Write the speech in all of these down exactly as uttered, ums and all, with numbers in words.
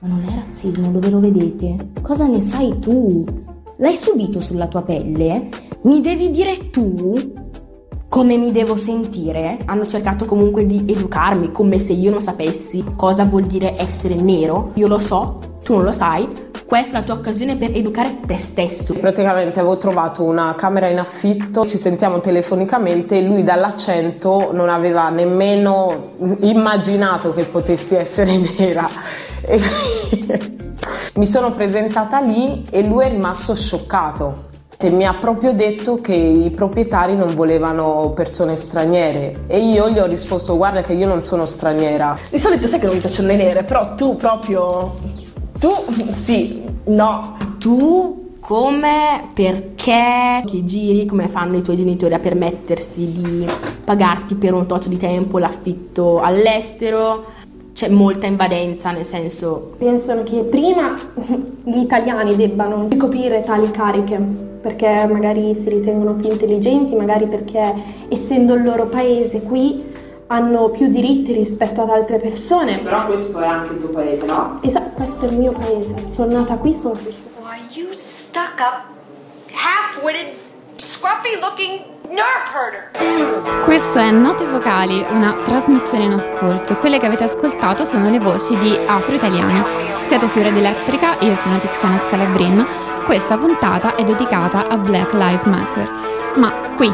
Ma non è razzismo, dove lo vedete? Cosa ne sai tu? L'hai subito sulla tua pelle? Mi devi dire tu come mi devo sentire? Hanno cercato comunque di educarmi, come se io non sapessi cosa vuol dire essere nero. Io lo so, tu non lo sai. Questa è la tua occasione per educare te stesso. Praticamente avevo trovato una camera in affitto, ci sentiamo telefonicamente e lui dall'accento non aveva nemmeno immaginato che potessi essere nera. E mi sono presentata lì e lui è rimasto scioccato. E mi ha proprio detto che i proprietari non volevano persone straniere e io gli ho risposto: guarda che io non sono straniera. Di solito sai che non mi piacciono le nere, però tu proprio... tu sì, no. Tu come, perché, che giri, come fanno i tuoi genitori a permettersi di pagarti per un tot di tempo l'affitto all'estero? C'è molta invadenza, nel senso... Pensano che prima gli italiani debbano ricoprire tali cariche, perché magari si ritengono più intelligenti, magari perché essendo il loro paese qui hanno più diritti rispetto ad altre persone. Però questo è anche il tuo paese, no? Esatto, questo è il mio paese. Sono nata qui, sono cresciuta. Are you stuck up, half-witted, scruffy-looking nerve herder? Questo è Note Vocali, una trasmissione in ascolto, e quelle che avete ascoltato sono le voci di Afro-Italiani. Siete su Radio Elettrica, io sono Tiziana Scalabrin. Questa puntata è dedicata a Black Lives Matter. Ma qui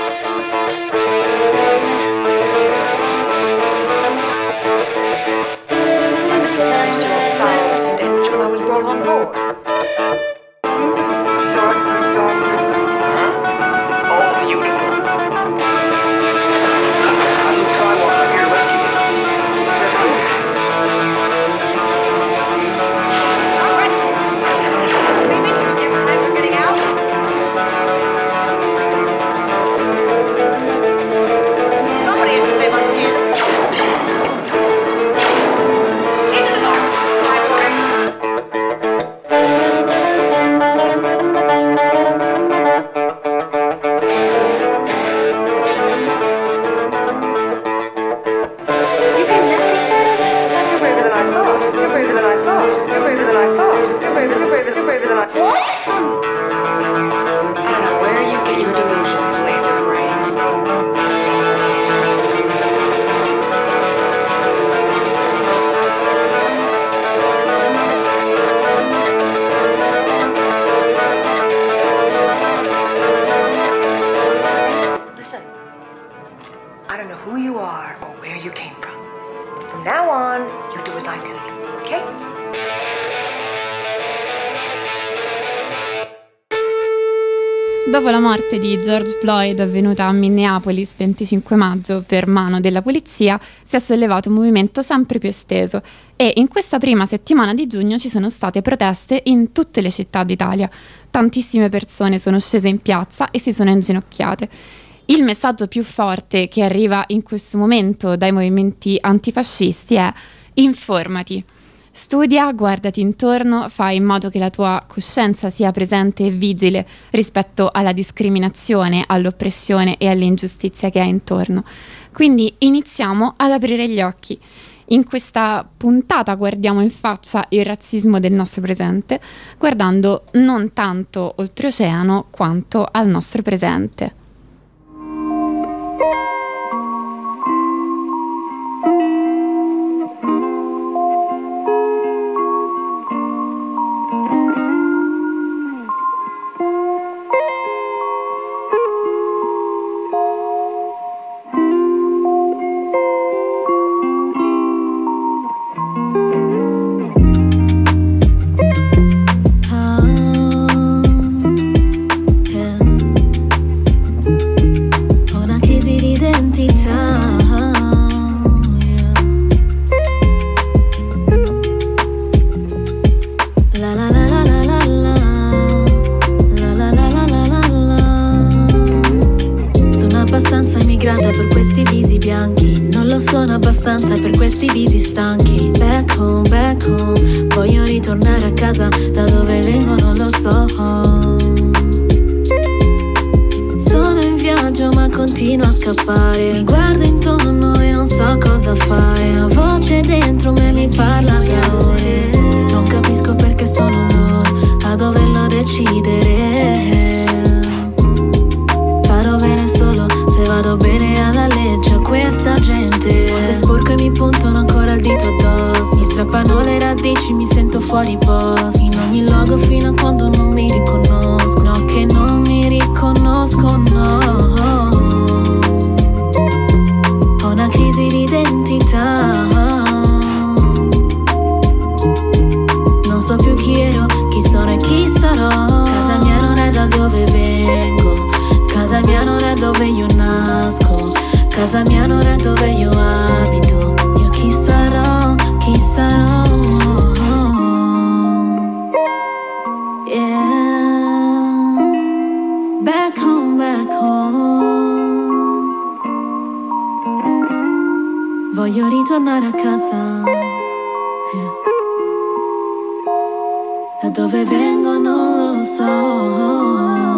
dopo la morte di George Floyd avvenuta a Minneapolis venticinque maggio per mano della polizia, si è sollevato un movimento sempre più esteso e in questa prima settimana di giugno ci sono state proteste in tutte le città d'Italia. Tantissime persone sono scese in piazza e si sono inginocchiate. Il messaggio più forte che arriva in questo momento dai movimenti antifascisti è: informati. Studia, guardati intorno, fai in modo che la tua coscienza sia presente e vigile rispetto alla discriminazione, all'oppressione e all'ingiustizia che hai intorno. Quindi iniziamo ad aprire gli occhi. In questa puntata guardiamo in faccia il razzismo del nostro presente, guardando non tanto oltreoceano quanto al nostro presente. Per questi visi stanchi, back home, back home. Voglio ritornare a casa, da dove vengo non lo so. Sono in viaggio ma continuo a scappare. Mi guardo intorno e non so cosa fare. Una voce dentro me mi parla da ore. le radici mi sento fuori posto. In ogni luogo fino a quando non mi riconosco. No, che non mi riconosco, no. Ho una crisi di identità. Non so più chi ero, chi sono e chi sarò. Casa mia non è da dove vengo. Casa mia non è dove io nasco. Casa mia non è dove io abito. Io chi sarò, chi sarò. Yeah. Back home, back home. Voglio ritornare a casa. Yeah. Da dove vengo non lo so.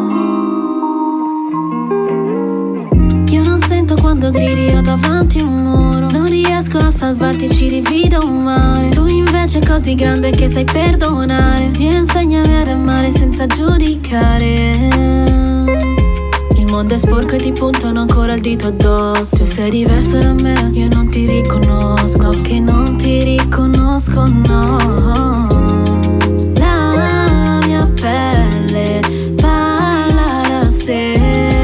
Quando gridi io davanti a un muro, non riesco a salvarti, ci divido un mare. Tu invece così grande che sai perdonare. Dio insegnami ad amare senza giudicare. Il mondo è sporco e ti puntano ancora il dito addosso. Tu sei diverso da me, io non ti riconosco. Che non ti riconosco, no. La mia pelle parla da sé.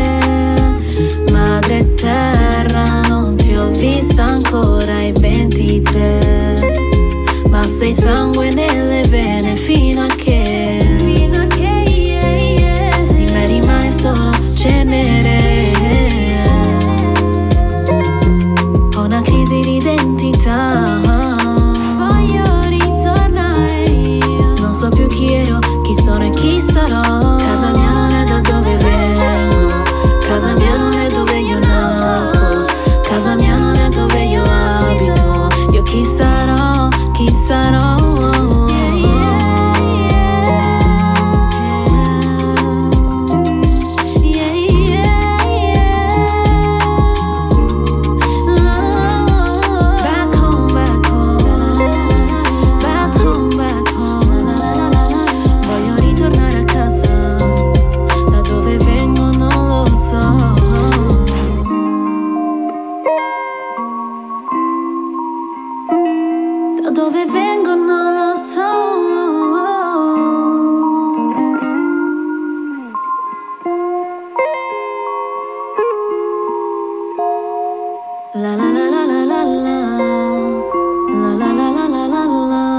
Madre terra, non ti ho vista ancora ai ventitré, ma sei sangue nelle vene fino a che, fino a che, yeah, yeah. Di me rimane solo cenere. Ho una crisi di identità. Voglio ritornare io. Non so più chi ero, chi sono e chi sarò. Casa mia non è da dove vengo. Casa mia non è dove io nasco. Casa mia non è dove io abito. Io chi sarò, chi sarò. Dove vengo non lo so. La la la la la la la. La la la la la la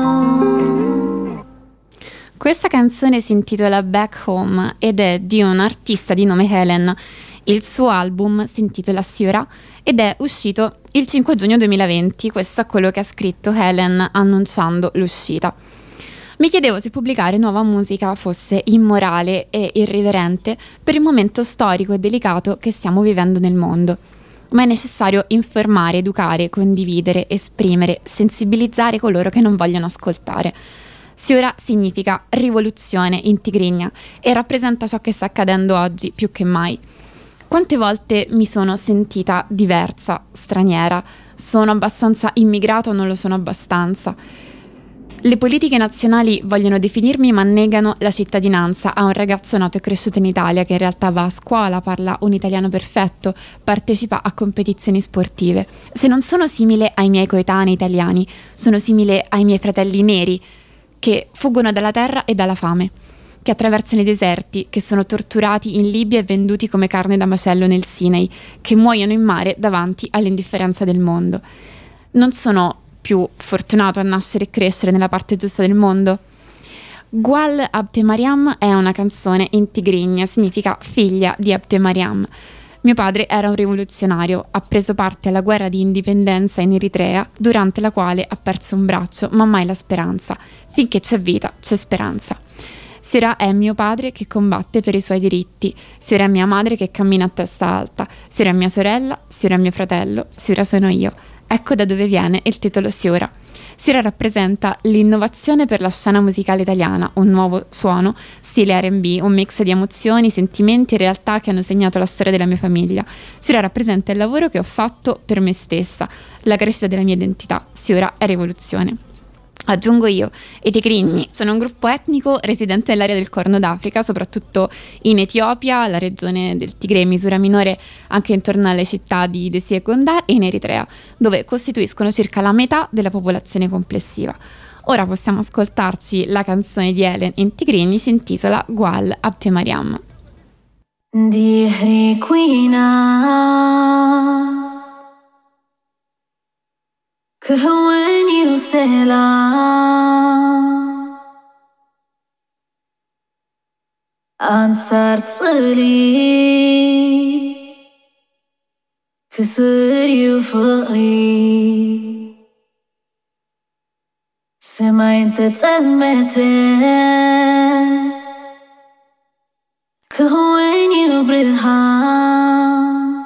la. Questa canzone si intitola Back Home ed è di un artista di nome Helen. Il suo album si intitola Siora ed è uscito il cinque giugno duemilaventi. Questo è quello che ha scritto Helen annunciando l'uscita. Mi chiedevo se pubblicare nuova musica fosse immorale e irriverente per il momento storico e delicato che stiamo vivendo nel mondo. Ma è necessario informare, educare, condividere, esprimere, sensibilizzare coloro che non vogliono ascoltare. Siora significa rivoluzione in tigrinya e rappresenta ciò che sta accadendo oggi più che mai. Quante volte mi sono sentita diversa, straniera? Sono abbastanza immigrato o non lo sono abbastanza? Le politiche nazionali vogliono definirmi ma negano la cittadinanza a un ragazzo nato e cresciuto in Italia che in realtà va a scuola, parla un italiano perfetto, partecipa a competizioni sportive. Se non sono simile ai miei coetanei italiani, sono simile ai miei fratelli neri che fuggono dalla terra e dalla fame, che attraversano i deserti, che sono torturati in Libia e venduti come carne da macello nel Sinai, che muoiono in mare davanti all'indifferenza del mondo. Non sono più fortunato a nascere e crescere nella parte giusta del mondo? Gwal Abte Mariam è una canzone in tigrinya, significa figlia di Abte Mariam. Mio padre era un rivoluzionario, ha preso parte alla guerra di indipendenza in Eritrea, durante la quale ha perso un braccio, ma mai la speranza. Finché c'è vita, c'è speranza. Siora è mio padre che combatte per i suoi diritti, Siora è mia madre che cammina a testa alta, Siora è mia sorella, Siora è mio fratello, Siora sono io. Ecco da dove viene il titolo Siora. Siora rappresenta l'innovazione per la scena musicale italiana, un nuovo suono, stile erre and bi, un mix di emozioni, sentimenti e realtà che hanno segnato la storia della mia famiglia. Siora rappresenta il lavoro che ho fatto per me stessa, la crescita della mia identità. Siora è rivoluzione. Aggiungo io, i Tigrinyi sono un gruppo etnico residente nell'area del Corno d'Africa, soprattutto in Etiopia, la regione del Tigre e misura minore anche intorno alle città di Desi e Gondar, e in Eritrea, dove costituiscono circa la metà della popolazione complessiva. ora possiamo ascoltarci la canzone di Helen in Tigrini, si intitola Gual Abte Mariam. Dihri quina كهوين يوسلام أنصار تصلي كسر يفقري سمعين تتسمتين كهوين يبرهام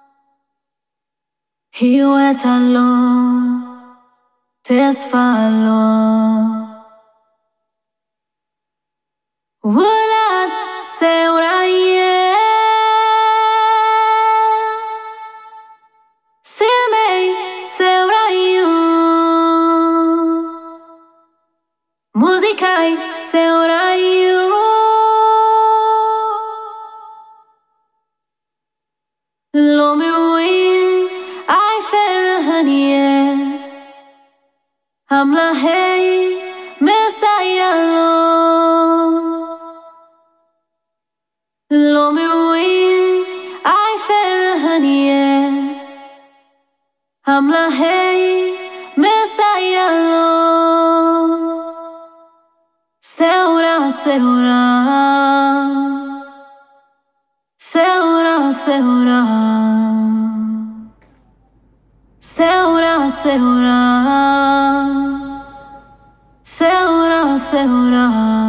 هيوة الله تسفالو ولاد سورايه سمي سورايو موزيكاي سورايو لومي وين اي فرهنيه Hamla hey Messiah lo Lo mi win I ferhaniye Hamla hey Messiah lo Seura seura Seura seura Seura seura Seura, Seura.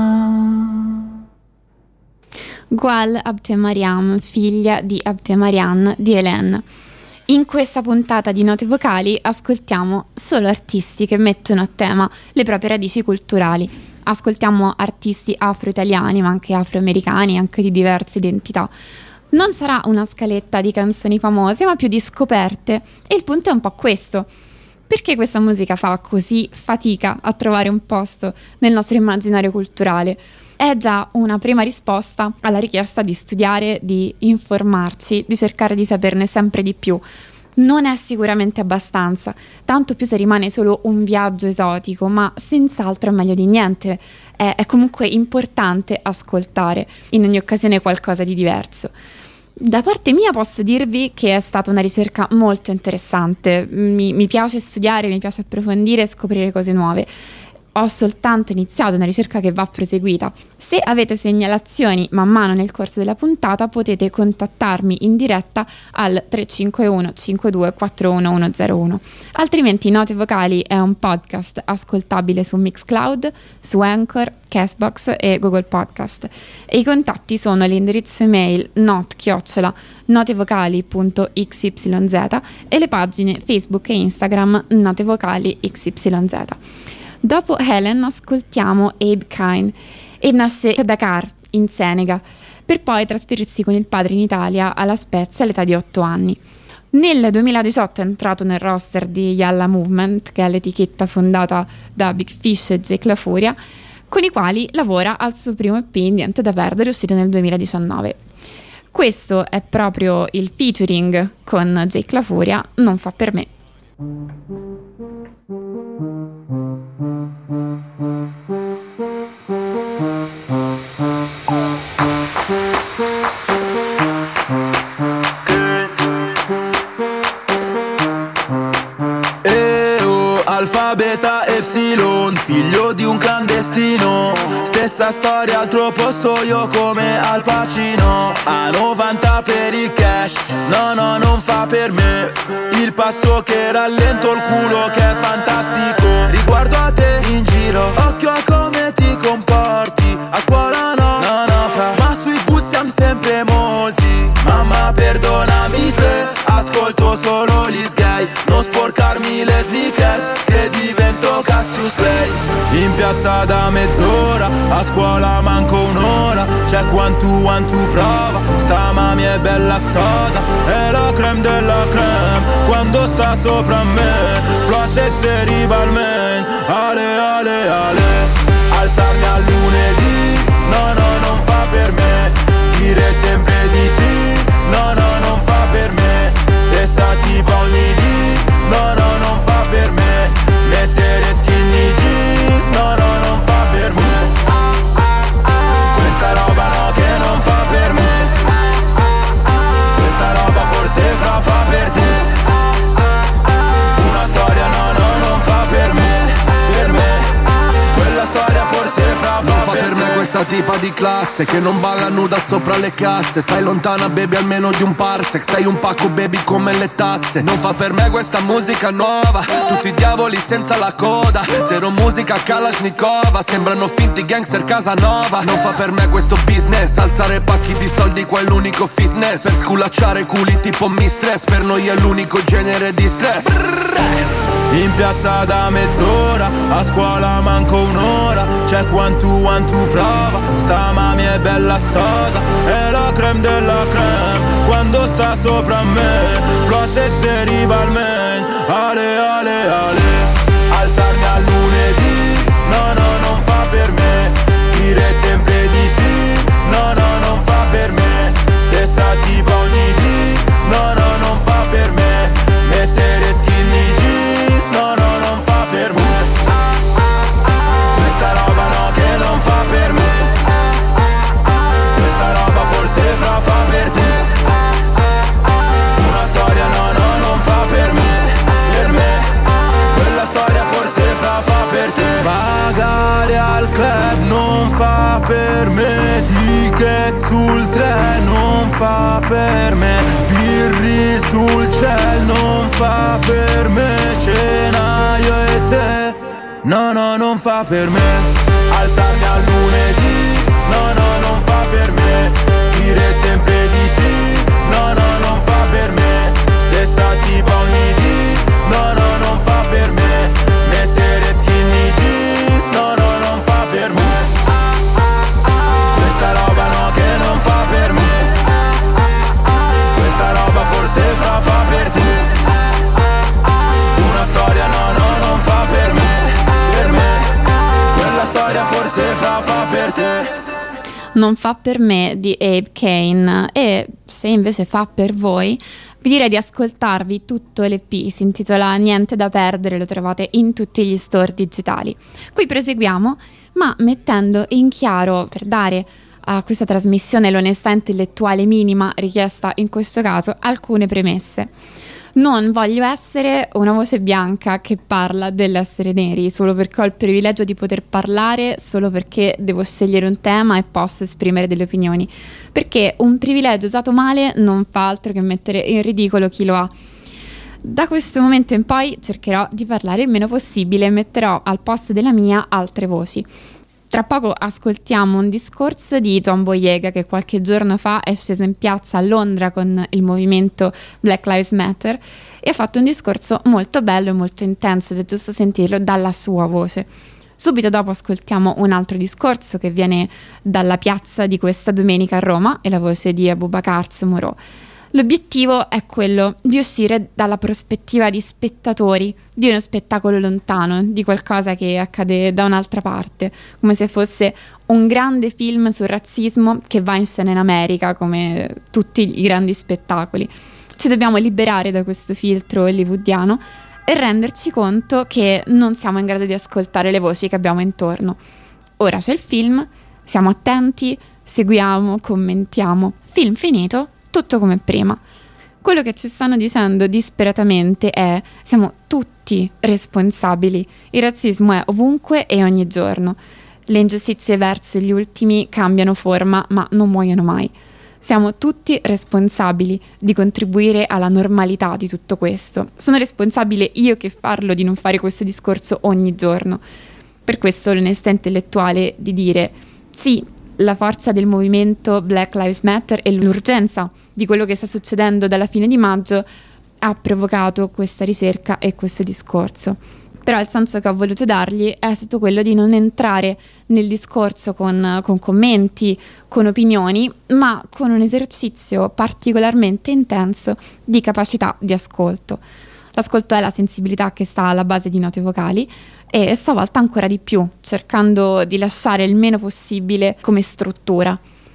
Gual Abte Mariam, figlia di Abte Mariam di Hélène. In questa puntata di Note Vocali ascoltiamo solo artisti che mettono a tema le proprie radici culturali. Ascoltiamo artisti afro-italiani, ma anche afroamericani, anche di diverse identità. Non sarà una scaletta di canzoni famose, ma più di scoperte. E il punto è un po' questo. Perché questa musica fa così fatica a trovare un posto nel nostro immaginario culturale? È già una prima risposta alla richiesta di studiare, di informarci, di cercare di saperne sempre di più. Non è sicuramente abbastanza, tanto più se rimane solo un viaggio esotico, ma senz'altro è meglio di niente. È, è comunque importante ascoltare in ogni occasione qualcosa di diverso. Da parte mia posso dirvi che è stata una ricerca molto interessante, mi, mi piace studiare, mi piace approfondire e scoprire cose nuove. Ho soltanto iniziato una ricerca che va proseguita. Se avete segnalazioni man mano nel corso della puntata potete contattarmi in diretta al tre cinque uno cinquantadue quarantuno centouno. Altrimenti Note Vocali è un podcast ascoltabile su Mixcloud, su Anchor, Castbox e Google Podcast. E i contatti sono l'indirizzo email not chiocciola notevocali punto x y z e le pagine Facebook e Instagram Note Vocali X Y Z. Dopo Helen ascoltiamo Abe Kine. Abe nasce a Dakar, in Senegal, per poi trasferirsi con il padre in Italia alla Spezia all'età di otto anni. Nel duemiladiciotto è entrato nel roster di Yalla Movement, che è l'etichetta fondata da Big Fish e Jake La Furia, con i quali lavora al suo primo E P Niente da perdere, uscito nel duemiladiciannove. Questo è proprio il featuring con Jake La Furia, Non fa per me. Alfa, beta, epsilon, figlio di un clandestino. Stessa storia, altro posto, io come Al Pacino. A novanta per il cash, no no non fa per me. Il passo che rallento, il culo che è fantastico. Riguardo a te in giro, occhio a come ti comporti. A scuola no, no no fra, ma sui bus siamo sempre molti. Mamma perdonami se ascolto solo gli sgay. Non sporcarmi le sneakers che divento Cassius Clay. In piazza da mezz'ora, a scuola manco un'ora. C'è quanto quanto prova, sta mami è bella soda. È la creme della creme, quando sta sopra me. Floss e zeri balmain, ale ale ale. Alzarmi a lunedì, no no non fa per me. Dire sempre di sì, no no non fa per me. Stessa tipa ogni dì, no no non fa per me. Mettere skinny jeans, stessa tipa di classe che non balla nuda sopra le casse. Stai lontana baby almeno di un parsec, sei un pacco baby come le tasse. Non fa per me questa musica nuova, tutti i diavoli senza la coda. Zero musica Kalashnikova, sembrano finti gangster Casanova. Non fa per me questo business, alzare pacchi di soldi qua è l'unico fitness. Per sculacciare culi tipo mistress, per noi è l'unico genere di stress. In piazza da mezz'ora, a scuola manco un'ora. Check one two one two prova, sta mami è bella soda. È la creme della creme, quando sta sopra me. Floss e zeriva al main, ale ale ale. Alzarmi a lunedì, no no non fa per me. Dire sempre di sì, no no non fa per me. Stessa tipa ogni dì, no no non fa per me. Mettere skinny jeans, no no non fa per me. Questa roba no che non fa per me. Questa roba forse fra fa per te. Una storia no no non fa per me. Per me quella storia forse fra fa per te. Pagare al club non fa per me. Ticket sul treno non fa per me. Birri sul ciel non fa per me. Cena io e te, no no non fa per me. Alzarmi a lunedì, no no non fa per me. Dire sempre di sì, no no non fa per me. Stessa tipa ogni dì, no no non fa per me. Mettere skinny jeans, no no non fa per me. Questa roba no che non fa per me. Questa roba forse fa fa per te. Una storia no no non fa per me. Per me quella storia forse fa fa per te. Non fa per me di Abe Kane. E se invece fa per voi, vi direi di ascoltarvi tutto l'E P, si intitola Niente da perdere, lo trovate in tutti gli store digitali. Qui proseguiamo, ma mettendo in chiaro, per dare a questa trasmissione l'onestà intellettuale minima richiesta in questo caso, alcune premesse. Non voglio essere una voce bianca che parla dell'essere neri solo perché ho il privilegio di poter parlare, solo perché devo scegliere un tema e posso esprimere delle opinioni, perché un privilegio usato male non fa altro che mettere in ridicolo chi lo ha. Da questo momento in poi cercherò di parlare il meno possibile e metterò al posto della mia altre voci. Tra poco ascoltiamo un discorso di John Boyega, che qualche giorno fa è sceso in piazza a Londra con il movimento Black Lives Matter e ha fatto un discorso molto bello e molto intenso ed è giusto sentirlo dalla sua voce. Subito dopo ascoltiamo un altro discorso che viene dalla piazza di questa domenica a Roma e la voce di Abubakar Moro. L'obiettivo è quello di uscire dalla prospettiva di spettatori di uno spettacolo lontano, di qualcosa che accade da un'altra parte, come se fosse un grande film sul razzismo che va in scena in America, come tutti i grandi spettacoli. Ci dobbiamo liberare da questo filtro hollywoodiano e renderci conto che non siamo in grado di ascoltare le voci che abbiamo intorno. Ora c'è il film, siamo attenti, seguiamo, commentiamo. Film finito, tutto come prima. Quello che ci stanno dicendo disperatamente è: siamo tutti responsabili, il razzismo è ovunque e ogni giorno, le ingiustizie verso gli ultimi cambiano forma ma non muoiono mai. Siamo tutti responsabili di contribuire alla normalità di tutto questo. Sono responsabile io che parlo di non fare questo discorso ogni giorno. Per questo l'onestà intellettuale di dire sì, la forza del movimento Black Lives Matter e l'urgenza di quello che sta succedendo dalla fine di maggio ha provocato questa ricerca e questo discorso. Però il senso che ho voluto dargli è stato quello di non entrare nel discorso con, con commenti, con opinioni, ma con un esercizio particolarmente intenso di capacità di ascolto. L'ascolto è la sensibilità che sta alla base di note vocali, e stavolta ancora di più, cercando di lasciare il meno possibile come struttura.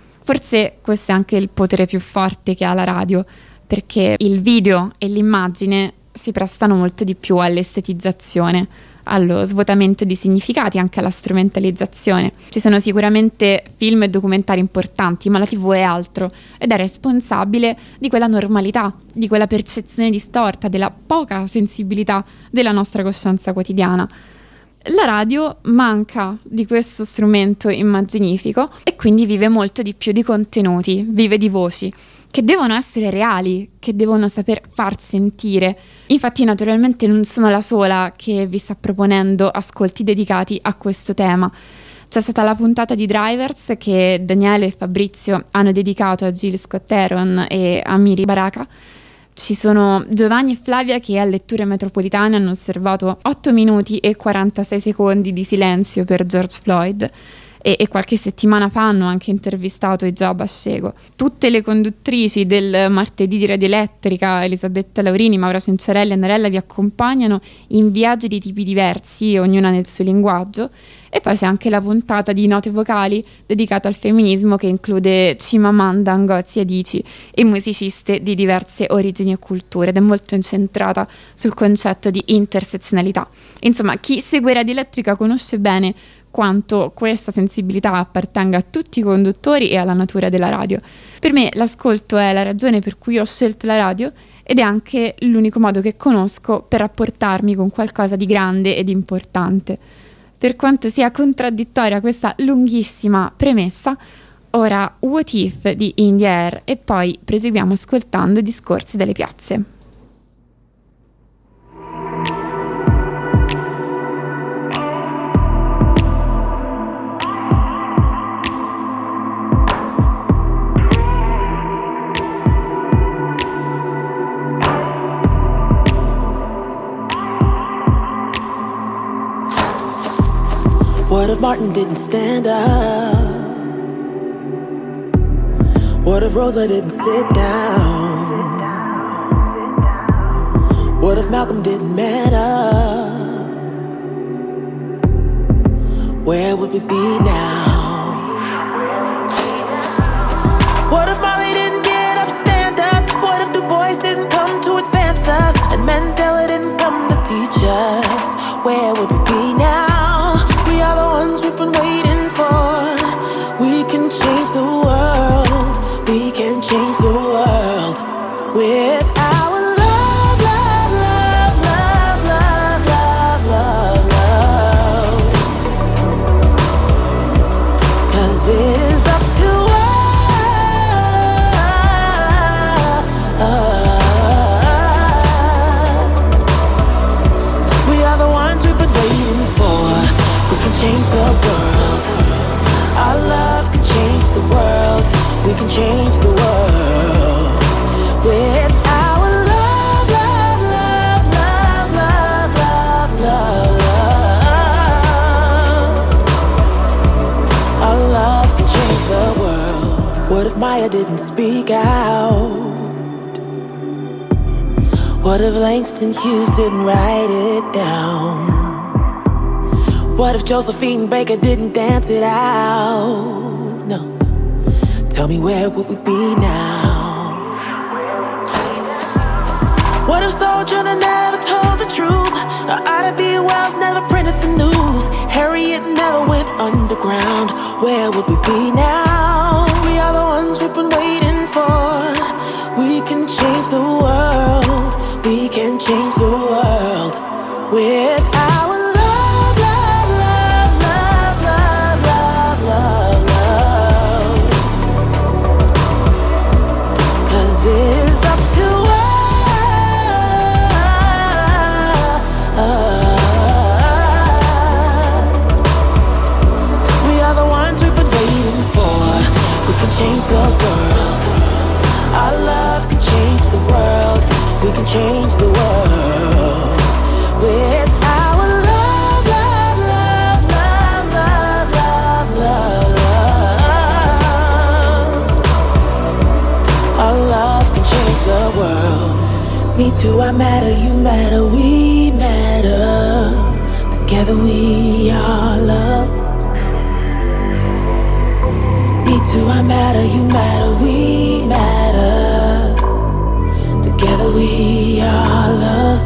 Forse questo è anche il potere più forte che ha la radio, perché il video e l'immagine si prestano molto di più all'estetizzazione, allo svuotamento di significati, anche alla strumentalizzazione. Ci sono sicuramente film e documentari importanti, ma la tivù è altro ed è responsabile di quella normalità, di quella percezione distorta, della poca sensibilità della nostra coscienza quotidiana. La radio manca di questo strumento immaginifico e quindi vive molto di più di contenuti, vive di voci che devono essere reali, che devono saper far sentire. Infatti naturalmente non sono la sola che vi sta proponendo ascolti dedicati a questo tema. C'è stata la puntata di Drivers che Daniele e Fabrizio hanno dedicato a Jill Scott-Heron e a Miri Baraka. Ci sono Giovanni e Flavia che a Letture Metropolitane hanno osservato otto minuti e quarantasei secondi di silenzio per George Floyd e, e qualche settimana fa hanno anche intervistato Hijab Ashego. Tutte le conduttrici del martedì di Radio Elettrica, Elisabetta Laurini, Maura Cencerelli e Narella, vi accompagnano in viaggi di tipi diversi, ognuna nel suo linguaggio. E poi c'è anche la puntata di Note Vocali dedicata al femminismo che include Chimamanda Ngozi Adichie e musiciste di diverse origini e culture ed è molto incentrata sul concetto di intersezionalità. Insomma, chi segue Radio Elettrica conosce bene quanto questa sensibilità appartenga a tutti i conduttori e alla natura della radio. Per me l'ascolto è la ragione per cui ho scelto la radio ed è anche l'unico modo che conosco per rapportarmi con qualcosa di grande ed importante. Per quanto sia contraddittoria questa lunghissima premessa, ora What If di In the Air e poi proseguiamo ascoltando i discorsi delle piazze. What if Martin didn't stand up? What if Rosa didn't sit down? What if Malcolm didn't man up? Where would we be now? What if Marley didn't get up, stand up? What if Du Bois didn't come to advance us? And Mandela didn't come to teach us? Where would we be now? We are the ones we've been waiting for. We can change the world. We can change the world with our love, love, love, love, love, love, love, love. 'Cause it is up to us. We are the ones we've been waiting for. We can change the world. Our love can change the world. We can change the world with our love, love, love, love, love, love, love, love. Our love can change the world. What if Maya didn't speak out? What if Langston Hughes didn't write it down? What if Josephine Baker didn't dance it out? No. Tell me, where would we be now? What if Sojourner never told the truth? Or Ida B. Wells never printed the news? Harriet never went underground? Where would we be now? We are the ones we've been waiting for. We can change the world. We can change the world with our it is up to us. We are the ones we've been waiting for. We can change the world. Our love can change the world. We can change the world with our love, love, love, love, love, love, love, love. Our love can change the world. Me too, I matter, you matter, we matter. Together we are love. Me too, I matter, you matter, we matter. Together we are love.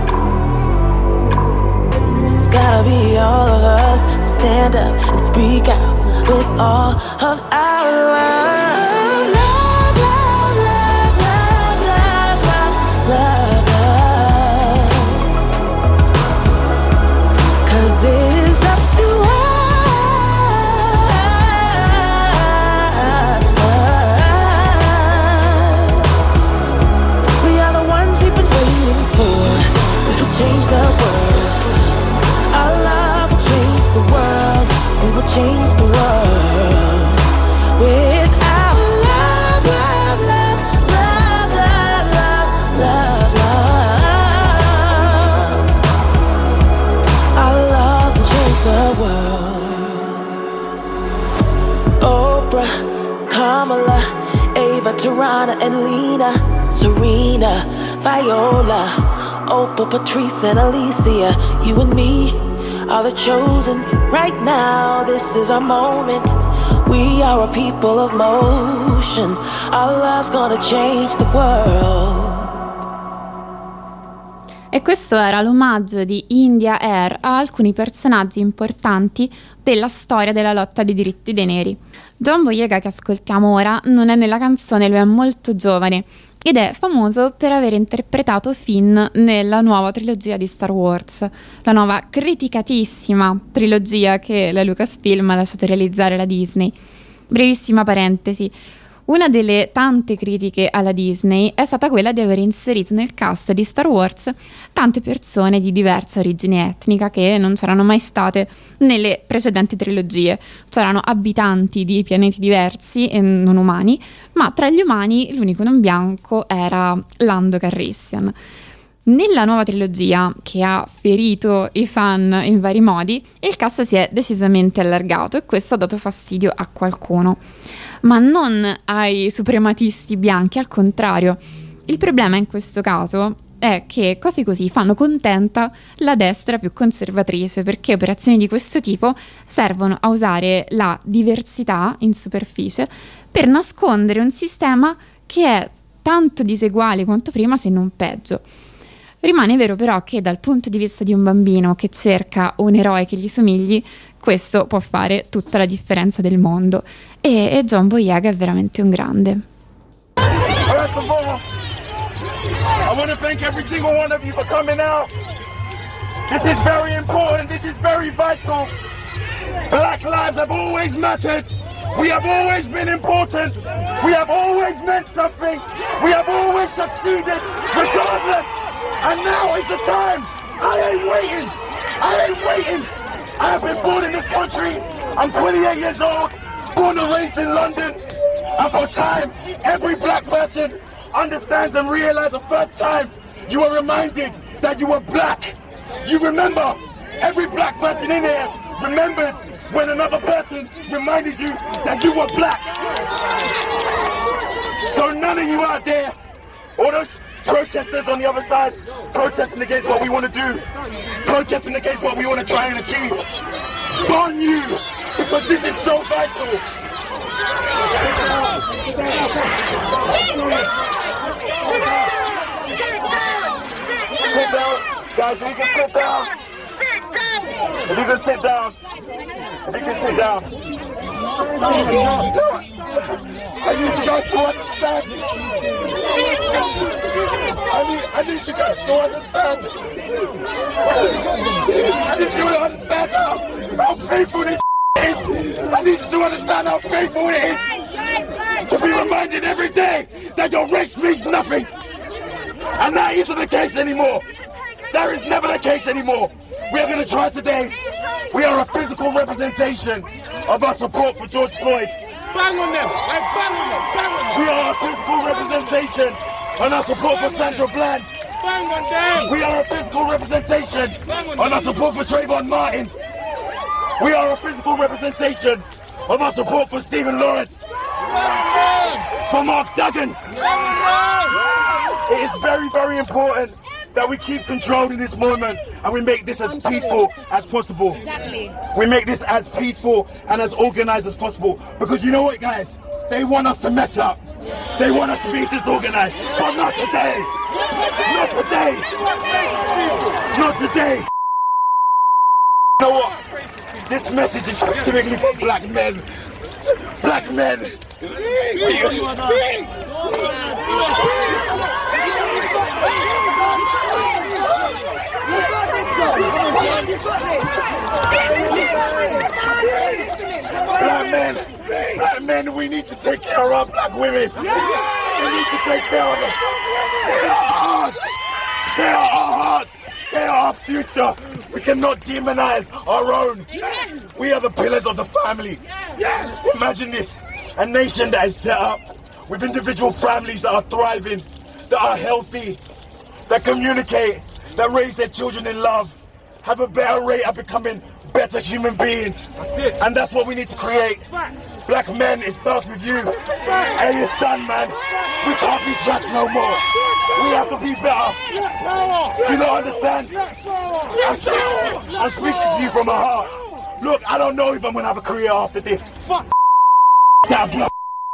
It's gotta be all of us to stand up and speak out with all of our love. Love, love, love, love, love, love, love, love. 'Cause it change the world. Without love, love, love, love, love, love, love, love. Our love will change the world. Oprah, Kamala, Ava, Tarana, and Lena, Serena, Viola, Oprah, Patrice, and Alicia. You and me are the chosen. Right now, this is our moment. We are a people of motion. Our love's gonna change the world. E questo era l'omaggio di India Air a alcuni personaggi importanti della storia della lotta dei diritti dei neri. John Boyega, che ascoltiamo ora, non è nella canzone, lui è molto giovane ed è famoso per aver interpretato Finn nella nuova trilogia di Star Wars, la nuova criticatissima trilogia che la Lucasfilm ha lasciato realizzare la Disney. Brevissima parentesi. Una delle tante critiche alla Disney è stata quella di aver inserito nel cast di Star Wars tante persone di diversa origine etnica che non c'erano mai state nelle precedenti trilogie. C'erano abitanti di pianeti diversi e non umani, ma tra gli umani l'unico non bianco era Lando Calrissian. Nella nuova trilogia, che ha ferito i fan in vari modi, il cast si è decisamente allargato e questo ha dato fastidio a qualcuno. Ma non ai suprematisti bianchi, al contrario. Il problema in questo caso è che cose così fanno contenta la destra più conservatrice, perché operazioni di questo tipo servono a usare la diversità in superficie per nascondere un sistema che è tanto diseguale quanto prima, se non peggio. Rimane vero però che dal punto di vista di un bambino che cerca un eroe che gli somigli, questo può fare tutta la differenza del mondo. E, e John Boyega è veramente un grande. First of all, I want to thank every single one of you for coming out. This is very important. This is very vital. Black lives have always mattered. We have always been important. We have always meant something. We have always succeeded, regardless. And now is the time. I ain't waiting. I ain't waiting. I have been born in this country. I'm twenty-eight years old, born and raised in London. And for time, every black person understands and realizes the first time you were reminded that you were black. You remember, every black person in here remembered when another person reminded you that you were black. So none of you out there, all those protesters on the other side, protesting against what we want to do, protesting against what we want to try and achieve, burn you, because this is so vital. Sit down, guys, we can sit down. If you can sit down, if you can sit down. I need you guys to understand. I need, I need you guys to understand. I need you to understand how, how painful this is. I need you to understand how painful it is to be reminded every day that your race means nothing. And that isn't the case anymore. That is never the case anymore. We are going to try today. We are a physical representation of our support for George Floyd. Bang on them! Like bang on them! Bang on them! We are a physical representation on our support for Sandra Bland. Bang on them! We are a physical representation on, on our support for Trayvon Martin. We are a physical representation of our support for Stephen Lawrence. For Mark Duggan. It is very, very important that we keep control in this moment and we make this as peaceful as possible. Exactly. We make this as peaceful and as organized as possible. Because you know what, guys? They want us to mess up. They want us to be disorganized. But not today. Not today. Not today. You know what? This message is specifically for black men. Black men. Black men, black men, we need to take care of our black women. We need to take care of them. They are ours. They are our hearts. They are our future. We cannot demonize our own. We We are the pillars of the family. Yes. Imagine this, a nation that is set up with individual families that are thriving, that are healthy, that communicate, that raise their children in love, have a better rate of becoming better human beings. That's it. And that's what we need to create. Facts. Black men, it starts with you. Hey, it's done, man. We can't be trashed no more. We have to be better. You don't understand? I'm, I'm speaking to you from my heart. Look, I don't know if I'm gonna have a career after this. Fuck that blood.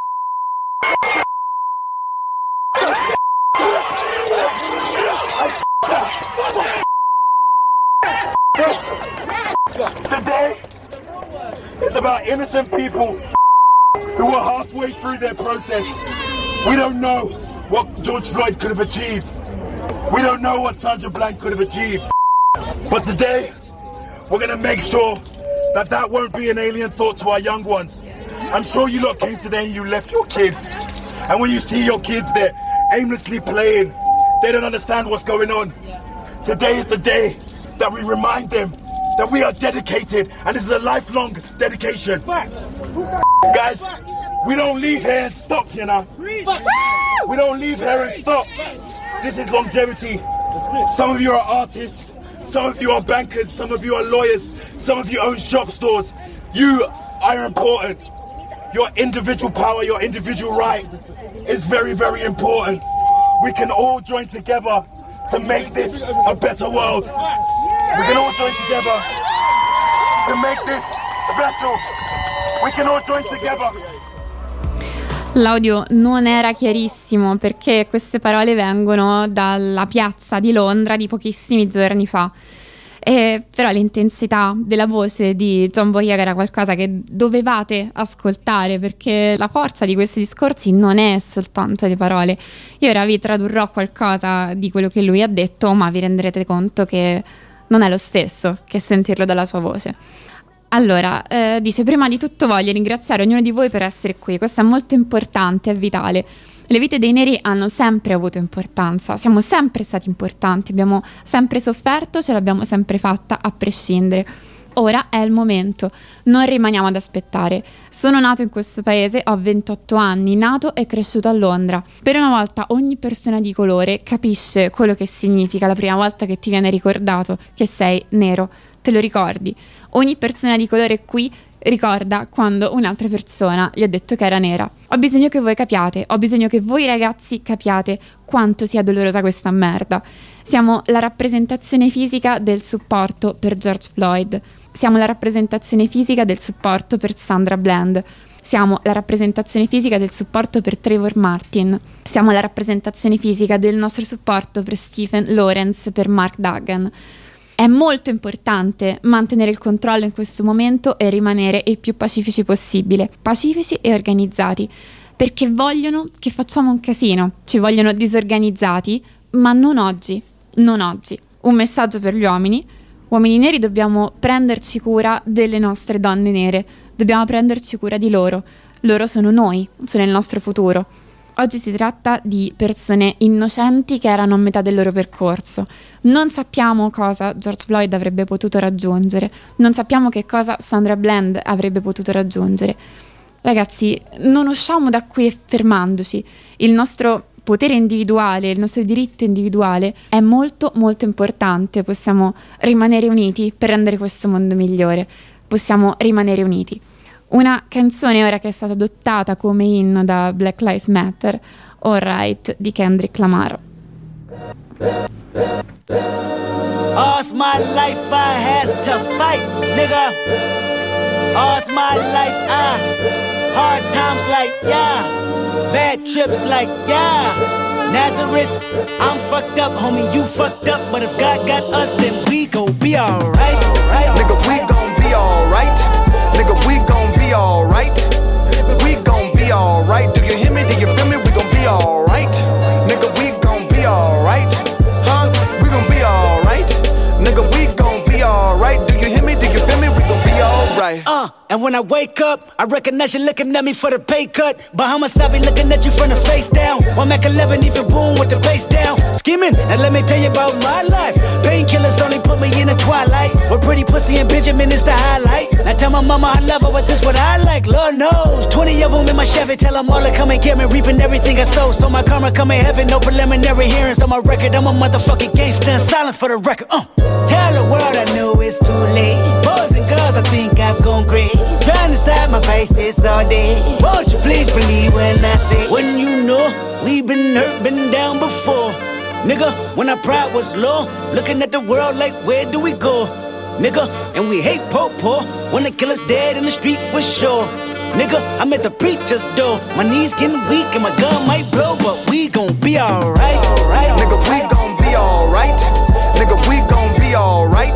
This today is about innocent people who are halfway through their process. We don't know what George Floyd could have achieved. We don't know what Sandra Bland could have achieved. But today, we're gonna make sure that that won't be an alien thought to our young ones. I'm sure you lot came today and you left your kids. And when you see your kids, they're aimlessly playing. They don't understand what's going on. Today is the day that we remind them that we are dedicated, and this is a lifelong dedication. Guys, we don't leave here and stop, you know. We don't leave here and stop. This is longevity. Some of you are artists, some of you are bankers, some of you are lawyers, some of you own shop stores. You are important. Your individual power, your individual right is very, very important. We can all join together to make this a better world. We can all join together to make this special. We can all join together. L'audio non era chiarissimo perché queste parole vengono dalla piazza di Londra di pochissimi giorni fa. E però l'intensità della voce di John Boyega era qualcosa che dovevate ascoltare, perché la forza di questi discorsi non è soltanto le parole. Io ora vi tradurrò qualcosa di quello che lui ha detto, ma vi renderete conto che non è lo stesso che sentirlo dalla sua voce. Allora, eh, dice: prima di tutto voglio ringraziare ognuno di voi per essere qui, questo è molto importante, è vitale. Le vite dei neri hanno sempre avuto importanza, siamo sempre stati importanti, abbiamo sempre sofferto, ce l'abbiamo sempre fatta a prescindere. Ora è il momento, non rimaniamo ad aspettare. Sono nato in questo paese, ho ventotto anni, nato e cresciuto a Londra. Per una volta ogni persona di colore capisce quello che significa la prima volta che ti viene ricordato che sei nero. Te lo ricordi? Ogni persona di colore qui ricorda quando un'altra persona gli ha detto che era nera. Ho bisogno che voi capiate, ho bisogno che voi ragazzi capiate quanto sia dolorosa questa merda. Siamo la rappresentazione fisica del supporto per George Floyd. Siamo la rappresentazione fisica del supporto per Sandra Bland. Siamo la rappresentazione fisica del supporto per Trayvon Martin. Siamo la rappresentazione fisica del nostro supporto per Stephen Lawrence, per Mark Duggan. È molto importante mantenere il controllo in questo momento e rimanere il più pacifici possibile, pacifici e organizzati, perché vogliono che facciamo un casino, ci vogliono disorganizzati, ma non oggi, non oggi. Un messaggio per gli uomini: uomini neri, dobbiamo prenderci cura delle nostre donne nere, dobbiamo prenderci cura di loro, loro sono noi, sono il nostro futuro. Oggi si tratta di persone innocenti che erano a metà del loro percorso. Non sappiamo cosa George Floyd avrebbe potuto raggiungere, non sappiamo che cosa Sandra Bland avrebbe potuto raggiungere. Ragazzi, non usciamo da qui fermandoci. Il nostro potere individuale, il nostro diritto individuale è molto molto importante. Possiamo rimanere uniti per rendere questo mondo migliore. Possiamo rimanere uniti. Una canzone ora che è stata adottata come inno da Black Lives Matter, All Right, di Kendrick Lamar. All's my life I has to fight, nigga. All's my life I hard times like yeah, bad trips like yeah. Nazareth, I'm fucked up, homie, you fucked up, but if God got us, then we gon' be alright. Right? Nigga, we gon' be alright. Nigga, we gon' be alright. We gon' be alright. Do you hear me? Do you feel me? We gon' be alright. Nigga, we gon' be alright. Huh? We gon' be alright. Nigga, we gon' be alright. Do you hear me? Do you feel me? We gon' be alright. Uh, And when I wake up, I recognize you looking at me for the pay cut. Bahamas, I be looking at you from the face down. One Mac eleven, even boom with the bass down. Skimming, now let me tell you about my life. Painkillers only put me in the twilight. With pretty pussy and Benjamin is the highlight. Now tell my mama I love her, but this what I like. Lord knows, twenty of them in my Chevy. Tell them all to come and get me, reaping everything I sow. So my karma come in heaven, no preliminary hearings on my record. I'm a motherfucking gangster and silence for the record. Uh. Tell the world I know it's too late. Boys and girls, I think I've gone crazy. Trying to side my face this all day. Won't you please believe when I say, when you know we've been hurt, been down before. Nigga, when our pride was low, looking at the world like where do we go? Nigga, and we hate po-po, wanna kill us dead in the street for sure. Nigga, I'm at the preacher's door. My knees getting weak and my gun might blow, but we gon' be alright. Right? Nigga, we gon' be alright. Nigga, we gon' be alright.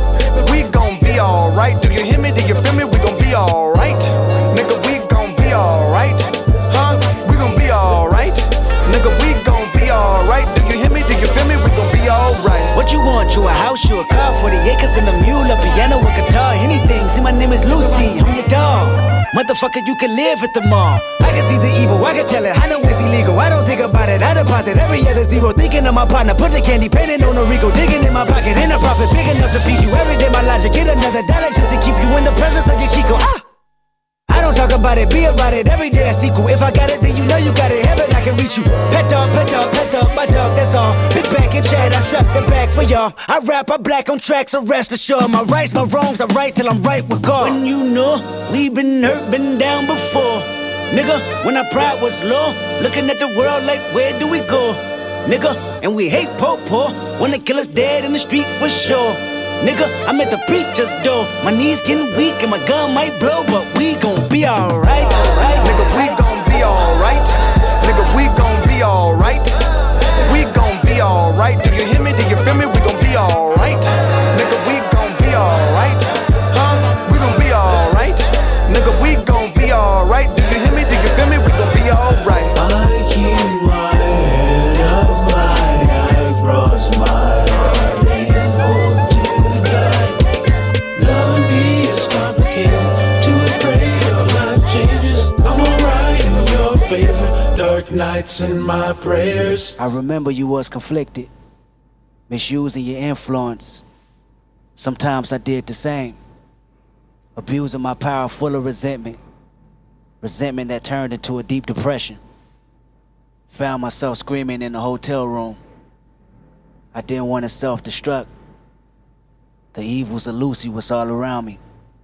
We gon' be alright. Do you hear me? Do you feel me? We gon' be alright. Nigga, we gon' be alright. Huh? We gon' be alright. Nigga, we gon' be alright. Do you hear me? Do you feel me? We gon' be alright. What you want? You a house, you a car, forty acres and a mule, a piano, a guitar, anything. See, my name is Lucy, I'm your dog. Motherfucker, you can live at the mall. I can see the evil, I can tell it, I know it's illegal. I don't think about it, I deposit every other zero. Thinking of my partner, put the candy, painting on a Rico. Digging in my pocket, in a profit, big enough to feed you. Every day my logic, get another dollar just to keep you in the presence of your Chico. Ah! I don't talk about it, be about it, every day I sequel. If I got it, then you know you got it, heaven I can reach you. Pet dog, pet dog, pet dog, my dog, that's all. Big back and chat, I trap the back for y'all. I rap, I black on tracks, so rest assured. My rights, my wrongs, I right till I'm right with God. When you know, we been hurt, been down before. Nigga, when our pride was low, looking at the world like where do we go? Nigga, and we hate po-po, wanna kill us dead in the street for sure. Nigga, I'm at the preacher's door. My knees getting weak and my gun might blow, but we gon' be alright. Right? Nigga, we gon' be alright. Nigga, we gon' be alright. We gon' be alright. Do you hear me? Do you feel me? We gon' be alright. Nigga, we gon' be alright. Huh? We gon' be alright. Nigga, we gon' be alright. Do you hear me? Do you feel me? We gon' be alright. I keep my head up high, I cross my heart and hope to die. Loving me is complicated, too afraid of life changes. I'm alright in your favor, dark nights and my prayers. I remember you was conflicted, misusing your influence. Sometimes I did the same, abusing my power full of resentment. Resentment that turned into a deep depression. Found myself screaming in the hotel room. I didn't want to self-destruct. The evils of Lucy was all around me.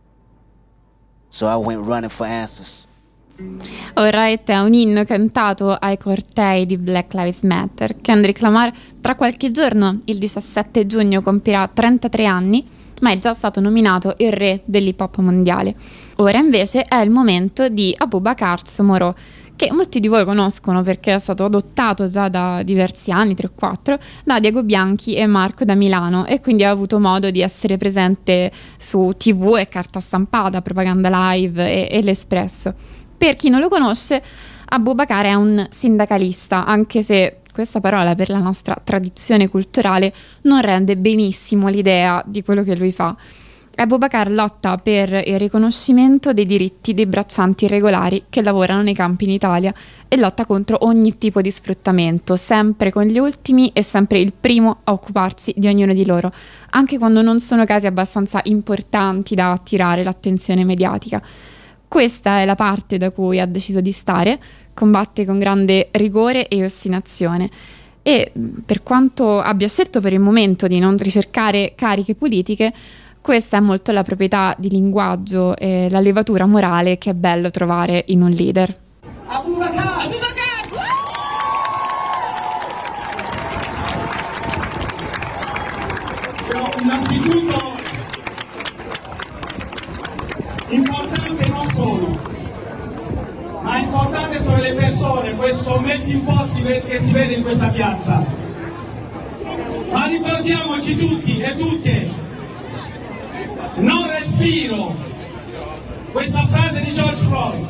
So I went running for answers. Alright è un inno cantato ai cortei di Black Lives Matter. Kendrick Lamar tra qualche giorno, il diciassette giugno, compirà trentatré anni, ma è già stato nominato il re dell'hip hop mondiale. Ora invece è il momento di Abubakar Somoro, che molti di voi conoscono perché è stato adottato già da diversi anni, tre o quattro, da Diego Bianchi e Marco da Milano, e quindi ha avuto modo di essere presente su tivù e carta stampata, Propaganda Live e, e l'Espresso. Per chi non lo conosce, Abubakar è un sindacalista, anche se questa parola per la nostra tradizione culturale non rende benissimo l'idea di quello che lui fa. Abubakar lotta per il riconoscimento dei diritti dei braccianti irregolari che lavorano nei campi in Italia e lotta contro ogni tipo di sfruttamento, sempre con gli ultimi e sempre il primo a occuparsi di ognuno di loro, anche quando non sono casi abbastanza importanti da attirare l'attenzione mediatica. Questa è la parte da cui ha deciso di stare, combatte con grande rigore e ostinazione e, per quanto abbia scelto per il momento di non ricercare cariche politiche, questa è molto la proprietà di linguaggio e la levatura morale che è bello trovare in un leader. Abubakar! Abubakar! Però innanzitutto importante non solo, ma importante sono le persone, questo melting pot che si vede in questa piazza. Ma ricordiamoci tutti e tutte, non respiro, questa frase di George Floyd.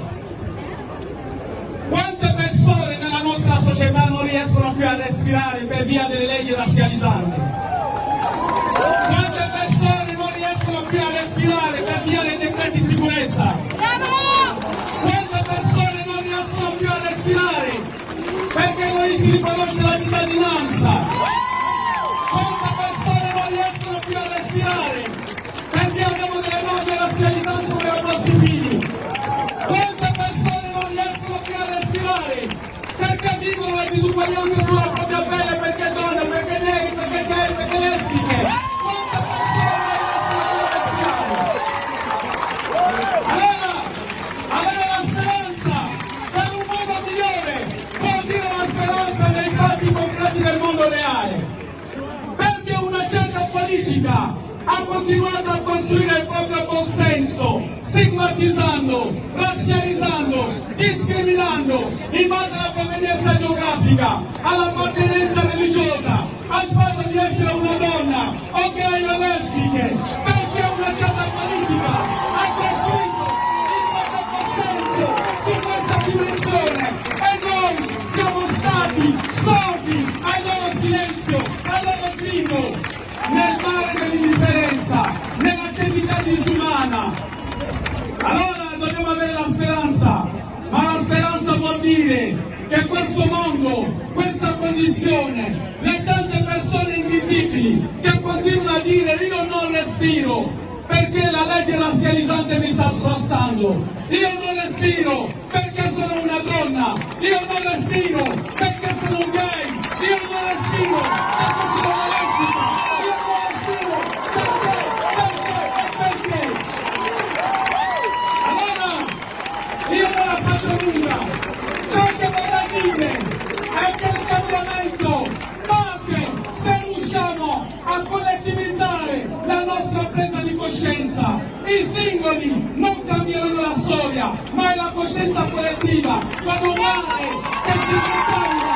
Quante persone nella nostra società non riescono più a respirare per via delle leggi razzializzanti? Quante persone non riescono più a respirare per via dei decreti sicurezza? sicurezza. Quante persone non riescono più a respirare perché non si riconosce la cittadinanza. Quante persone non riescono più a respirare perché abbiamo delle norme razzializzanti come i nostri figli. Quante persone non riescono più a respirare perché vivono le disuguaglianze sulla propria pelle, perché donne, perché negri, perché gay, perché lesbiche. Quante persone non riescono più a respirare. Allora, avere la speranza per un mondo migliore vuol dire la speranza nei fatti concreti del mondo reale. Perché un'agenda politica ha continuato a costruire il proprio consenso, stigmatizzando, razzializzando, discriminando in base alla provenienza geografica, all'appartenenza religiosa, al fatto di essere una donna o gay o lesbiche. Perché un'agenda politica ha costruito il proprio consenso su questa dimensione e noi siamo stati sordi al loro silenzio, al loro grido, nel mare dell'indifferenza, nella cecità disumana. Allora dobbiamo avere la speranza, ma la speranza vuol dire che questo mondo, questa condizione, le tante persone invisibili che continuano a dire io non respiro perché la legge razzializzante mi sta sfrassando, io non respiro perché sono una donna, io non respiro perché sono un gay, io non respiro perché sono una lesbica, io non respiro perché, perché, perché. Allora, io non la faccio lunga, ciò che vorrei dire è che il cambiamento parte se riusciamo a collettivizzare la nostra presa di coscienza. I singoli non cambieranno la storia, ma è la coscienza collettiva, quando male che si determina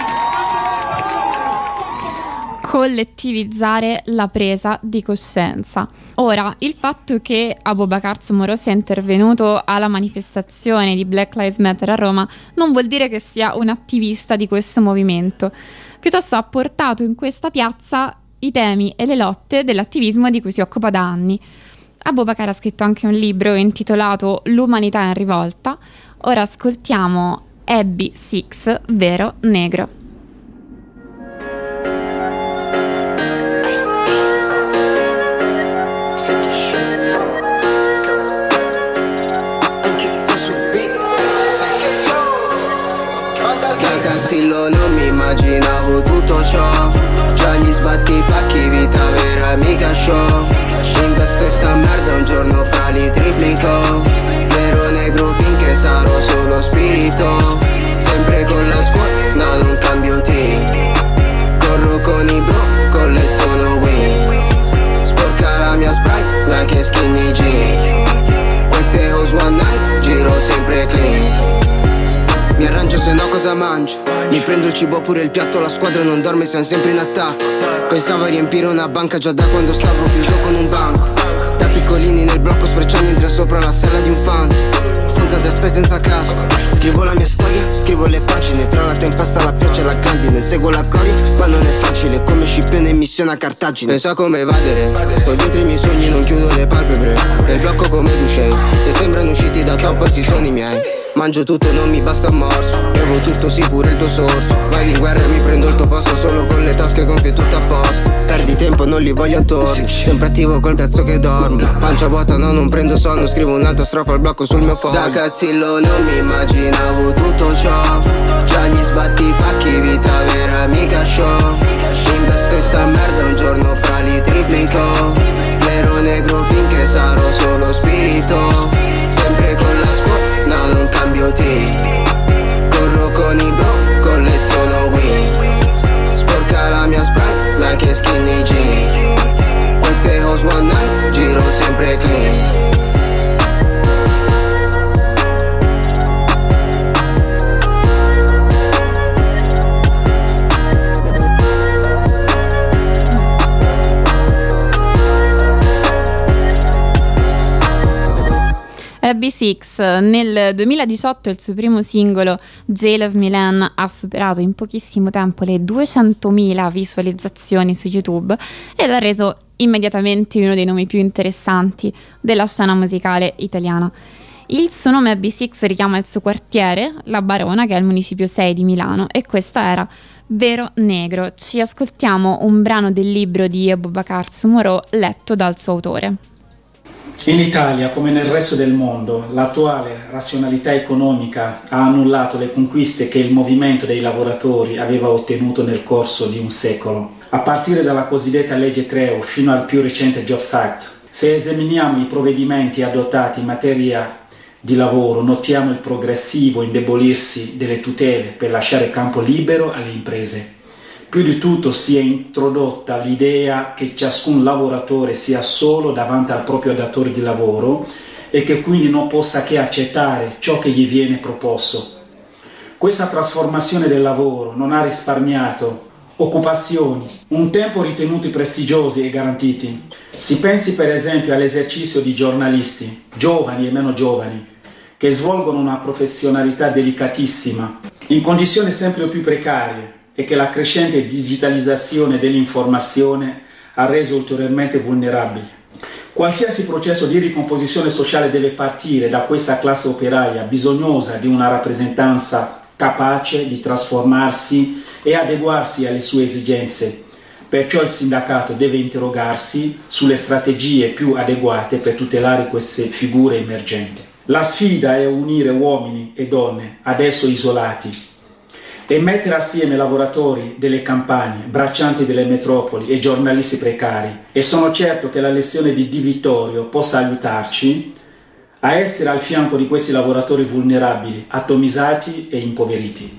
collettivizzare la presa di coscienza. Ora, il fatto che Abubakar Soumoro sia intervenuto alla manifestazione di Black Lives Matter a Roma non vuol dire che sia un attivista di questo movimento, piuttosto ha portato in questa piazza i temi e le lotte dell'attivismo di cui si occupa da anni. Abubakar ha scritto anche un libro intitolato L'umanità in rivolta. Ora ascoltiamo Abby Six, Vero Negro. Non mi immaginavo tutto ciò, già gli sbatti pacchi, vita vera mica show. Investo sta merda un giorno fra li triplico, vero negro finché sarò solo spirito. Sempre con la squadra, non cambio team, corro con i bro, colleziono win. Sporca la mia sprite, like skinny jean. Queste hose one night, giro sempre clean. Mi arrangio se no cosa mangio, mi prendo il cibo pure il piatto, la squadra non dorme, siamo sempre in attacco. Pensavo a riempire una banca già da quando stavo chiuso con un banco. Da piccolini nel blocco sfrecciando in tre sopra la sella di un fanto, senza testa e senza casco. Scrivo la mia storia, scrivo le pagine, tra la tempesta, la pioggia e la grandine. Seguo la gloria, ma non è facile, come Scipione in missione a Cartagine. Penso a come evadere, sto dietro i miei sogni, non chiudo le palpebre. Nel blocco come Duchenne, se sembrano usciti da top, si sono i miei. Mangio tutto, non mi basta un morso, bevo tutto, sì pure il tuo sorso. Vai in guerra e mi prendo il tuo posto, solo con le tasche gonfie tutto a posto. Perdi tempo, non li voglio attorno, sempre attivo col cazzo che dormo. Pancia vuota, no, non prendo sonno, scrivo un'altra strofa al blocco sul mio phone. Da cazzillo non mi immaginavo tutto ciò, già gli sbatti pacchi, vita vera mica show. Investo sta merda un giorno fra li triplico, vero negro finché sarò solo spirito. Sempre con la squadra, no, non cambio team, corro con i bro, colleziono win. Sporca la mia sprite, like skinny jean. Queste hose one night, giro sempre clean. B six nel duemiladiciotto il suo primo singolo Jail of Milan ha superato in pochissimo tempo le duecentomila visualizzazioni su YouTube e l'ha reso immediatamente uno dei nomi più interessanti della scena musicale italiana. Il suo nome a B sei richiama il suo quartiere, La Barona, che è il municipio sei di Milano, e questa era Vero Negro. Ci ascoltiamo un brano del libro di Aboubacar Soumoro letto dal suo autore. In Italia, come nel resto del mondo, l'attuale razionalità economica ha annullato le conquiste che il movimento dei lavoratori aveva ottenuto nel corso di un secolo. A partire dalla cosiddetta legge Treu fino al più recente Jobs Act, se esaminiamo i provvedimenti adottati in materia di lavoro, notiamo il progressivo indebolirsi delle tutele per lasciare campo libero alle imprese. Più di tutto si è introdotta l'idea che ciascun lavoratore sia solo davanti al proprio datore di lavoro e che quindi non possa che accettare ciò che gli viene proposto. Questa trasformazione del lavoro non ha risparmiato occupazioni, un tempo ritenuti prestigiosi e garantiti. Si pensi per esempio all'esercizio di giornalisti, giovani e meno giovani, che svolgono una professionalità delicatissima, in condizioni sempre più precarie e che la crescente digitalizzazione dell'informazione ha reso ulteriormente vulnerabili. Qualsiasi processo di ricomposizione sociale deve partire da questa classe operaia bisognosa di una rappresentanza capace di trasformarsi e adeguarsi alle sue esigenze. Perciò il sindacato deve interrogarsi sulle strategie più adeguate per tutelare queste figure emergenti. La sfida è unire uomini e donne, adesso isolati, e mettere assieme lavoratori delle campagne, braccianti delle metropoli e giornalisti precari. E sono certo che la lezione di Di Vittorio possa aiutarci a essere al fianco di questi lavoratori vulnerabili, atomizzati e impoveriti.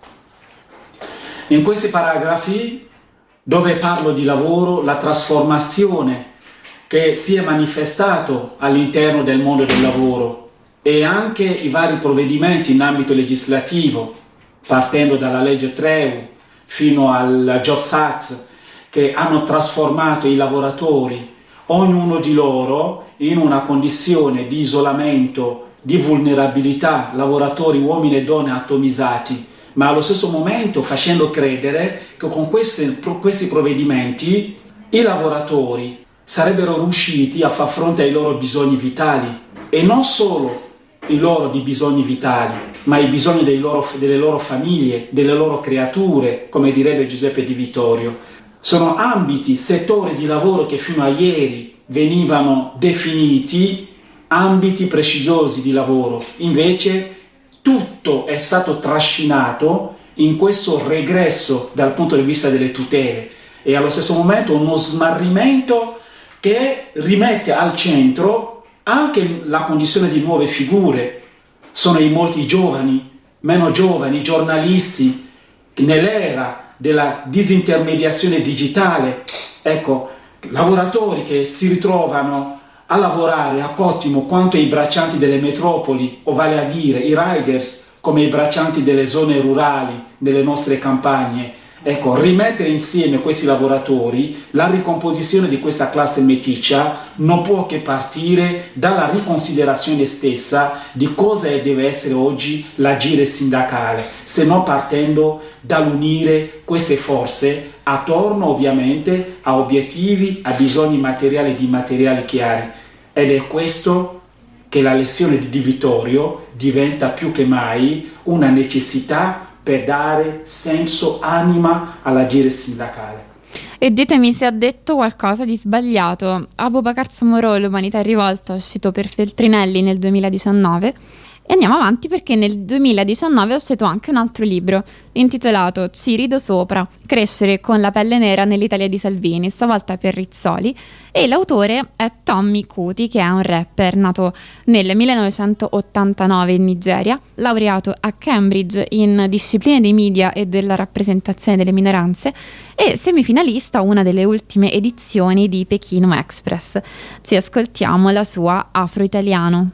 In questi paragrafi, dove parlo di lavoro, la trasformazione che si è manifestato all'interno del mondo del lavoro e anche i vari provvedimenti in ambito legislativo, partendo dalla legge Treu fino al Jobs Act, che hanno trasformato i lavoratori, ognuno di loro, in una condizione di isolamento, di vulnerabilità, lavoratori, uomini e donne atomizzati, ma allo stesso momento facendo credere che con questi, questi provvedimenti i lavoratori sarebbero riusciti a far fronte ai loro bisogni vitali, e non solo i loro di bisogni vitali, ma i bisogni dei loro, delle loro famiglie, delle loro creature, come direbbe Giuseppe Di Vittorio. Sono ambiti, settori di lavoro che fino a ieri venivano definiti ambiti prestigiosi di lavoro, invece tutto è stato trascinato in questo regresso dal punto di vista delle tutele e allo stesso momento uno smarrimento che rimette al centro anche la condizione di nuove figure. Sono i molti giovani, meno giovani, giornalisti, nell'era della disintermediazione digitale, ecco, lavoratori che si ritrovano a lavorare a cottimo quanto i braccianti delle metropoli, o vale a dire i riders come i braccianti delle zone rurali, delle nostre campagne. Ecco, rimettere insieme questi lavoratori, la ricomposizione di questa classe meticcia non può che partire dalla riconsiderazione stessa di cosa deve essere oggi l'agire sindacale, se non partendo dall'unire queste forze attorno ovviamente a obiettivi, a bisogni materiali e immateriali chiari. Ed è questo che la lezione di Di Vittorio diventa più che mai una necessità per dare senso, anima all'agire sindacale. E ditemi se ha detto qualcosa di sbagliato. Aboubacar Soumoro, L'umanità in rivolta, è uscito per Feltrinelli nel duemiladiciannove. E andiamo avanti perché nel duemiladiciannove è uscito anche un altro libro intitolato Ci rido sopra, crescere con la pelle nera nell'Italia di Salvini, stavolta per Rizzoli, e l'autore è Tommy Kuti, che è un rapper nato nel millenovecentottantanove in Nigeria, laureato a Cambridge in discipline dei media e della rappresentazione delle minoranze e semifinalista a una delle ultime edizioni di Pechino Express. Ci ascoltiamo la sua Afro-Italiano.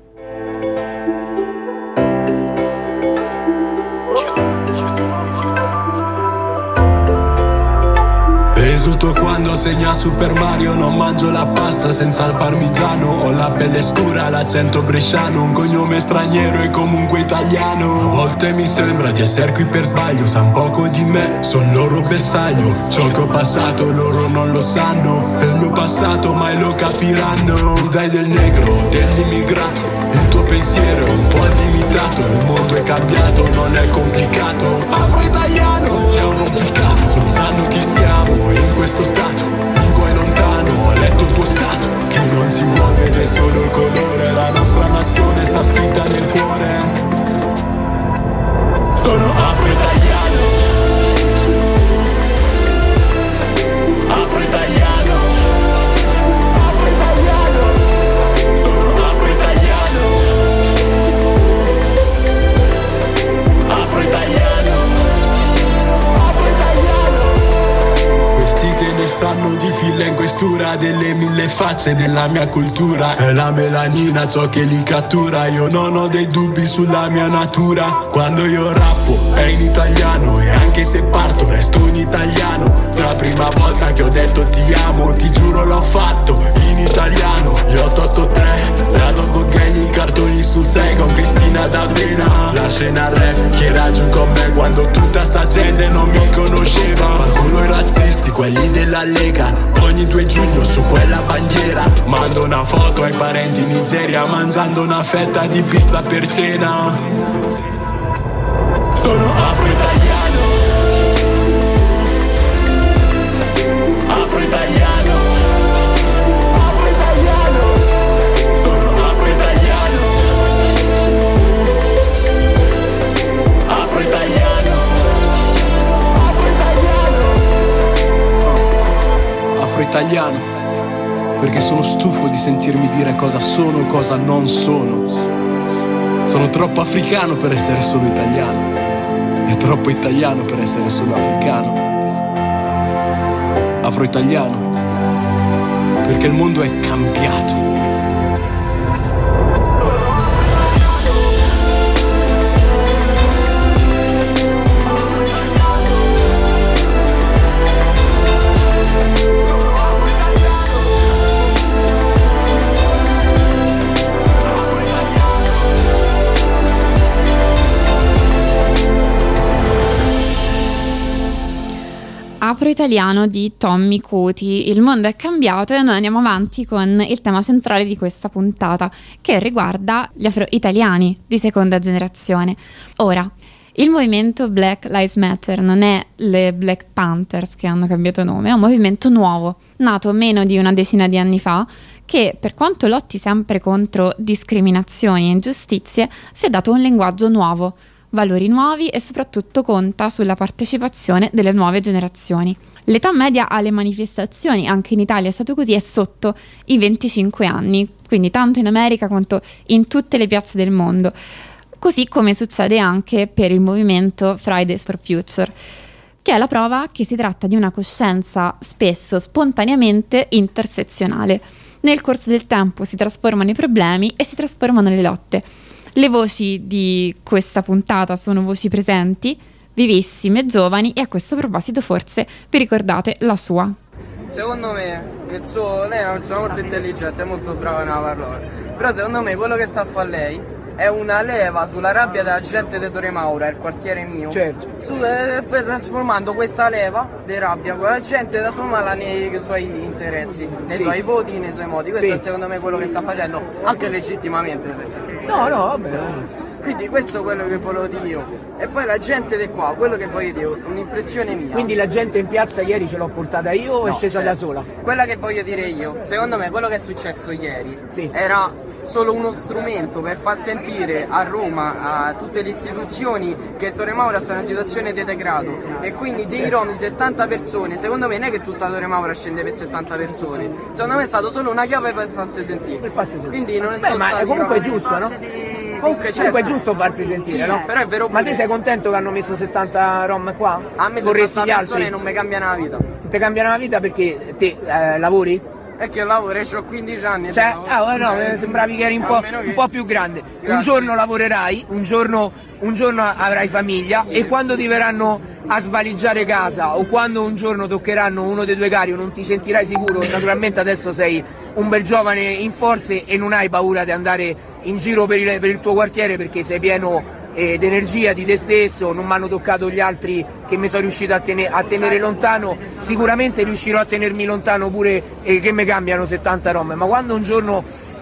Esulto quando segno a Super Mario, non mangio la pasta senza il parmigiano. Ho la pelle scura, l'accento bresciano, un cognome straniero e comunque italiano. A volte mi sembra di essere qui per sbaglio, san poco di me, son loro bersaglio. Ciò che ho passato loro non lo sanno, è il mio passato mai lo capiranno. Mi dai del negro, dell'immigrato, Il tuo pensiero è un po' limitato, il mondo è cambiato, non è complicato. Afro-italiano è un rompicapo, non sanno chi siamo in questo stato. Lungo e lontano, ho letto il tuo stato. Chi non si vuole vede solo il colore, la nostra nazione sta scritta nel cuore. Sono afro-italiano, afro-italiano, afro-italiano, sono afro-italiano, afro-italiano, afro-italiano. Questi che ne sanno di fila in questura delle mille facce della mia cultura. È la melanina ciò che li cattura, io non ho dei dubbi sulla mia natura. Quando io rappo è in italiano e anche se parto resto in italiano. La prima volta che ho detto ti amo, ti giuro l'ho fatto in italiano. Gli otto otto tre, la Dogo Gang, i cartoni su sei con Cristina D'Avena. La scena rap che era giù con me quando tutta sta gente non mi conosceva. Fanculo i razzisti, quelli della Lega. Ogni due giugno su quella bandiera mando una foto ai parenti in Nigeria mangiando una fetta di pizza per cena. Sono afro-italiano, afro-italiano, afro-italiano, sono afro-italiano, afro-italiano, afro-italiano, afro-italiano, perché sono stufo di sentirmi dire cosa sono e cosa non sono. Sono troppo africano per essere solo italiano. È troppo italiano per essere solo africano. Afro-italiano, perché il mondo è cambiato. Afro-italiano di Tommy Cuti. Il mondo è cambiato e noi andiamo avanti con il tema centrale di questa puntata, che riguarda gli afro-italiani di seconda generazione. Ora, il movimento Black Lives Matter non è le Black Panthers che hanno cambiato nome, è un movimento nuovo, nato meno di una decina di anni fa, che per quanto lotti sempre contro discriminazioni e ingiustizie, si è dato un linguaggio nuovo, valori nuovi e soprattutto conta sulla partecipazione delle nuove generazioni. L'età media alle manifestazioni, anche in Italia è stato così, è sotto i venticinque anni, quindi tanto in America quanto in tutte le piazze del mondo, così come succede anche per il movimento Fridays for Future, che è la prova che si tratta di una coscienza spesso spontaneamente intersezionale. Nel corso del tempo si trasformano i problemi e si trasformano le lotte. Le voci di questa puntata sono voci presenti, vivissime, giovani, e a questo proposito forse vi ricordate la sua. Secondo me, il suo, lei è una persona molto intelligente, è molto brava nella parola, però secondo me quello che sta a fare lei è una leva sulla rabbia della gente di Torre Maura, il quartiere mio, certo. Su, eh, trasformando questa leva di rabbia con la gente, trasformarla nei suoi interessi, nei sì. suoi voti, nei suoi modi. Questo sì. è secondo me quello che sta facendo, anche legittimamente. No, no, vabbè. Quindi questo è quello che volevo dire io. E poi la gente di qua, quello che voglio dire, un'impressione mia. Quindi la gente in piazza ieri ce l'ho portata io o no, è scesa cioè, da sola? Quella che voglio dire io, secondo me quello che è successo ieri sì. era solo uno strumento per far sentire a Roma, a tutte le istituzioni, che Torre Maura sta in una situazione di degrado, e quindi dei rom di settanta persone, secondo me non è che tutta Torre Maura scende per settanta persone, secondo me è stato solo una chiave per farsi sentire, per farsi sentire. Quindi non è Beh, ma è comunque giusto, no? Di... Comunque, certo. è giusto farsi sentire, sì, no? Però è vero. Ma te sei contento che hanno messo settanta rom qua? A me settanta persone non mi cambiano la vita. Non ti cambiano la vita perché te eh, lavori? È che lavoro, io ho quindici anni. Cioè, ah, no, eh, sembravi che eri un po', che... un po' più grande. Grazie. Un giorno lavorerai, un giorno, un giorno avrai famiglia, sì. E quando ti verranno a svaligiare casa o quando un giorno toccheranno uno dei tuoi cari o non ti sentirai sicuro, naturalmente adesso sei un bel giovane in forze e non hai paura di andare in giro per il, per il tuo quartiere perché sei pieno ed energia di te stesso, non mi hanno toccato gli altri che mi sono riuscito a, tene- a tenere lontano, sicuramente riuscirò a tenermi lontano pure eh, che mi cambiano settanta rom, ma quando un giorno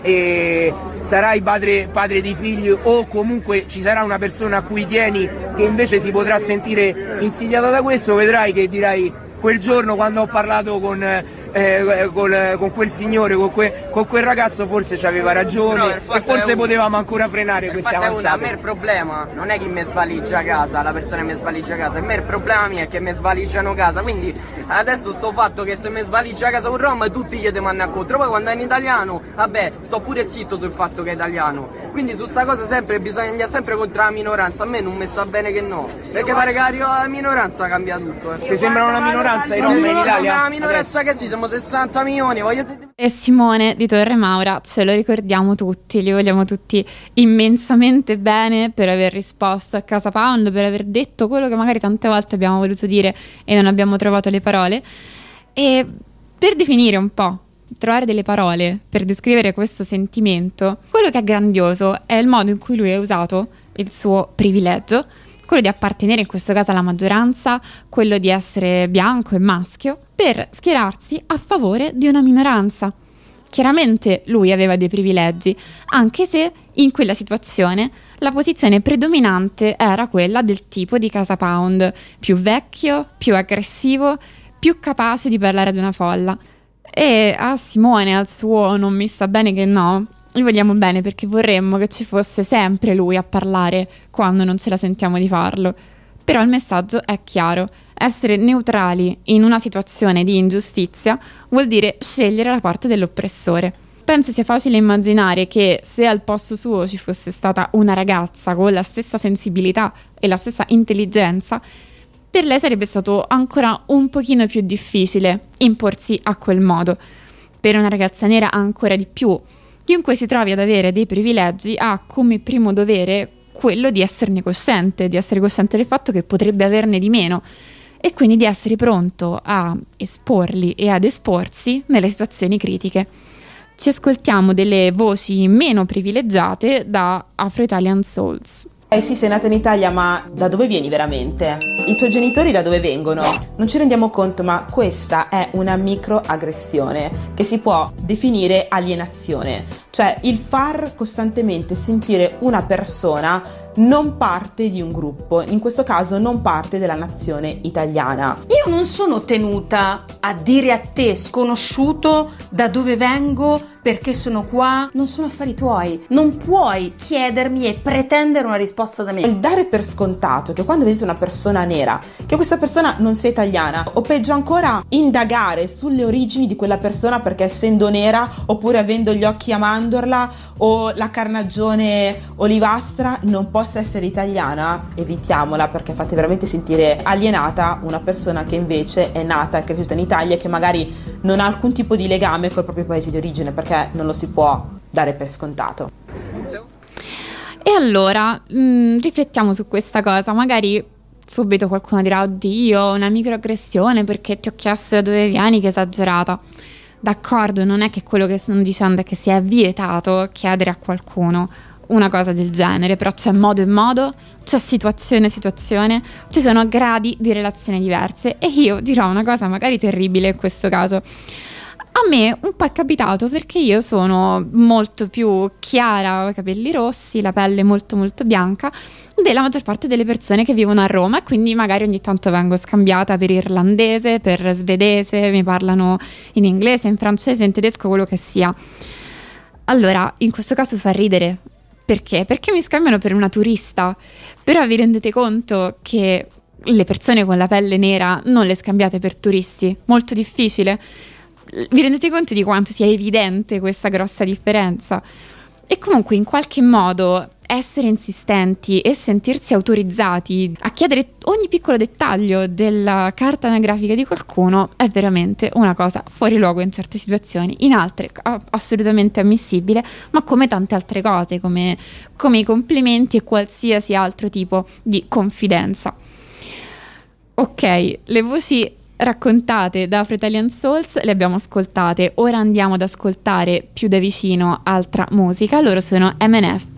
e sarai padre, padre di figli, o comunque ci sarà una persona a cui tieni che invece si potrà sentire insidiata da questo, vedrai che dirai: quel giorno quando ho parlato con, eh, con, con quel signore, con, que, con quel ragazzo, forse ci aveva ragione e forse potevamo ancora frenare queste avanzate. A me il problema non è chi mi svaligia casa, la persona che mi svaligia casa, a me il problema mio è che mi svaligiano casa, quindi adesso sto fatto che se mi svaligia casa un rom tutti gli demandano a contro, poi quando è in italiano, vabbè, sto pure zitto sul fatto che è italiano, quindi su sta cosa sempre bisogna andare sempre contro la minoranza, a me non mi sta bene che no, perché pare che la minoranza cambia tutto. Ti sembra una minoranza? I rom in Italia? Una minoranza che sì, siamo sessanta milioni, voglio dire. E Simone di Torre Maura ce lo ricordiamo tutti, li vogliamo tutti immensamente bene per aver risposto a Casa Pound, per aver detto quello che magari tante volte abbiamo voluto dire e non abbiamo trovato le parole. E per definire un po', trovare delle parole per descrivere questo sentimento, quello che è grandioso è il modo in cui lui ha usato il suo privilegio, quello di appartenere in questo caso alla maggioranza, quello di essere bianco e maschio, per schierarsi a favore di una minoranza. Chiaramente lui aveva dei privilegi, anche se in quella situazione la posizione predominante era quella del tipo di Casa Pound, più vecchio, più aggressivo, più capace di parlare ad una folla. E a Simone, al suo non mi sta bene che no, gli vogliamo bene perché vorremmo che ci fosse sempre lui a parlare quando non ce la sentiamo di farlo. Però il messaggio è chiaro: essere neutrali in una situazione di ingiustizia vuol dire scegliere la parte dell'oppressore. Penso sia facile immaginare che se al posto suo ci fosse stata una ragazza con la stessa sensibilità e la stessa intelligenza, per lei sarebbe stato ancora un pochino più difficile imporsi a quel modo. Per una ragazza nera ancora di più. Chiunque si trovi ad avere dei privilegi ha come primo dovere quello di esserne cosciente, di essere cosciente del fatto che potrebbe averne di meno e quindi di essere pronto a esporli e ad esporsi nelle situazioni critiche. Ci ascoltiamo delle voci meno privilegiate da Afro Italian Souls. Eh sì, sei nata in Italia, ma da dove vieni veramente? I tuoi genitori da dove vengono? Non ci rendiamo conto, ma questa è una microaggressione che si può definire alienazione, cioè il far costantemente sentire una persona non parte di un gruppo, in questo caso non parte della nazione italiana. Io non sono tenuta a dire a te, sconosciuto, da dove vengo, perché sono qua. Non sono affari tuoi. Non puoi chiedermi e pretendere una risposta da me. Il dare per scontato che quando vedete una persona nera, che questa persona non sia italiana, o peggio ancora indagare sulle origini di quella persona perché essendo nera, oppure avendo gli occhi a mandorla o la carnagione olivastra, non possa essere italiana, evitiamola, perché fate veramente sentire alienata una persona che invece è nata e cresciuta in Italia e che magari non ha alcun tipo di legame col proprio paese di origine, perché non lo si può dare per scontato. E allora mh, riflettiamo su questa cosa. Magari subito qualcuno dirà: oddio, una microaggressione perché ti ho chiesto da dove vieni, che esagerata. D'accordo, non è che quello che stanno dicendo è che sia vietato chiedere a qualcuno una cosa del genere, però c'è modo e modo, c'è situazione e situazione, ci sono gradi di relazioni diverse. E io dirò una cosa magari terribile in questo caso: a me un po' è capitato, perché io sono molto più chiara, ho i capelli rossi, la pelle molto molto bianca della maggior parte delle persone che vivono a Roma, e quindi magari ogni tanto vengo scambiata per irlandese, per svedese, mi parlano in inglese, in francese, in tedesco, quello che sia. Allora, in questo caso fa ridere. Perché? Perché mi scambiano per una turista, però vi rendete conto che le persone con la pelle nera non le scambiate per turisti? Molto difficile. Vi rendete conto di quanto sia evidente questa grossa differenza? E comunque in qualche modo essere insistenti e sentirsi autorizzati a chiedere ogni piccolo dettaglio della carta anagrafica di qualcuno è veramente una cosa fuori luogo in certe situazioni, in altre assolutamente ammissibile, ma come tante altre cose, come, come i complimenti e qualsiasi altro tipo di confidenza. Ok, le voci raccontate da Afro Italian Souls le abbiamo ascoltate, ora andiamo ad ascoltare più da vicino altra musica. Loro sono M N F.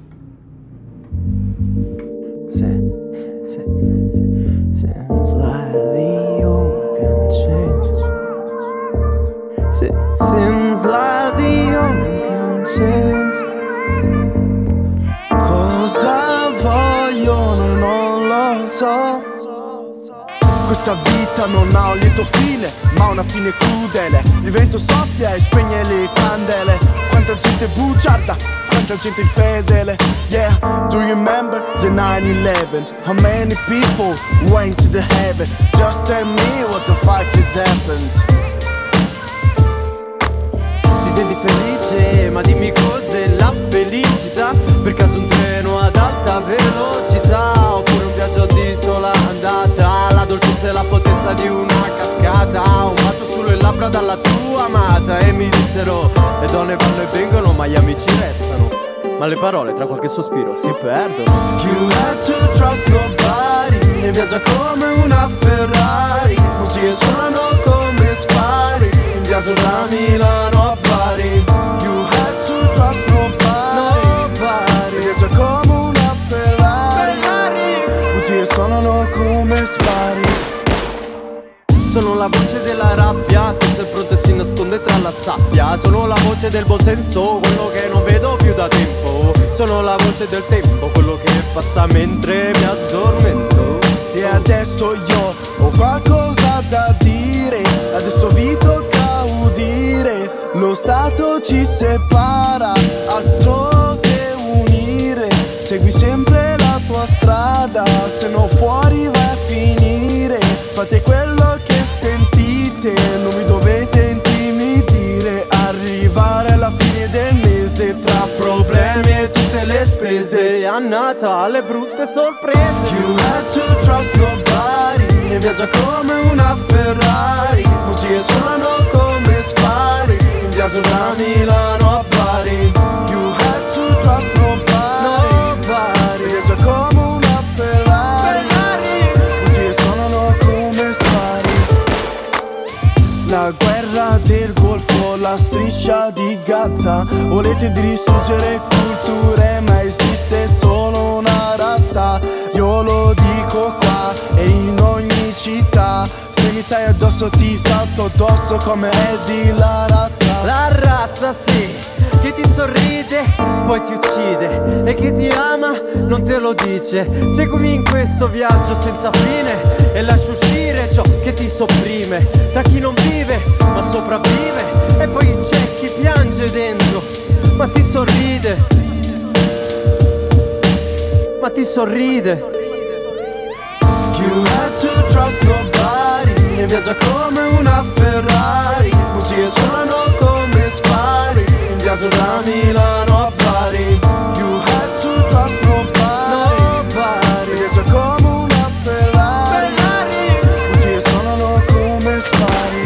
Seems like you can change. Seems like you can Questa vita non ha un lieto fine, ma una fine crudele. Il vento soffia e spegne le candele. Quanta gente bugiarda, quanta gente infedele. Yeah, do you remember the nine eleven? How many people went to the heaven? Just tell me what the fuck has happened. Ti senti felice, ma dimmi cos'è la felicità? Per caso un treno ad alta velocità, oppure un viaggio di sola andata? La dolcezza e la potenza di una cascata, un bacio sulle labbra dalla tua amata. E mi dissero, le donne vanno e vengono ma gli amici restano, ma le parole tra qualche sospiro si perdono. You have to trust nobody, e viaggia come una Ferrari. Musiche suonano come spari, in viaggio da Milano a Bari. You have to trust nobody, nobody. E viaggia come una Ferrari, musiche suonano come spari. Sono la voce della rabbia, senza il pronto e si nasconde tra la sabbia. Sono la voce del buon senso, quello che non vedo più da tempo. Sono la voce del tempo, quello che passa mentre mi addormento. E adesso io ho qualcosa da dire, adesso vi tocca udire. Lo Stato ci separa, altro che unire. Segui sempre la tua strada, se no fuori vai a finire. Fate quello che sentite, non vi dovete intimidire. Arrivare alla fine del mese tra problemi e tutte le spese, a Natale brutte sorprese. You have to trust nobody, e viaggia come una Ferrari. Musiche suonano come spari, in viaggio da Milano a Bari. You have to trust nobody, nobody. E viaggia come una Ferrari, musiche suonano come spari. La guerra del Golfo, la striscia di Gaza. Volete distruggere culture, ma esiste solo una razza. Io lo dico qua e in ogni città. Se mi stai addosso ti salto addosso come Eddie la razza. La razza sì, che ti sorride, poi ti uccide, e che ti ama non te lo dice. Seguimi in questo viaggio senza fine e lascia uscire ciò che ti sopprime. Tra chi non vive ma sopravvive, e poi c'è chi piange dentro ma ti sorride, ma ti sorride. You have to trust nobody, e viaggia come una Ferrari. Musiche suonano come spari, in viaggio da Milano a Bari. You have to trust nobody, nobody. E viaggia come una Ferrari, musiche suonano come spari.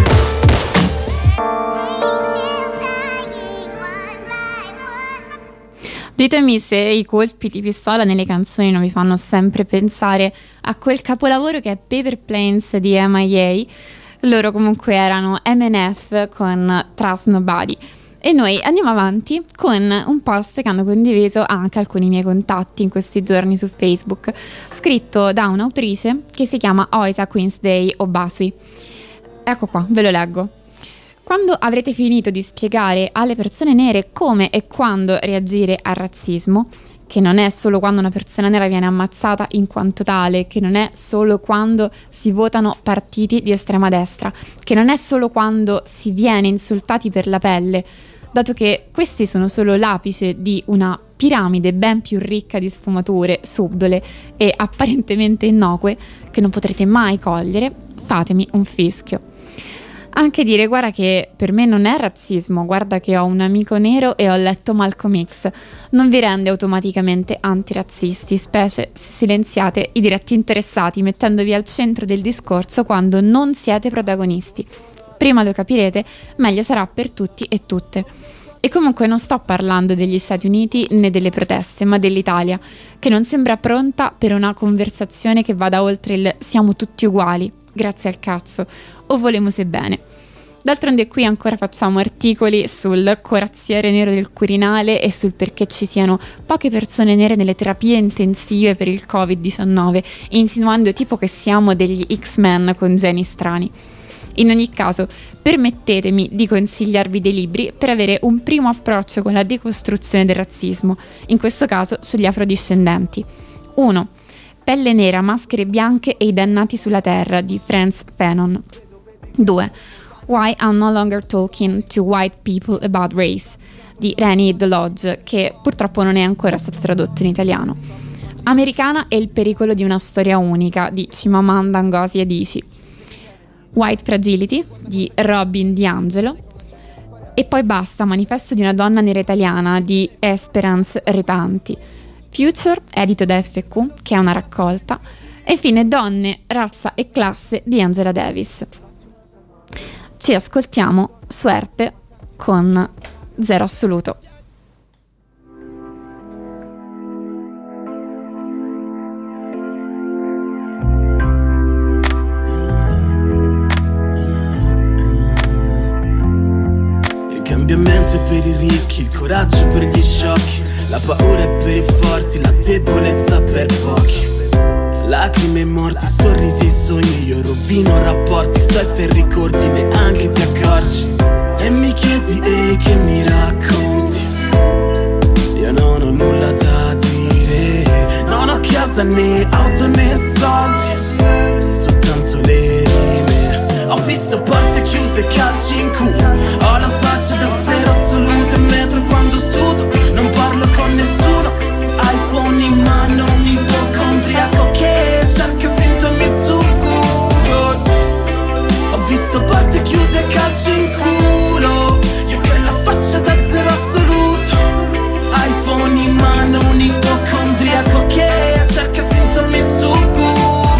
Ditemi se i colpi di pistola nelle canzoni non vi fanno sempre pensare a quel capolavoro che è Paper Planes di M I A. Loro comunque erano M N F con Trust Nobody. E noi andiamo avanti con un post che hanno condiviso anche alcuni miei contatti in questi giorni su Facebook, scritto da un'autrice che si chiama Oisa Queensday Obasui. Ecco qua, ve lo leggo. Quando avrete finito di spiegare alle persone nere come e quando reagire al razzismo, che non è solo quando una persona nera viene ammazzata in quanto tale, che non è solo quando si votano partiti di estrema destra, che non è solo quando si viene insultati per la pelle, dato che questi sono solo l'apice di una piramide ben più ricca di sfumature subdole e apparentemente innocue che non potrete mai cogliere, fatemi un fischio. Anche dire guarda che per me non è razzismo, guarda che ho un amico nero e ho letto Malcolm X, non vi rende automaticamente antirazzisti, specie se silenziate i diretti interessati mettendovi al centro del discorso quando non siete protagonisti. Prima lo capirete, meglio sarà per tutti e tutte. E comunque non sto parlando degli Stati Uniti né delle proteste, ma dell'Italia, che non sembra pronta per una conversazione che vada oltre il siamo tutti uguali, grazie al cazzo, o volemo bene. D'altronde qui ancora facciamo articoli sul corazziere nero del Quirinale e sul perché ci siano poche persone nere nelle terapie intensive per il covid diciannove, insinuando tipo che siamo degli X-Men con geni strani. In ogni caso, permettetemi di consigliarvi dei libri per avere un primo approccio con la decostruzione del razzismo, in questo caso sugli afrodiscendenti. uno. Pelle nera, maschere bianche e i dannati sulla terra di Frantz Fanon. due. Why I'm No Longer Talking to White People About Race di Reni The Lodge, che purtroppo non è ancora stato tradotto in italiano. Americana e il pericolo di una storia unica di Chimamanda Ngozi Adichie. White Fragility di Robin DiAngelo. E poi basta, Manifesto di una donna nera italiana di Esperance Repanti. Future, edito da F Q, che è una raccolta. E infine Donne, razza e classe di Angela Davis. Ci ascoltiamo Suerte con Zero Assoluto. Il cambiamento è per i ricchi, il coraggio è per gli sciocchi, la paura è per i forti, la debolezza per pochi. Lacrime e morti, sorrisi e sogni, io rovino rapporti, sto ai ferri corti, neanche ti accorgi. E mi chiedi, ehi, che mi racconti? Io non ho nulla da dire, non ho casa né auto né soldi, soltanto le rime. Ho visto porte chiuse, calci in culo, ho la faccia da zero assoluto e metro quando sudo, non parlo con nessuno, iPhone in mano, un ipocondriaco che cerca sintomi su Google. Ho visto porte chiuse e calci in culo, io che la faccia da zero assoluto, iPhone in mano, un ipocondriaco che cerca sintomi su Google.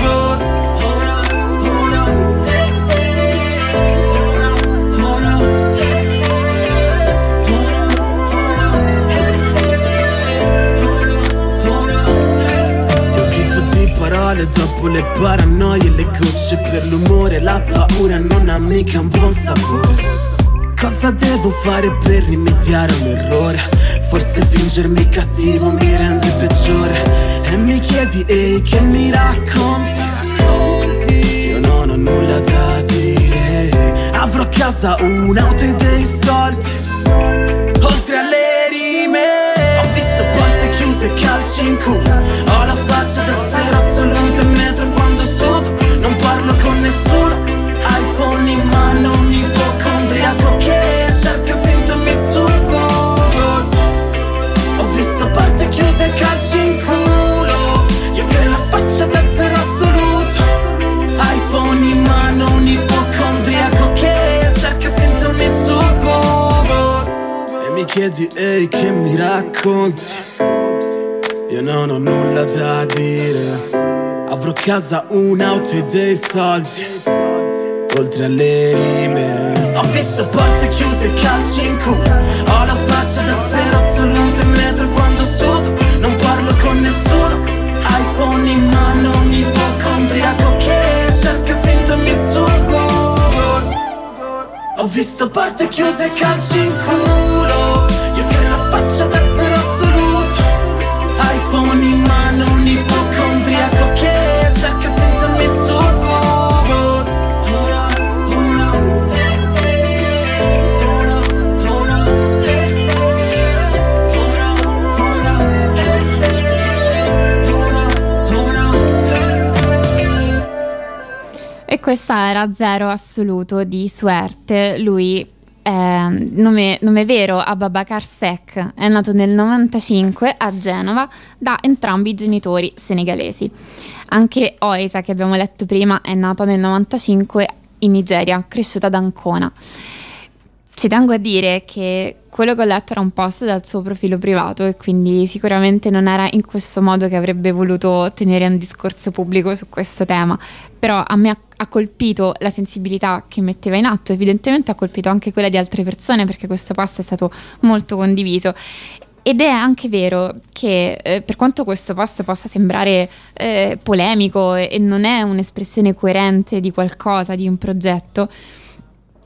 Parole dopo le paranoie, le gocce per l'umore, la paura non ha mica un buon sapore. Cosa devo fare per rimediare a un errore? Forse fingermi cattivo mi rende peggiore. E mi chiedi, ehi, che mi racconti? Io non ho nulla da dire, avrò casa, un'auto e dei soldi, oltre alle rime. Ho visto porte chiuse, calci in culo, ho la faccia da zero assoluto e metro quando sudo, non parlo con nessuno, iPhone in mano, un ipocondriaco che cerca sintomi su Google. Ho visto porte chiuse, calci in culo, io che la faccia da zero assoluto, iPhone in mano, un ipocondriaco che cerca sintomi su Google. E mi chiedi, ehi, che mi racconti? Io non ho nulla da dire, avrò casa, un'auto e dei soldi, oltre alle rime. Ho visto porte chiuse, calci in culo, ho la faccia da zero assoluto e metro quando sudo, non parlo con nessuno, iPhone in mano, un ipocondriaco che cerca sintomi su Google. Ho visto porte chiuse, calci in culo, io che la faccia da zero assoluto, iPhone in mano, un ipocondriaco che cerca sintomi su Google. E questa era Zero Assoluto di Suerte. Lui è nome, nome vero Ababakar Seck, è nato nel novantacinque a Genova da entrambi i genitori senegalesi. Anche Oisa, che abbiamo letto prima, è nata nel novantacinque in Nigeria, cresciuta ad Ancona. Ci tengo a dire che quello che ho letto era un post dal suo profilo privato e quindi sicuramente non era in questo modo che avrebbe voluto tenere un discorso pubblico su questo tema, però a me ha, ha colpito la sensibilità che metteva in atto, evidentemente ha colpito anche quella di altre persone perché questo post è stato molto condiviso. Ed è anche vero che eh, per quanto questo post possa sembrare eh, polemico e, e non è un'espressione coerente di qualcosa, di un progetto,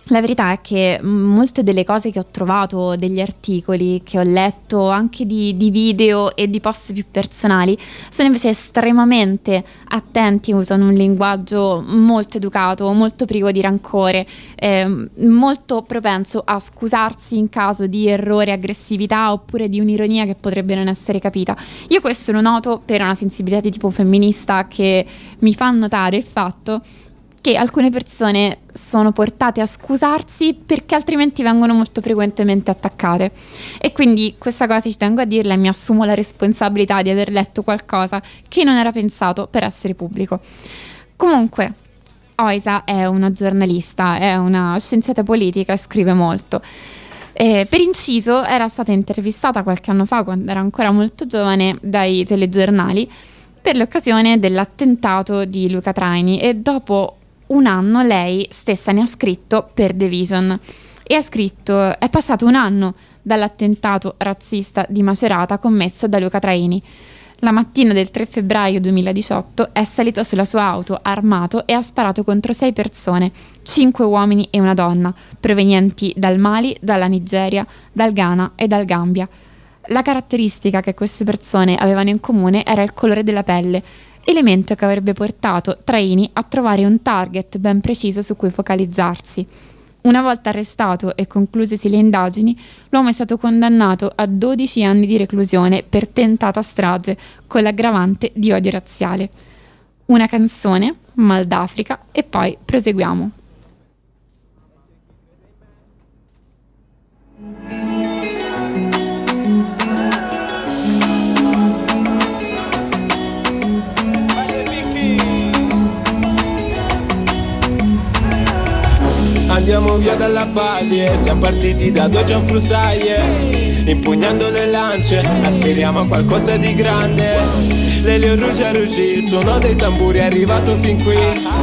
La verità è che molte delle cose che ho trovato, degli articoli che ho letto, anche di, di video e di post più personali, sono invece estremamente attenti, usano un linguaggio molto educato, molto privo di rancore, eh, molto propenso a scusarsi in caso di errore, aggressività oppure di un'ironia che potrebbe non essere capita. Io questo lo noto per una sensibilità di tipo femminista che mi fa notare il fatto che alcune persone sono portate a scusarsi perché altrimenti vengono molto frequentemente attaccate, e quindi questa cosa ci tengo a dirla e mi assumo la responsabilità di aver letto qualcosa che non era pensato per essere pubblico. Comunque, Oisa è una giornalista, è una scienziata politica e scrive molto. Eh, per inciso, era stata intervistata qualche anno fa, quando era ancora molto giovane, dai telegiornali per l'occasione dell'attentato di Luca Traini, e dopo un anno lei stessa ne ha scritto per The Vision e ha scritto: è passato un anno dall'attentato razzista di Macerata commesso da Luca Traini. La mattina del tre febbraio duemiladiciotto è salito sulla sua auto armato e ha sparato contro sei persone, cinque uomini e una donna, provenienti dal Mali, dalla Nigeria, dal Ghana e dal Gambia. La caratteristica che queste persone avevano in comune era il colore della pelle, elemento che avrebbe portato Traini a trovare un target ben preciso su cui focalizzarsi. Una volta arrestato e conclusesi le indagini, l'uomo è stato condannato a dodici anni di reclusione per tentata strage con l'aggravante di odio razziale. Una canzone, Mal d'Africa, e poi proseguiamo. Andiamo via dalla paglia, siamo partiti da due cianfrusaglie, impugnando le lance, aspiriamo a qualcosa di grande. L'Elio Rouge Rouge, il suono dei tamburi è arrivato fin qui.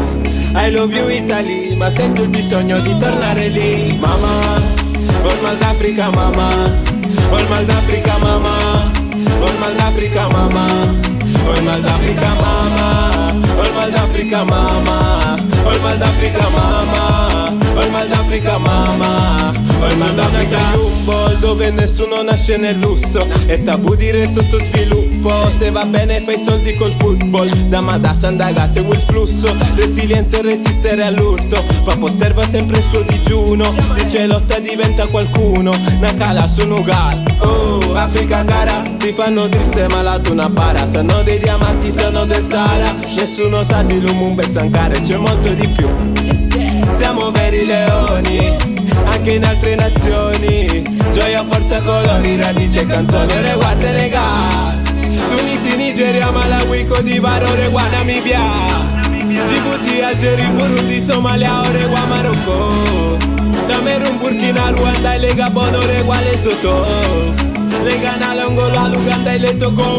I love you Italy, ma sento il bisogno di tornare lì. Mamma, ho il mal d'Africa mamma, ho il mal d'Africa mamma, ho il mal d'Africa mamma, ho il mal d'Africa mamma, ho il mal d'Africa mamma, ho il mal d'Africa mamma, ho il mal d'Africa mamma, ho il mal d'Africa Jumbo, dove nessuno nasce nel lusso, è tabù dire sottosviluppo. Se va bene fai soldi col football, da Madassa andaga segui il flusso, resilienza e resistere all'urto. Papà osserva sempre il suo digiuno, dice lotta diventa qualcuno, Nakala su Nugal. Oh, Africa cara, ti fanno triste malato una bara, sanno dei diamanti, sanno del Sahara, nessuno sa di Lumumba e Sankara, c'è molto di più. Siamo veri leoni, anche in altre nazioni, gioia, forza, colori, radice, canzone, Rewa, Senegal, Tunisi, Nigeria, Malawi, Cote d'Ivoire, Rewa, Namibia, Djibouti, Algeria, Burundi, Somalia, Rewa, Marocco, Camerun, Burkina, Ruanda, e Gabon, Rewa, Lesotho, le Ghana, l'Angola, l'Uganda e le Togo.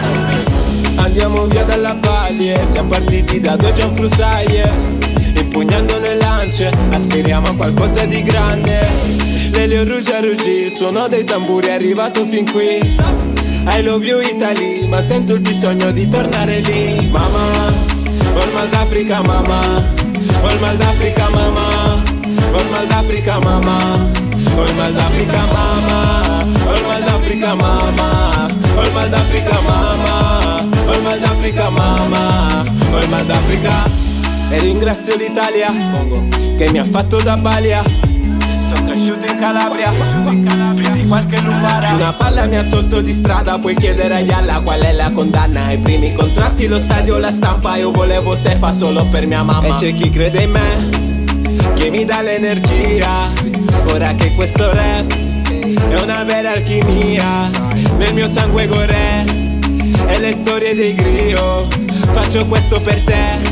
Andiamo via dalla paglia, siamo partiti da due cianfrusaglie, impugnando le lance, aspiriamo a qualcosa di grande. L'Elio Rouge Rouge, il suono dei tamburi è arrivato fin qui. I love you Italy, ma sento il bisogno di tornare lì. Mamma, ho il mal d'Africa mamma, ho il mal d'Africa mamma, ho il mal d'Africa mamma, ho il mal d'Africa mamma, ho il mal d'Africa mamma, ho il mal d'Africa mamma, ho il mal d'Africa mamma, ho il mal d'Africa. E ringrazio l'Italia che mi ha fatto da balia. Sono cresciuto in Calabria, più di qualche lupara. Una palla mi ha tolto di strada, puoi chiedere a Yalla qual è la condanna. I primi contratti, lo stadio, la stampa, io volevo Sefa solo per mia mamma. E c'è chi crede in me, che mi dà l'energia. Ora che questo rap è una vera alchimia, nel mio sangue gorè e le storie dei griot. Faccio questo per te.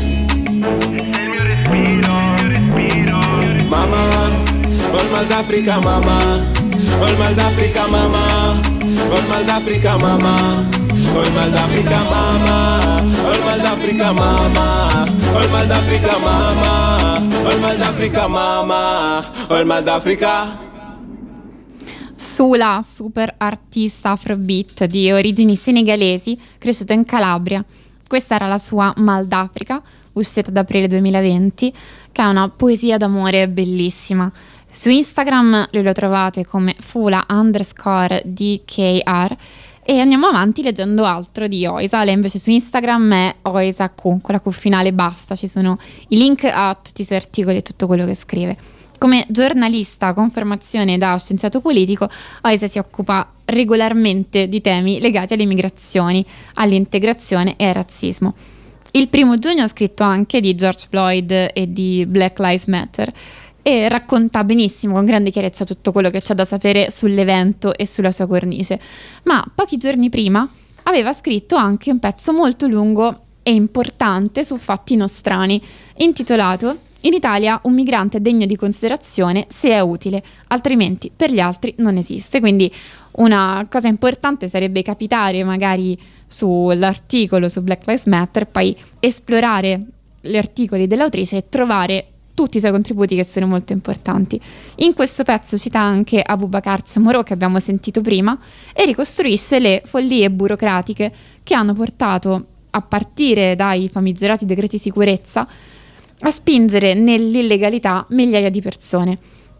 Mamma, ho il mal d'Africa mamma, ho il mal d'Africa mamma, ho il mal d'Africa mamma, ho il mal d'Africa mamma, ho il mal d'Africa mamma, ho il mal d'Africa mamma, ho il mal d'Africa mamma, ho il mal d'Africa. Sula, super artista afrobeat di origini senegalesi, cresciuto in Calabria. Questa era la sua Mal d'Africa, uscita ad aprile duemilaventi, che è una poesia d'amore bellissima. Su Instagram lo trovate come fula underscore D K R e andiamo avanti leggendo altro di Oisa. Lei invece su Instagram è Oisa con la Q finale, basta, ci sono i link a tutti i suoi articoli e tutto quello che scrive. Come giornalista con formazione da scienziato politico, Oisa si occupa regolarmente di temi legati alle migrazioni, all'integrazione e al razzismo. Il primo giugno ha scritto anche di George Floyd e di Black Lives Matter e racconta benissimo, con grande chiarezza, tutto quello che c'è da sapere sull'evento e sulla sua cornice. Ma pochi giorni prima aveva scritto anche un pezzo molto lungo e importante su fatti nostrani, intitolato "In Italia un migrante è degno di considerazione se è utile, altrimenti per gli altri non esiste". Quindi una cosa importante sarebbe capitare magari sull'articolo su Black Lives Matter, poi esplorare gli articoli dell'autrice e trovare tutti i suoi contributi che sono molto importanti. In questo pezzo cita anche Abubakar Soumoro, che abbiamo sentito prima, e ricostruisce le follie burocratiche che hanno portato, a partire dai famigerati decreti sicurezza, a spingere nell'illegalità migliaia di persone.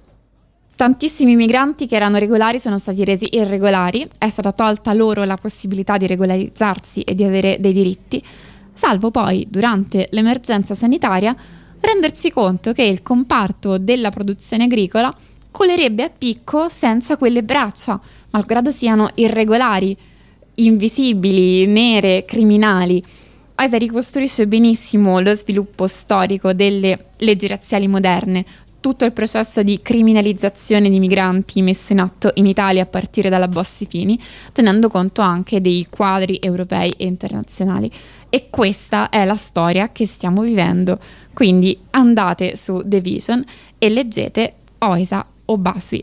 Tantissimi migranti che erano regolari sono stati resi irregolari, è stata tolta loro la possibilità di regolarizzarsi e di avere dei diritti, salvo poi, durante l'emergenza sanitaria, rendersi conto che il comparto della produzione agricola colerebbe a picco senza quelle braccia, malgrado siano irregolari, invisibili, nere, criminali. Oisa ricostruisce benissimo lo sviluppo storico delle leggi razziali moderne, tutto il processo di criminalizzazione di migranti messo in atto in Italia a partire dalla Bossi-Fini, tenendo conto anche dei quadri europei e internazionali. E questa è la storia che stiamo vivendo. Quindi andate su The Vision e leggete Oisa Obasui.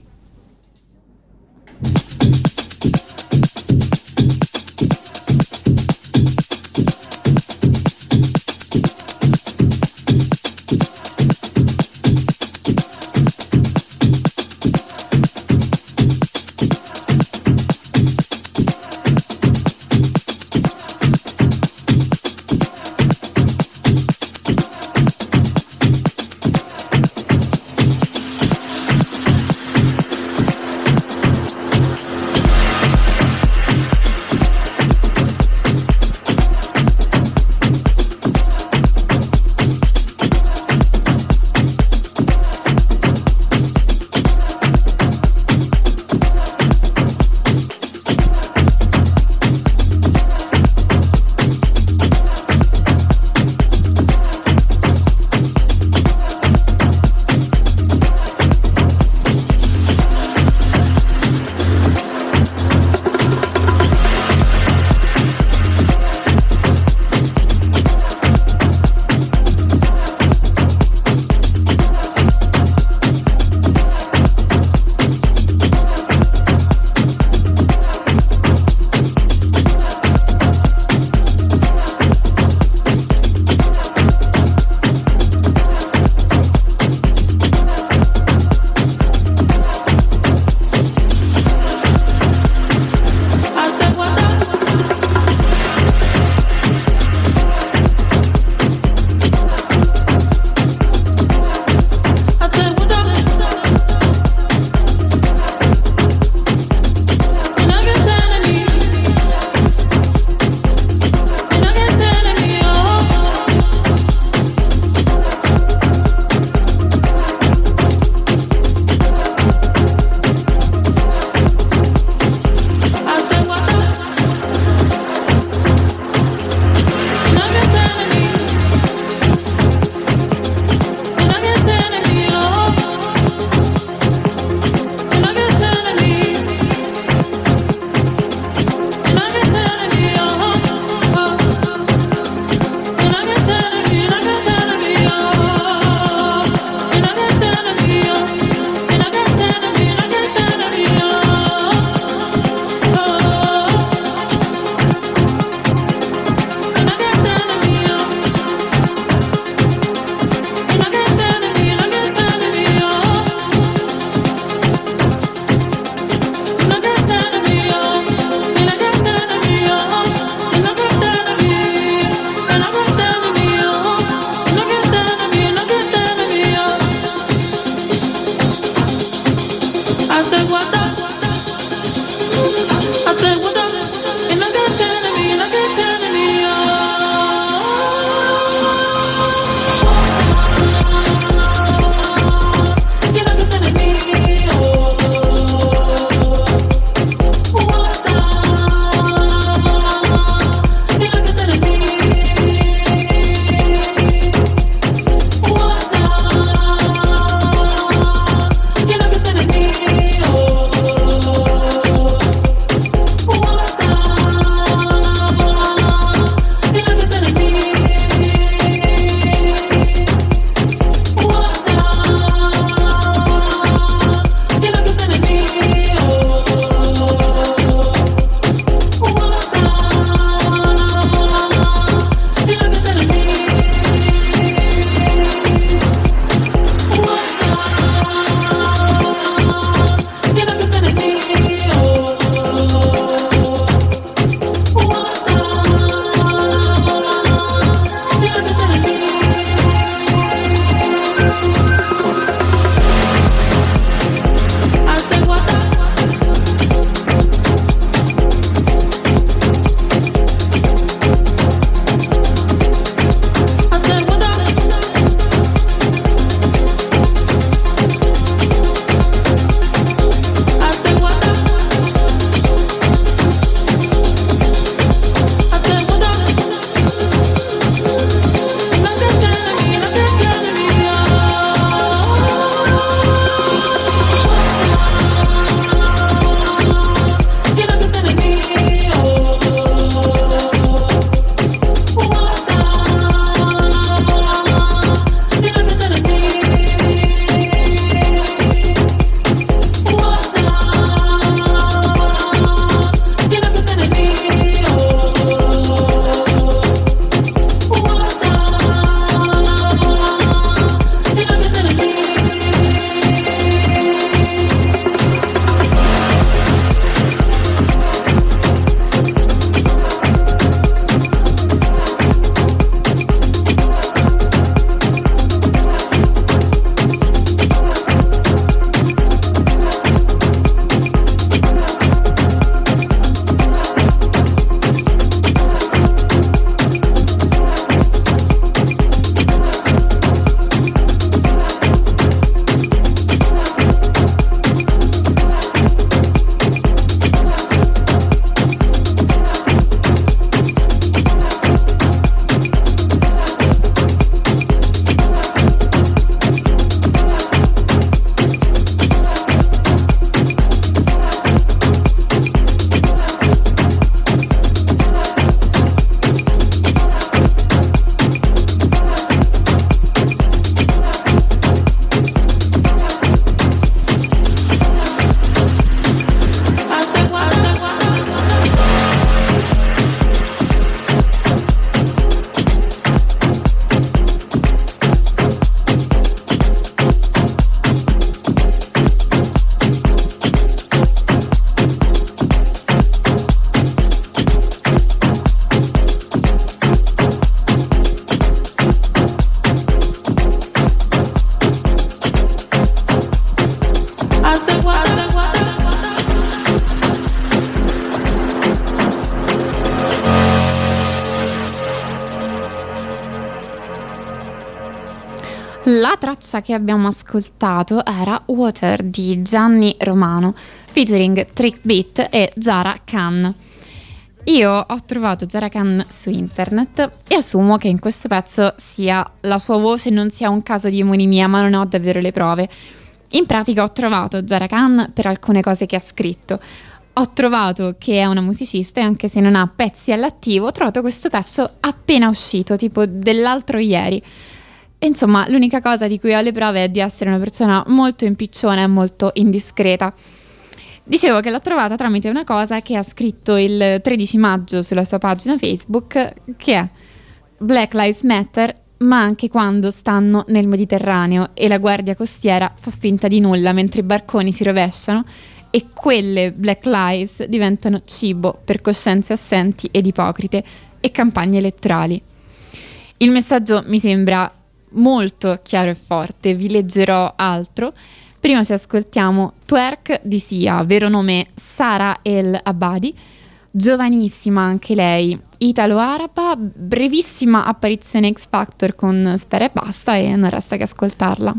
La traccia che abbiamo ascoltato era Water di Gianni Romano featuring Trick Beat e Jara Khan. Io ho trovato Jara Khan su internet e assumo che in questo pezzo sia la sua voce, non sia un caso di omonimia, ma non ho davvero le prove. In pratica ho trovato Jara Khan per alcune cose che ha scritto. Ho trovato che è una musicista e anche se non ha pezzi all'attivo, ho trovato questo pezzo appena uscito, tipo dell'altro ieri. E insomma, l'unica cosa di cui ho le prove è di essere una persona molto impicciona e molto indiscreta. Dicevo che l'ho trovata tramite una cosa che ha scritto il tredici maggio sulla sua pagina Facebook, che è Black Lives Matter, ma anche quando stanno nel Mediterraneo e la guardia costiera fa finta di nulla mentre i barconi si rovesciano e quelle Black Lives diventano cibo per coscienze assenti ed ipocrite e campagne elettorali. Il messaggio mi sembra molto chiaro e forte, vi leggerò altro. Prima ci ascoltiamo Twerk di Sia, vero nome Sara El Abadi, giovanissima anche lei, italo-araba, brevissima apparizione X Factor con Spera e Basta e non resta che ascoltarla.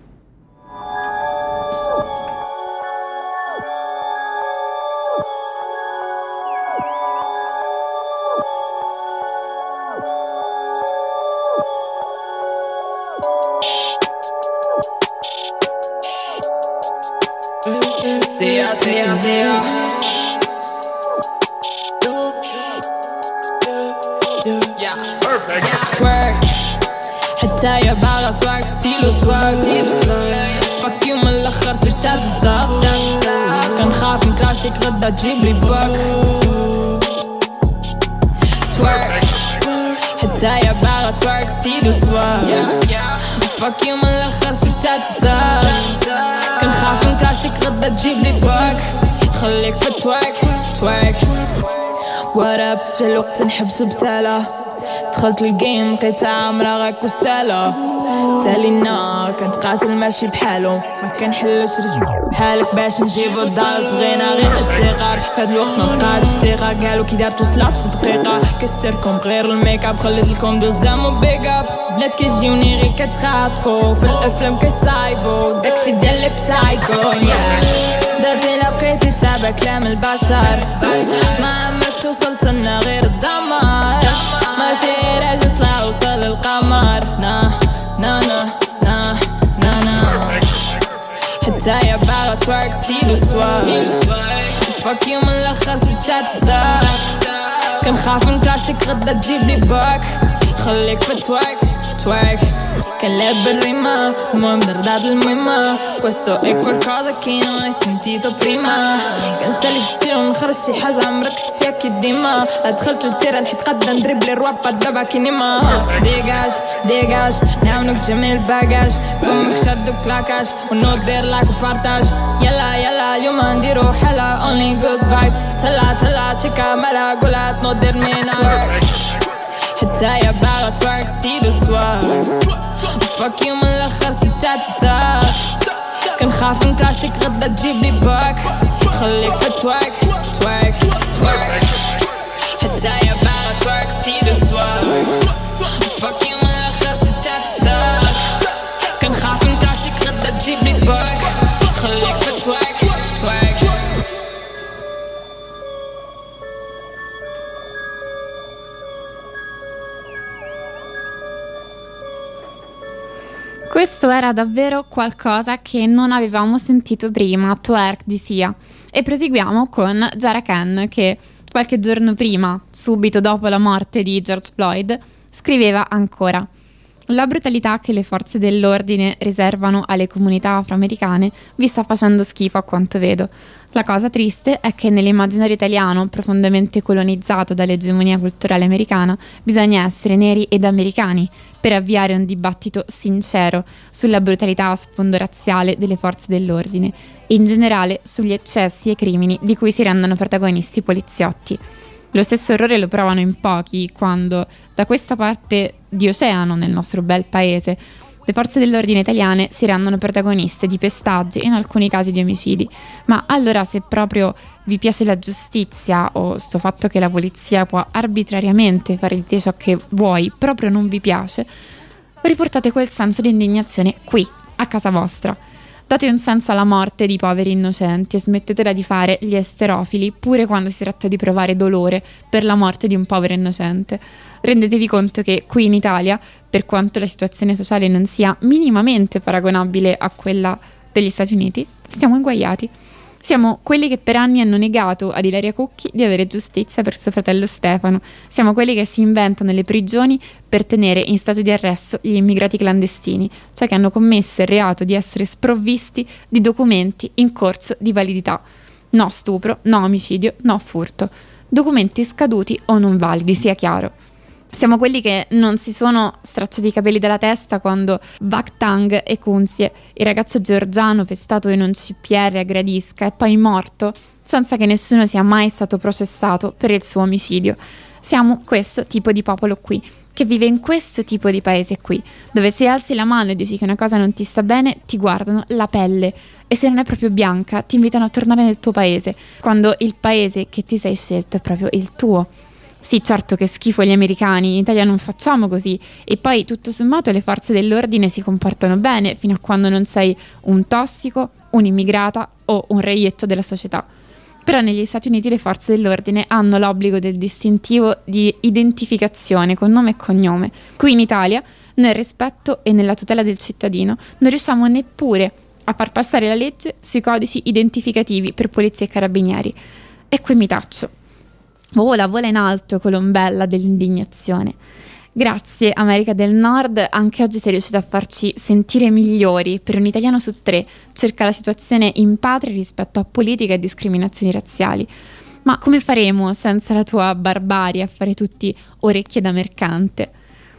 Sia, sia, sia. Twerk حتى يا باغا تورك ستيلو سواك فك يو من الاخر صرت تصدق كنخاف نكراشيك غدا تجيبلي باك تورك حتى يا باغا تورك ستيلو سواك فك يو من الاخر صرت تصدق كنخاف نكراشيك غدا تجيبلي باك خليك في تورك تورك What up جا الوقت نحبسو بسالة دخلت الجيم لقيت عامرة غاك وسالة سالينا كنت قاتل ماشي بحالهم ما كنحلوش رجل بحالك باش نجيبو الدارس بغينا غير الثقة فهاد الوقت ما بقاتش ثقة قالو كي دارت وصلات في دقيقة كسركم غير الميك اب خليت لكم دوزام وبيك اب بلاد كيجيوني غير كتخاطفو في الافلام كيصايبو داكشي ديال بسايكو درتي لا بقيتي تابع كلام البشر ما عمرك توصلت لنا غير الدمار ماشي راجل طلع وصل القمر نا نا نا نا نا نا حتى يا باغا تورك ستيلو سواك فك يو من الاخر صرت تصدق كنخاف نكراشيك غدا تجيبلي باك خليك في تورك تورك كنلعب بالريمة المهم درداد المهمة questo è qualcosa che non hai sentito prima كنسالي في السير ونخرج شي حاجة عمرك شتيها كي ديما دخلت للتيران حيت قدا ندريبلي الروابا دابا كينيما ديجاج ديجاج نعاونوك جميع الباجاج فمك شادو كلاكاش ونوض دير لاك وبارتاج يلا يلا اليوم نديرو حالة only good vibes تلا تلا تشيكا مالا قولها تنوض دير مينا حتى يا باغا تورك ستيلو سواك فك يو من الاخر ستة تصدق كنخاف نكراشيك غدا تجيبلي باك خليك في تورك تورك تورك حتى يا باغا تورك ستيلو سواك فك يو من الاخر ستة تصدق كنخاف نكراشيك غدا تجيبلي باك خليك في تورك تورك Questo era davvero qualcosa che non avevamo sentito prima, Twerk di Sia. E proseguiamo con Jara Khan, che qualche giorno prima, subito dopo la morte di George Floyd, scriveva ancora: la brutalità che le forze dell'ordine riservano alle comunità afroamericane vi sta facendo schifo a quanto vedo. La cosa triste è che nell'immaginario italiano, profondamente colonizzato dall'egemonia culturale americana, bisogna essere neri ed americani per avviare un dibattito sincero sulla brutalità a sfondo razziale delle forze dell'ordine e in generale sugli eccessi e crimini di cui si rendono protagonisti i poliziotti. Lo stesso errore lo provano in pochi quando, da questa parte di oceano nel nostro bel paese, le forze dell'ordine italiane si rendono protagoniste di pestaggi e in alcuni casi di omicidi. Ma allora, se proprio vi piace la giustizia o sto fatto che la polizia può arbitrariamente fare di te ciò che vuoi, proprio non vi piace, riportate quel senso di indignazione qui, a casa vostra. Date un senso alla morte di poveri innocenti e smettetela di fare gli esterofili pure quando si tratta di provare dolore per la morte di un povero innocente. Rendetevi conto che qui in Italia, per quanto la situazione sociale non sia minimamente paragonabile a quella degli Stati Uniti, stiamo inguaiati. Siamo quelli che per anni hanno negato ad Ilaria Cucchi di avere giustizia per suo fratello Stefano. Siamo quelli che si inventano le prigioni per tenere in stato di arresto gli immigrati clandestini, cioè che hanno commesso il reato di essere sprovvisti di documenti in corso di validità. No stupro, no omicidio, no furto. Documenti scaduti o non validi, sia chiaro. Siamo quelli che non si sono stracciati i capelli dalla testa quando Vakhtang e Kunzie, il ragazzo georgiano pestato in un C P R a Gradisca e poi morto, senza che nessuno sia mai stato processato per il suo omicidio. Siamo questo tipo di popolo qui, che vive in questo tipo di paese qui, dove se alzi la mano e dici che una cosa non ti sta bene, ti guardano la pelle e se non è proprio bianca ti invitano a tornare nel tuo paese, quando il paese che ti sei scelto è proprio il tuo. Sì, certo che schifo gli americani, in Italia non facciamo così e poi tutto sommato le forze dell'ordine si comportano bene fino a quando non sei un tossico, un'immigrata o un reietto della società. Però negli Stati Uniti le forze dell'ordine hanno l'obbligo del distintivo di identificazione con nome e cognome. Qui in Italia, nel rispetto e nella tutela del cittadino, non riusciamo neppure a far passare la legge sui codici identificativi per polizia e carabinieri. E qui mi taccio. Vola, vola in alto, colombella dell'indignazione. Grazie America del Nord, anche oggi sei riuscita a farci sentire migliori. Per un italiano su tre cerca la situazione in patria rispetto a politica e discriminazioni razziali. Ma come faremo senza la tua barbarie a fare tutti orecchie da mercante?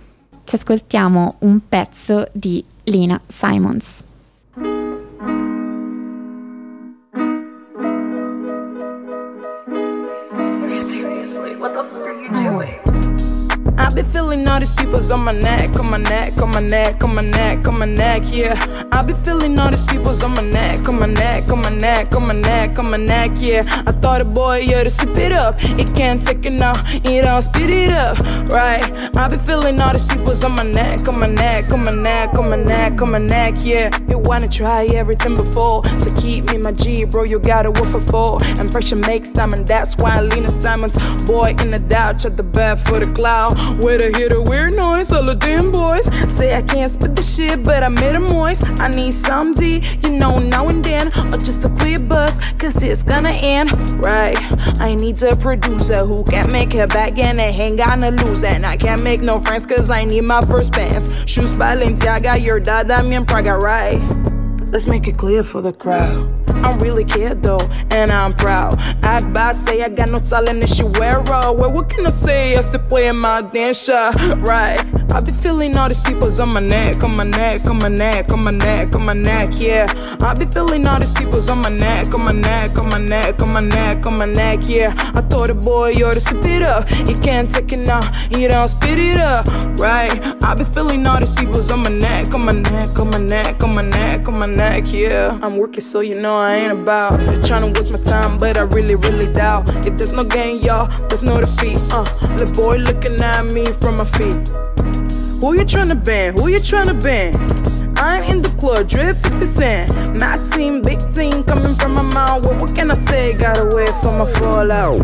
Ci ascoltiamo un pezzo di Lina Simons. What the fuck are you doing? I've been feeling all these people's on my neck, on my neck, on my neck, on my neck, on my neck, yeah. I've been feeling all these people's on my neck, on my neck, on my neck, on my neck, on my neck, yeah. I thought a boy, yeah, to sip it up. It can't take it now, it all speed it up, right? I've been feeling all these people's on my neck, on my neck, on my neck, on my neck, on my neck, yeah. You wanna try everything before, so keep me my G, bro, you gotta work for four. And pressure makes time, and that's why Lena Simons, boy in the doubt, at the bed for the cloud. With a hit a weird noise, all the damn boys say I can't spit the shit, but I made a moist. I need some D, you know, now and then, or just a quick buzz, cause it's gonna end, right? I need a producer who can make it back and I ain't gonna lose. And I can't make no friends cause I need my first pants. Shoes Balenciaga, your dad, I'm in Praga, right? Let's make it clear for the crowd. I really care though, and I'm proud. I about say I got no talent and she wear raw. Well, what can I say? I still playing my dance shot, right? I be feeling all these people's on my neck, on my neck, on my neck, on my neck, on my neck, yeah. I be feeling all these people's on my neck, on my neck, on my neck, on my neck, on my neck, yeah. I thought a boy, you ought to sip it up. You can't take it now, you don't spit it up, right? I be feeling all these people's on my neck, on my neck, on my neck, on my neck, on my neck, yeah. I'm working so you know I ain't about it, trying to waste my time, but I really, really doubt if there's no gain, y'all, there's no defeat. Uh, the boy looking at me from my feet. Who you tryna ban? Who you tryna ban? I'm in the club, drip fifty cent. My team, big team, coming from my mouth. Well, what can I say? Gotta wait for my fallout.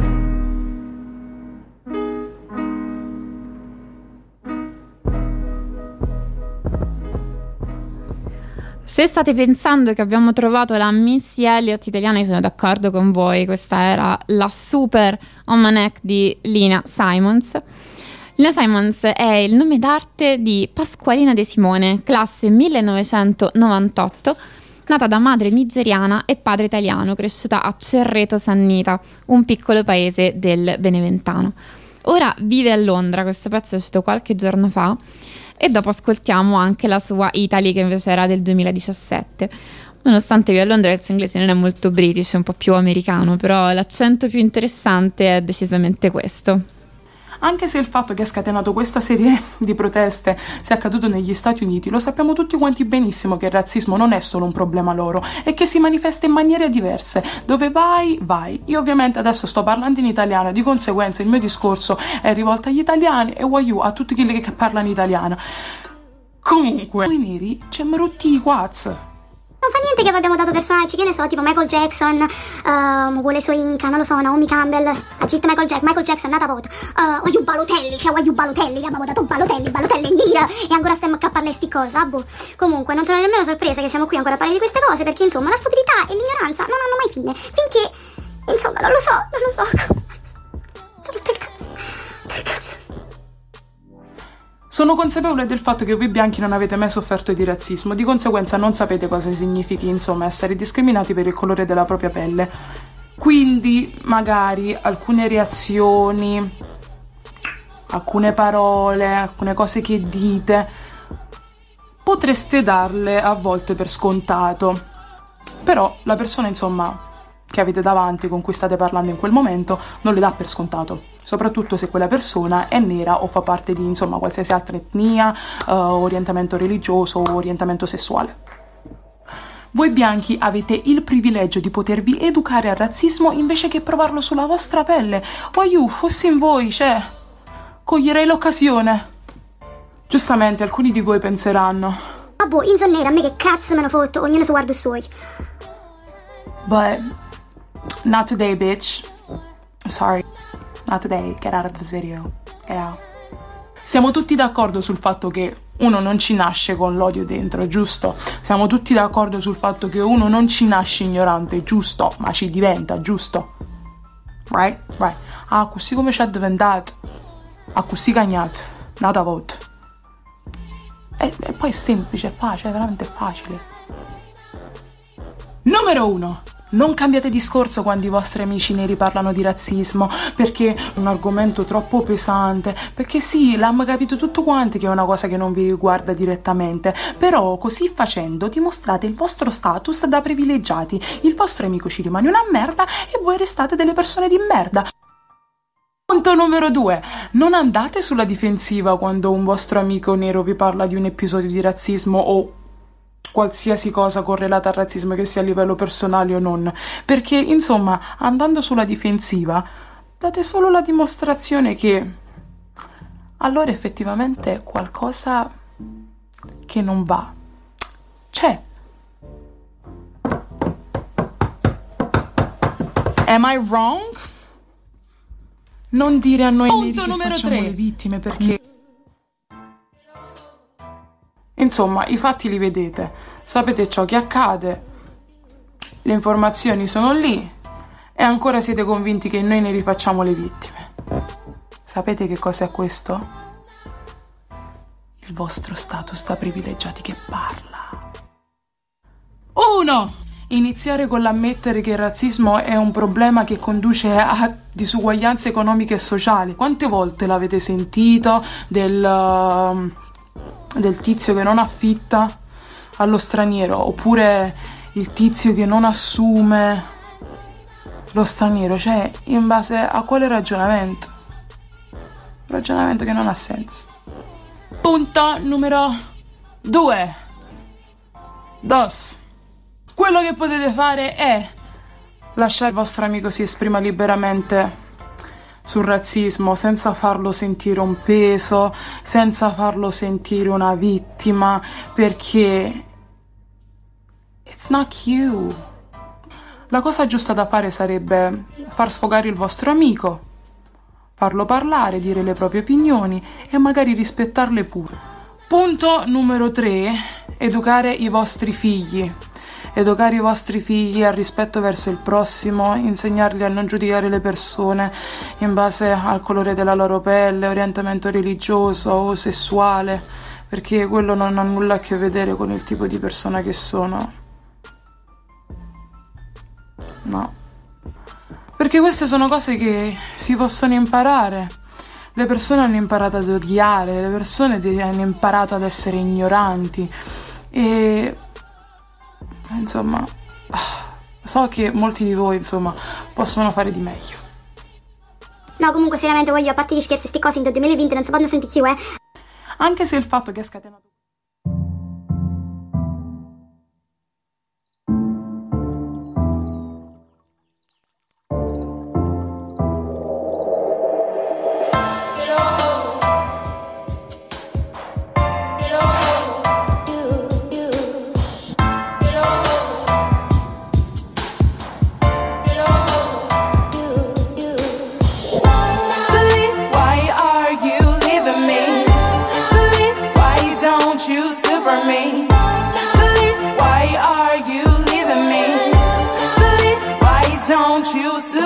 Se state pensando che abbiamo trovato la Missy Elliott italiana, io sono d'accordo con voi. Questa era la super on my neck di Lina Simons. Lina Simons è il nome d'arte di Pasqualina De Simone, classe millenovecentonovantotto, nata da madre nigeriana e padre italiano, cresciuta a Cerreto Sannita, un piccolo paese del Beneventano. Ora vive a Londra, questo pezzo è uscito qualche giorno fa, e dopo ascoltiamo anche la sua Italy, che invece era del duemiladiciassette. Nonostante viva a Londra, il suo inglese non è molto british, è un po' più americano, però l'accento più interessante è decisamente questo. Anche se il fatto che ha scatenato questa serie di proteste sia accaduto negli Stati Uniti, lo sappiamo tutti quanti benissimo che il razzismo non è solo un problema loro e che si manifesta in maniere diverse. Dove vai, vai. Io ovviamente adesso sto parlando in italiano e di conseguenza il mio discorso è rivolto agli italiani e wayu a tutti quelli che parlano italiano. Comunque, i neri c'è brutti i quaz. Non fa niente che vi abbiamo dato personaggi, che ne so, tipo Michael Jackson, uh, vuole suo Inca, non lo so, Naomi Campbell, Agit Michael Jack, Michael Jackson, nata volta, uh, Oyu Balotelli, cioè Oyu Balotelli, vi abbiamo dato Balotelli, Balotelli in nera, e ancora stiamo a parlare sti cose, ah boh. Comunque, non sono nemmeno sorpresa che siamo qui ancora a parlare di queste cose, perché insomma la stupidità e l'ignoranza non hanno mai fine, finché, insomma, non lo so, non lo so, sono tutte il cazzo, tutte il cazzo. Sono consapevole del fatto che voi bianchi non avete mai sofferto di razzismo, di conseguenza non sapete cosa significhi, insomma, essere discriminati per il colore della propria pelle. Quindi, magari, alcune reazioni, alcune parole, alcune cose che dite, potreste darle a volte per scontato. Però la persona, insomma, che avete davanti, con cui state parlando in quel momento, non le dà per scontato. Soprattutto se quella persona è nera o fa parte di, insomma, qualsiasi altra etnia, uh, orientamento religioso o orientamento sessuale. Voi bianchi avete il privilegio di potervi educare al razzismo invece che provarlo sulla vostra pelle. O io, fossi in voi, cioè, coglierei l'occasione. Giustamente, alcuni di voi penseranno: ah boh, in sono nera, a me che cazzo me ne fotto, ognuno si guarda i suoi. But, not today, bitch. Sorry. Not today, get out of this video, get out. Siamo tutti d'accordo sul fatto che uno non ci nasce con l'odio dentro, giusto? Siamo tutti d'accordo sul fatto che uno non ci nasce ignorante, giusto? Ma ci diventa, giusto? Right? Right. Ah, così come ci è diventato. Ah, così cagnato. Nata volta. E, e poi è semplice, è facile, è veramente facile. Numero uno. Non cambiate discorso quando i vostri amici neri parlano di razzismo, perché è un argomento troppo pesante, perché sì, l'hanno capito tutto quanti che è una cosa che non vi riguarda direttamente, però così facendo dimostrate il vostro status da privilegiati, il vostro amico ci rimane una merda e voi restate delle persone di merda. Punto numero due. Non andate sulla difensiva quando un vostro amico nero vi parla di un episodio di razzismo o qualsiasi cosa correlata al razzismo, che sia a livello personale o non, perché insomma, andando sulla difensiva date solo la dimostrazione che allora effettivamente qualcosa che non va c'è. Am I wrong? Non dire a noi neri che facciamo tre. Le vittime, perché insomma, i fatti li vedete, sapete ciò che accade, le informazioni sono lì e ancora siete convinti che noi ne rifacciamo le vittime. Sapete che cos'è questo? Il vostro status da privilegiati che parla. Uno! Iniziare con l'ammettere che il razzismo è un problema che conduce a disuguaglianze economiche e sociali. Quante volte l'avete sentito del... del tizio che non affitta allo straniero, oppure il tizio che non assume lo straniero, cioè in base a quale ragionamento? Ragionamento che non ha senso. Punto numero due. Dos. Quello che potete fare è lasciare il vostro amico si esprima liberamente sul razzismo, senza farlo sentire un peso, senza farlo sentire una vittima, perché it's not cute. La cosa giusta da fare sarebbe far sfogare il vostro amico, farlo parlare, dire le proprie opinioni e magari rispettarle pure. Punto numero tre. Educare i vostri figli. Educare i vostri figli al rispetto verso il prossimo, insegnarli a non giudicare le persone in base al colore della loro pelle, orientamento religioso o sessuale, perché quello non ha nulla a che vedere con il tipo di persona che sono. No. Perché queste sono cose che si possono imparare. Le persone hanno imparato ad odiare, le persone hanno imparato ad essere ignoranti e... insomma, so che molti di voi, insomma, possono fare di meglio. No, comunque, seriamente, voglio, a parte gli scherzi, sti cose in duemilaventi non si possono sentire più, eh. Anche se il fatto che ha scatenato...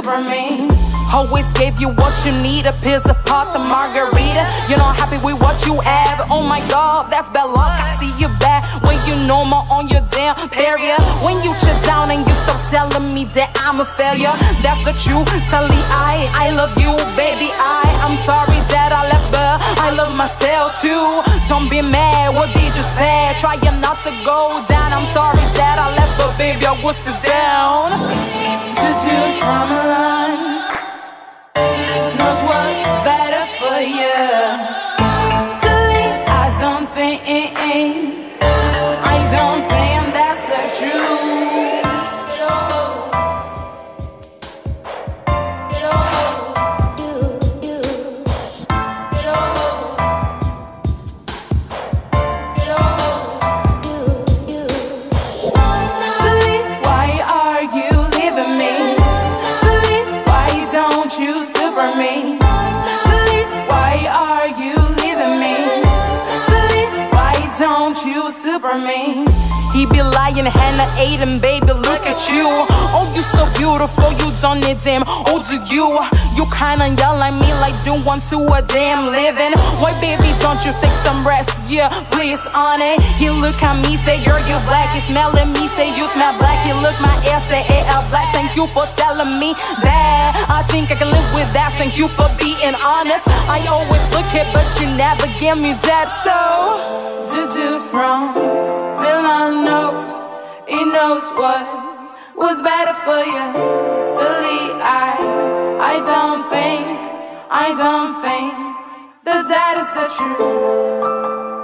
super me. Always gave you what you need, a pizza, pasta, margarita. You're not happy with what you have. Oh my God, that's bad luck. I see you bad when you know more on your damn barrier. When you shut down and you stop telling me that I'm a failure. That's the truth, Tally, I, I love you, baby, I, I'm sorry that I left, but I love myself too. Don't be mad, what did you spare? Trying not to go down, I'm sorry that I left, but baby, I was still down. To do from a line knows what's better for you. To leave, I don't think, I don't think that's the truth. To leave, why are you leaving me? To leave, why don't you super me? To leave, why are you leaving me? To leave, why don't you super me? He be lying, Hannah Aiden, baby, look at you. Oh, you so beautiful, you don't need them. Oh, do you? You kinda young like me, like do one to a damn living. Why, baby, don't you take some rest? Yeah, please, on it. He look at me, say, girl, you black. He smell at me, say, you smell black. He look my ass, say, hey, I'm black. Thank you for telling me that. I think I can live with that. Thank you for being honest. I always look it, but you never give me that. So, to do from Milan knows, he knows what was better for you. To leave, I, I don't think, I don't think that that is the truth.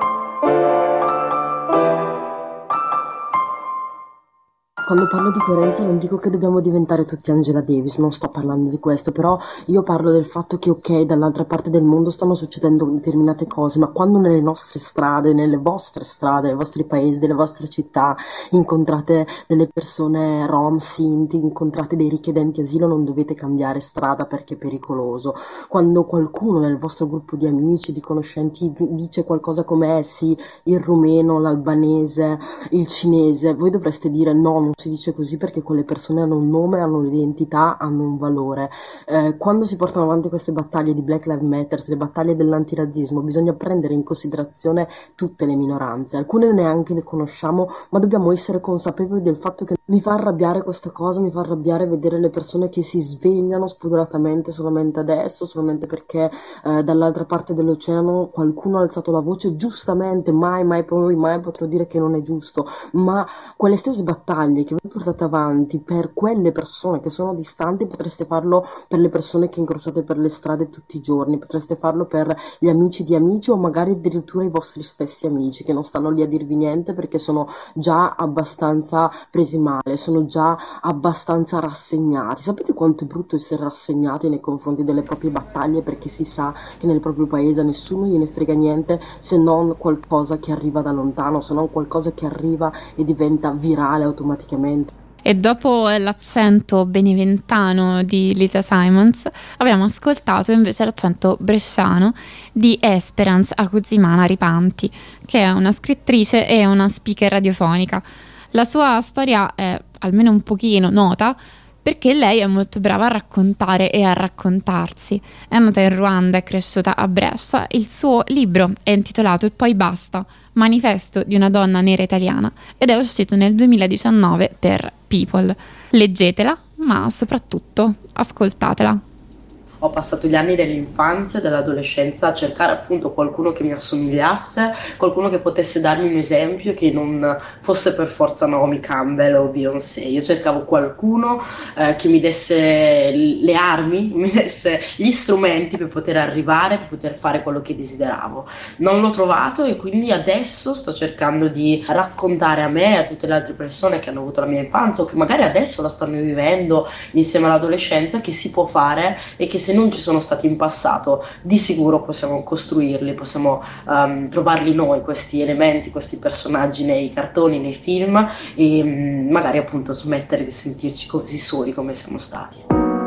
Quando parlo di coerenza non dico che dobbiamo diventare tutti Angela Davis, non sto parlando di questo, però io parlo del fatto che ok, dall'altra parte del mondo stanno succedendo determinate cose, ma quando nelle nostre strade, nelle vostre strade, nei vostri paesi, delle vostre città incontrate delle persone rom, sinti, incontrate dei richiedenti asilo, non dovete cambiare strada perché è pericoloso. Quando qualcuno nel vostro gruppo di amici, di conoscenti dice qualcosa come eh sì, il rumeno, l'albanese, il cinese, voi dovreste dire no, non si dice così perché quelle persone hanno un nome, hanno un'identità, hanno un valore. Eh, quando si portano avanti queste battaglie di Black Lives Matter, le battaglie dell'antirazzismo, bisogna prendere in considerazione tutte le minoranze. Alcune neanche le conosciamo, ma dobbiamo essere consapevoli del fatto che mi fa arrabbiare questa cosa, mi fa arrabbiare vedere le persone che si svegliano spudoratamente solamente adesso, solamente perché eh, dall'altra parte dell'oceano qualcuno ha alzato la voce, giustamente, mai, mai, poi mai potrò dire che non è giusto, ma quelle stesse battaglie che voi portate avanti per quelle persone che sono distanti, potreste farlo per le persone che incrociate per le strade tutti i giorni, potreste farlo per gli amici di amici o magari addirittura i vostri stessi amici che non stanno lì a dirvi niente perché sono già abbastanza presi male, sono già abbastanza rassegnati. Sapete quanto è brutto essere rassegnati nei confronti delle proprie battaglie perché si sa che nel proprio paese a nessuno gliene frega niente se non qualcosa che arriva da lontano, se non qualcosa che arriva e diventa virale automaticamente. E dopo l'accento beneventano di Lisa Simons abbiamo ascoltato invece l'accento bresciano di Esperance Akuzimana Ripanti, che è una scrittrice e una speaker radiofonica. La sua storia è almeno un pochino nota perché lei è molto brava a raccontare e a raccontarsi. È nata in Ruanda, è cresciuta a Brescia. Il suo libro è intitolato E poi basta, manifesto di una donna nera italiana, ed è uscito nel duemiladiciannove per People. Leggetela, ma soprattutto ascoltatela. Ho passato gli anni dell'infanzia e dell'adolescenza a cercare appunto qualcuno che mi assomigliasse, qualcuno che potesse darmi un esempio che non fosse per forza Naomi Campbell o Beyoncé. Io cercavo qualcuno eh, che mi desse le armi, mi desse gli strumenti per poter arrivare, per poter fare quello che desideravo. Non l'ho trovato e quindi adesso sto cercando di raccontare a me e a tutte le altre persone che hanno avuto la mia infanzia o che magari adesso la stanno vivendo insieme all'adolescenza, che si può fare e che se non ci sono stati in passato di sicuro possiamo costruirli, possiamo um, trovarli noi questi elementi, questi personaggi nei cartoni, nei film e um, magari appunto smettere di sentirci così soli come siamo stati.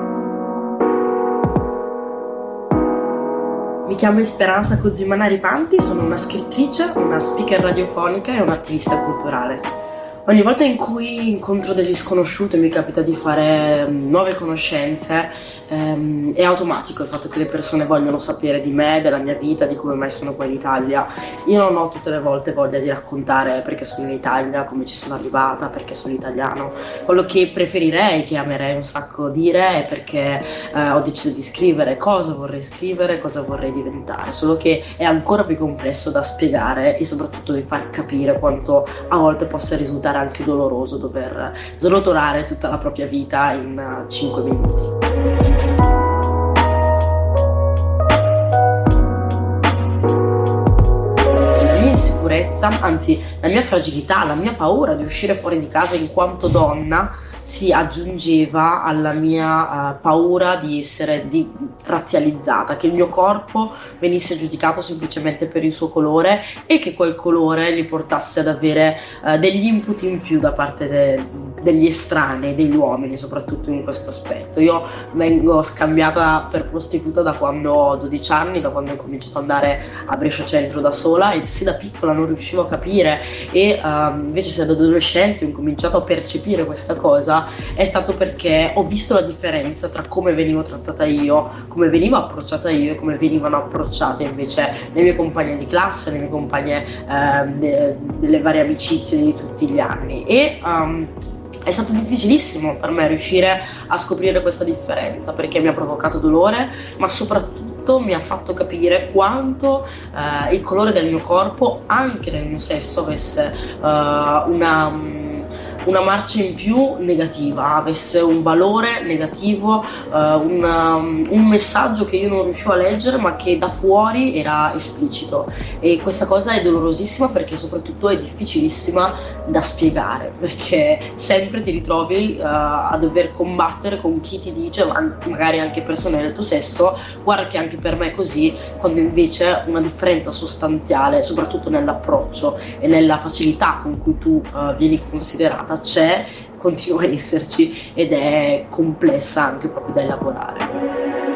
Mi chiamo Esperanza Akuzimana Ripanti, sono una scrittrice, una speaker radiofonica e un'attivista culturale. Ogni volta in cui incontro degli sconosciuti e mi capita di fare nuove conoscenze, ehm, è automatico il fatto che le persone vogliono sapere di me, della mia vita, di come mai sono qua in Italia. Io non ho tutte le volte voglia di raccontare perché sono in Italia, come ci sono arrivata, perché sono italiano. Quello che preferirei, che amerei un sacco dire, è perché eh, ho deciso di scrivere cosa vorrei scrivere, cosa vorrei diventare, solo che è ancora più complesso da spiegare e soprattutto di far capire quanto a volte possa risultare anche doloroso dover srotolare tutta la propria vita in cinque minuti. La mia insicurezza, anzi la mia fragilità, la mia paura di uscire fuori di casa in quanto donna si aggiungeva alla mia uh, paura di essere di, razzializzata, che il mio corpo venisse giudicato semplicemente per il suo colore e che quel colore li portasse ad avere uh, degli input in più da parte de, degli estranei, degli uomini, soprattutto in questo aspetto. Io vengo scambiata per prostituta da quando ho dodici anni, da quando ho cominciato ad andare a Brescia Centro da sola, e se da piccola non riuscivo a capire e uh, invece se da adolescente ho cominciato a percepire questa cosa, è stato perché ho visto la differenza tra come venivo trattata io, come venivo approcciata io e come venivano approcciate invece le mie compagne di classe, le mie compagne eh, de, delle varie amicizie di tutti gli anni. E um, è stato difficilissimo per me riuscire a scoprire questa differenza, perché mi ha provocato dolore, ma soprattutto mi ha fatto capire quanto eh, il colore del mio corpo, anche nel mio sesso, avesse uh, una una marcia in più negativa, avesse un valore negativo, uh, una, un messaggio che io non riuscivo a leggere ma che da fuori era esplicito. E questa cosa è dolorosissima perché soprattutto è difficilissima da spiegare, perché sempre ti ritrovi uh, a dover combattere con chi ti dice, magari anche persone del tuo sesso, guarda che anche per me è così, quando invece una differenza sostanziale, soprattutto nell'approccio e nella facilità con cui tu uh, vieni considerata, c'è, continua a esserci ed è complessa anche proprio da elaborare.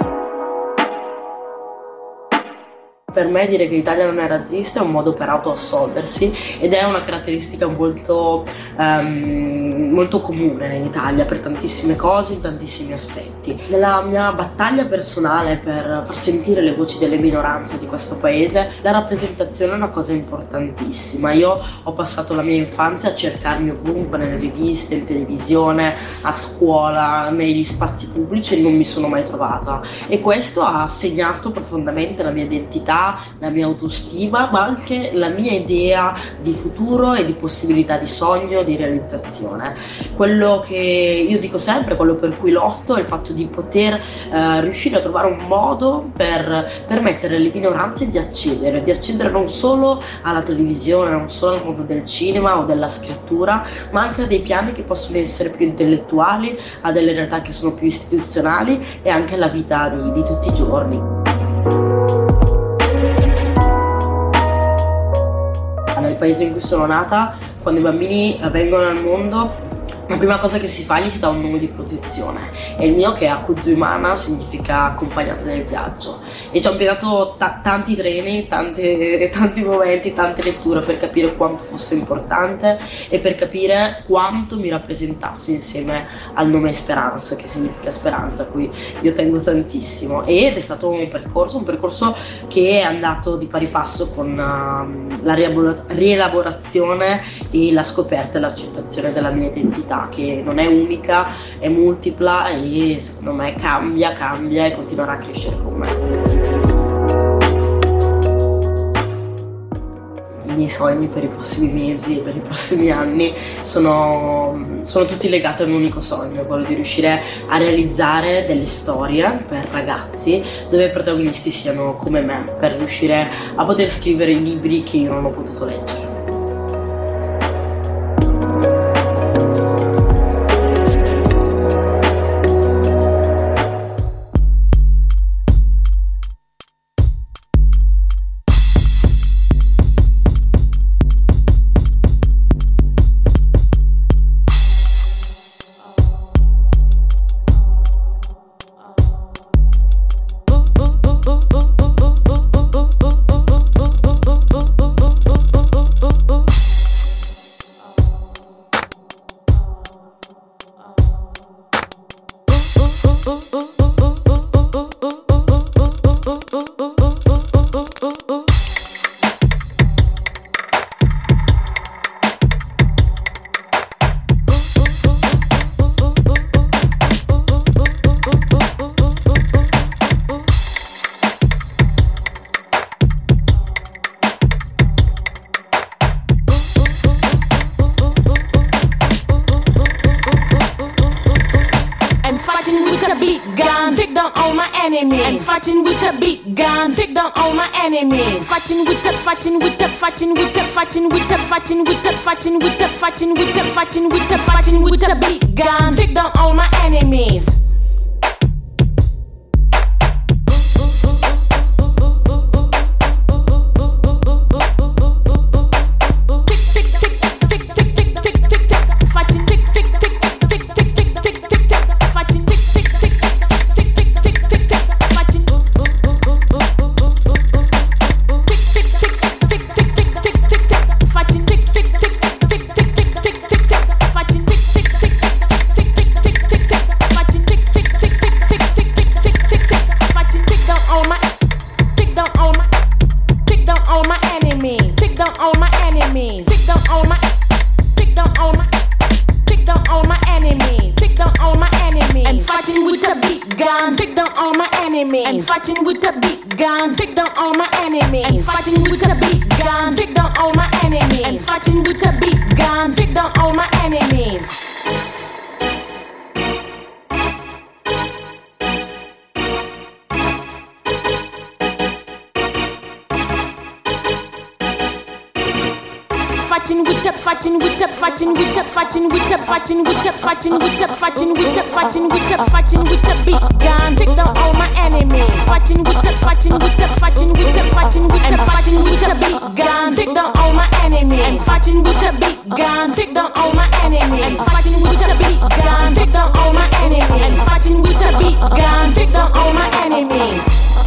Per me dire che l'Italia non è razzista è un modo per autoassolversi ed è una caratteristica molto, um, molto comune in Italia per tantissime cose, in tantissimi aspetti. Nella mia battaglia personale per far sentire le voci delle minoranze di questo paese, la rappresentazione è una cosa importantissima. Io ho passato la mia infanzia a cercarmi ovunque, nelle riviste, in televisione, a scuola, negli spazi pubblici, e non mi sono mai trovata. E questo ha segnato profondamente la mia identità, la mia autostima, ma anche la mia idea di futuro e di possibilità di sogno, di realizzazione. Quello che io dico sempre, quello per cui lotto, è il fatto di poter eh, riuscire a trovare un modo per permettere alle minoranze di accedere, di accedere non solo alla televisione, non solo al mondo del cinema o della scrittura, ma anche a dei piani che possono essere più intellettuali, a delle realtà che sono più istituzionali e anche alla vita di, di tutti i giorni. Nel paese in cui sono nata, quando i bambini vengono al mondo, la prima cosa che si fa gli si dà un nome di protezione, e il mio, che è Akudzumana, significa accompagnata nel viaggio, e ci ho impiegato ta- tanti treni, tante, tanti momenti, tante letture per capire quanto fosse importante e per capire quanto mi rappresentasse insieme al nome Speranza, che significa speranza, a cui io tengo tantissimo. Ed è stato un percorso, un percorso che è andato di pari passo con uh, la rielabor- rielaborazione e la scoperta e l'accettazione della mia identità, che non è unica, è multipla e secondo me cambia, cambia e continuerà a crescere con me. I miei sogni per i prossimi mesi e per i prossimi anni sono, sono tutti legati a un unico sogno, quello di riuscire a realizzare delle storie per ragazzi dove i protagonisti siano come me, per riuscire a poter scrivere i libri che io non ho potuto leggere. Oh, take down all my enemies. And fighting with a big gun, take down all my enemies. Fighting with the, fighting with the, fighting with the, fighting with the, fighting with the, fighting with the, fighting with the, fighting with the, fighting with the big gun, take down all my enemies. Fighting with a big gun, take down all my enemies. And fighting with a big gun, take down all my enemies. And fighting with a big gun, take down all my enemies. Fighting with the, fighting with the, fighting with the, fighting with the, fighting with the, fighting with the, fighting with the, fighting with the, fighting with the big gun, take down all my enemies. Fighting with the, fighting with the, fighting with the, fighting with the, fighting with the big gun, take down all my enemies. And fighting with the big gun, take down all my enemies. And fighting with the big gun, take down all my enemies. And fighting with the big gun, take down all my enemies.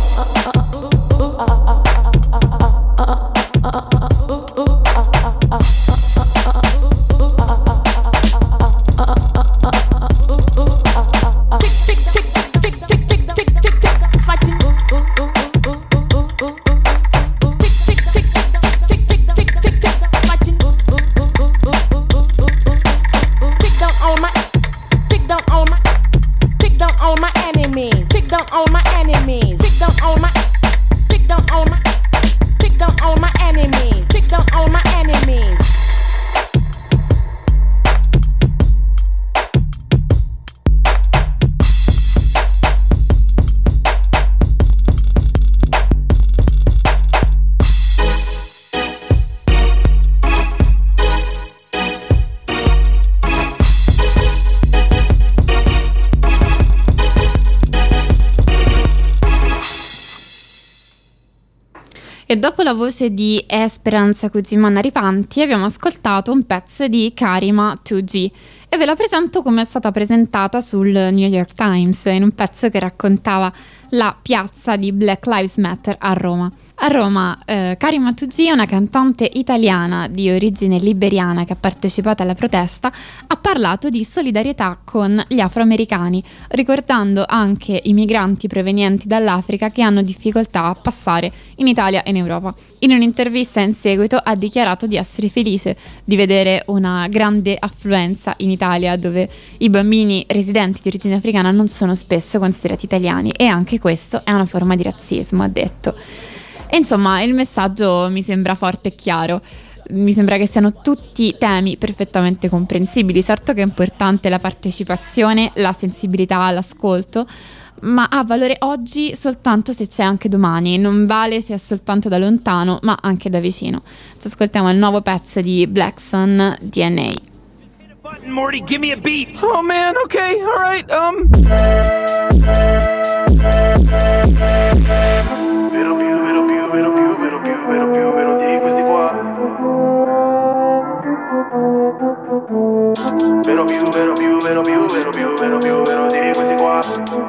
E dopo la voce di Esperanza Kuzimana Ripanti abbiamo ascoltato un pezzo di Karima due G e ve la presento come è stata presentata sul New York Times in un pezzo che raccontava la piazza di Black Lives Matter a Roma. A Roma eh, Karima due G, una cantante italiana di origine liberiana che ha partecipato alla protesta, ha parlato di solidarietà con gli afroamericani, ricordando anche i migranti provenienti dall'Africa che hanno difficoltà a passare in Italia e in Europa. In un'intervista in seguito ha dichiarato di essere felice di vedere una grande affluenza in Italia, dove i bambini residenti di origine africana non sono spesso considerati italiani, e anche questo è una forma di razzismo, ha detto. E insomma, il messaggio mi sembra forte e chiaro. Mi sembra che siano tutti temi perfettamente comprensibili. Certo che è importante la partecipazione, la sensibilità, l'ascolto, ma ha valore oggi soltanto se c'è anche domani. Non vale se è soltanto da lontano, ma anche da vicino. Ci ascoltiamo il nuovo pezzo di Black Sun, D N A. Morty, give me a beat. Oh man, okay, all right. Um. Vero più, vero più, vero più, vero più, vero più, vero di questi qua. Vero più, vero più, vero più, vero più, vero più, vero di questi qua.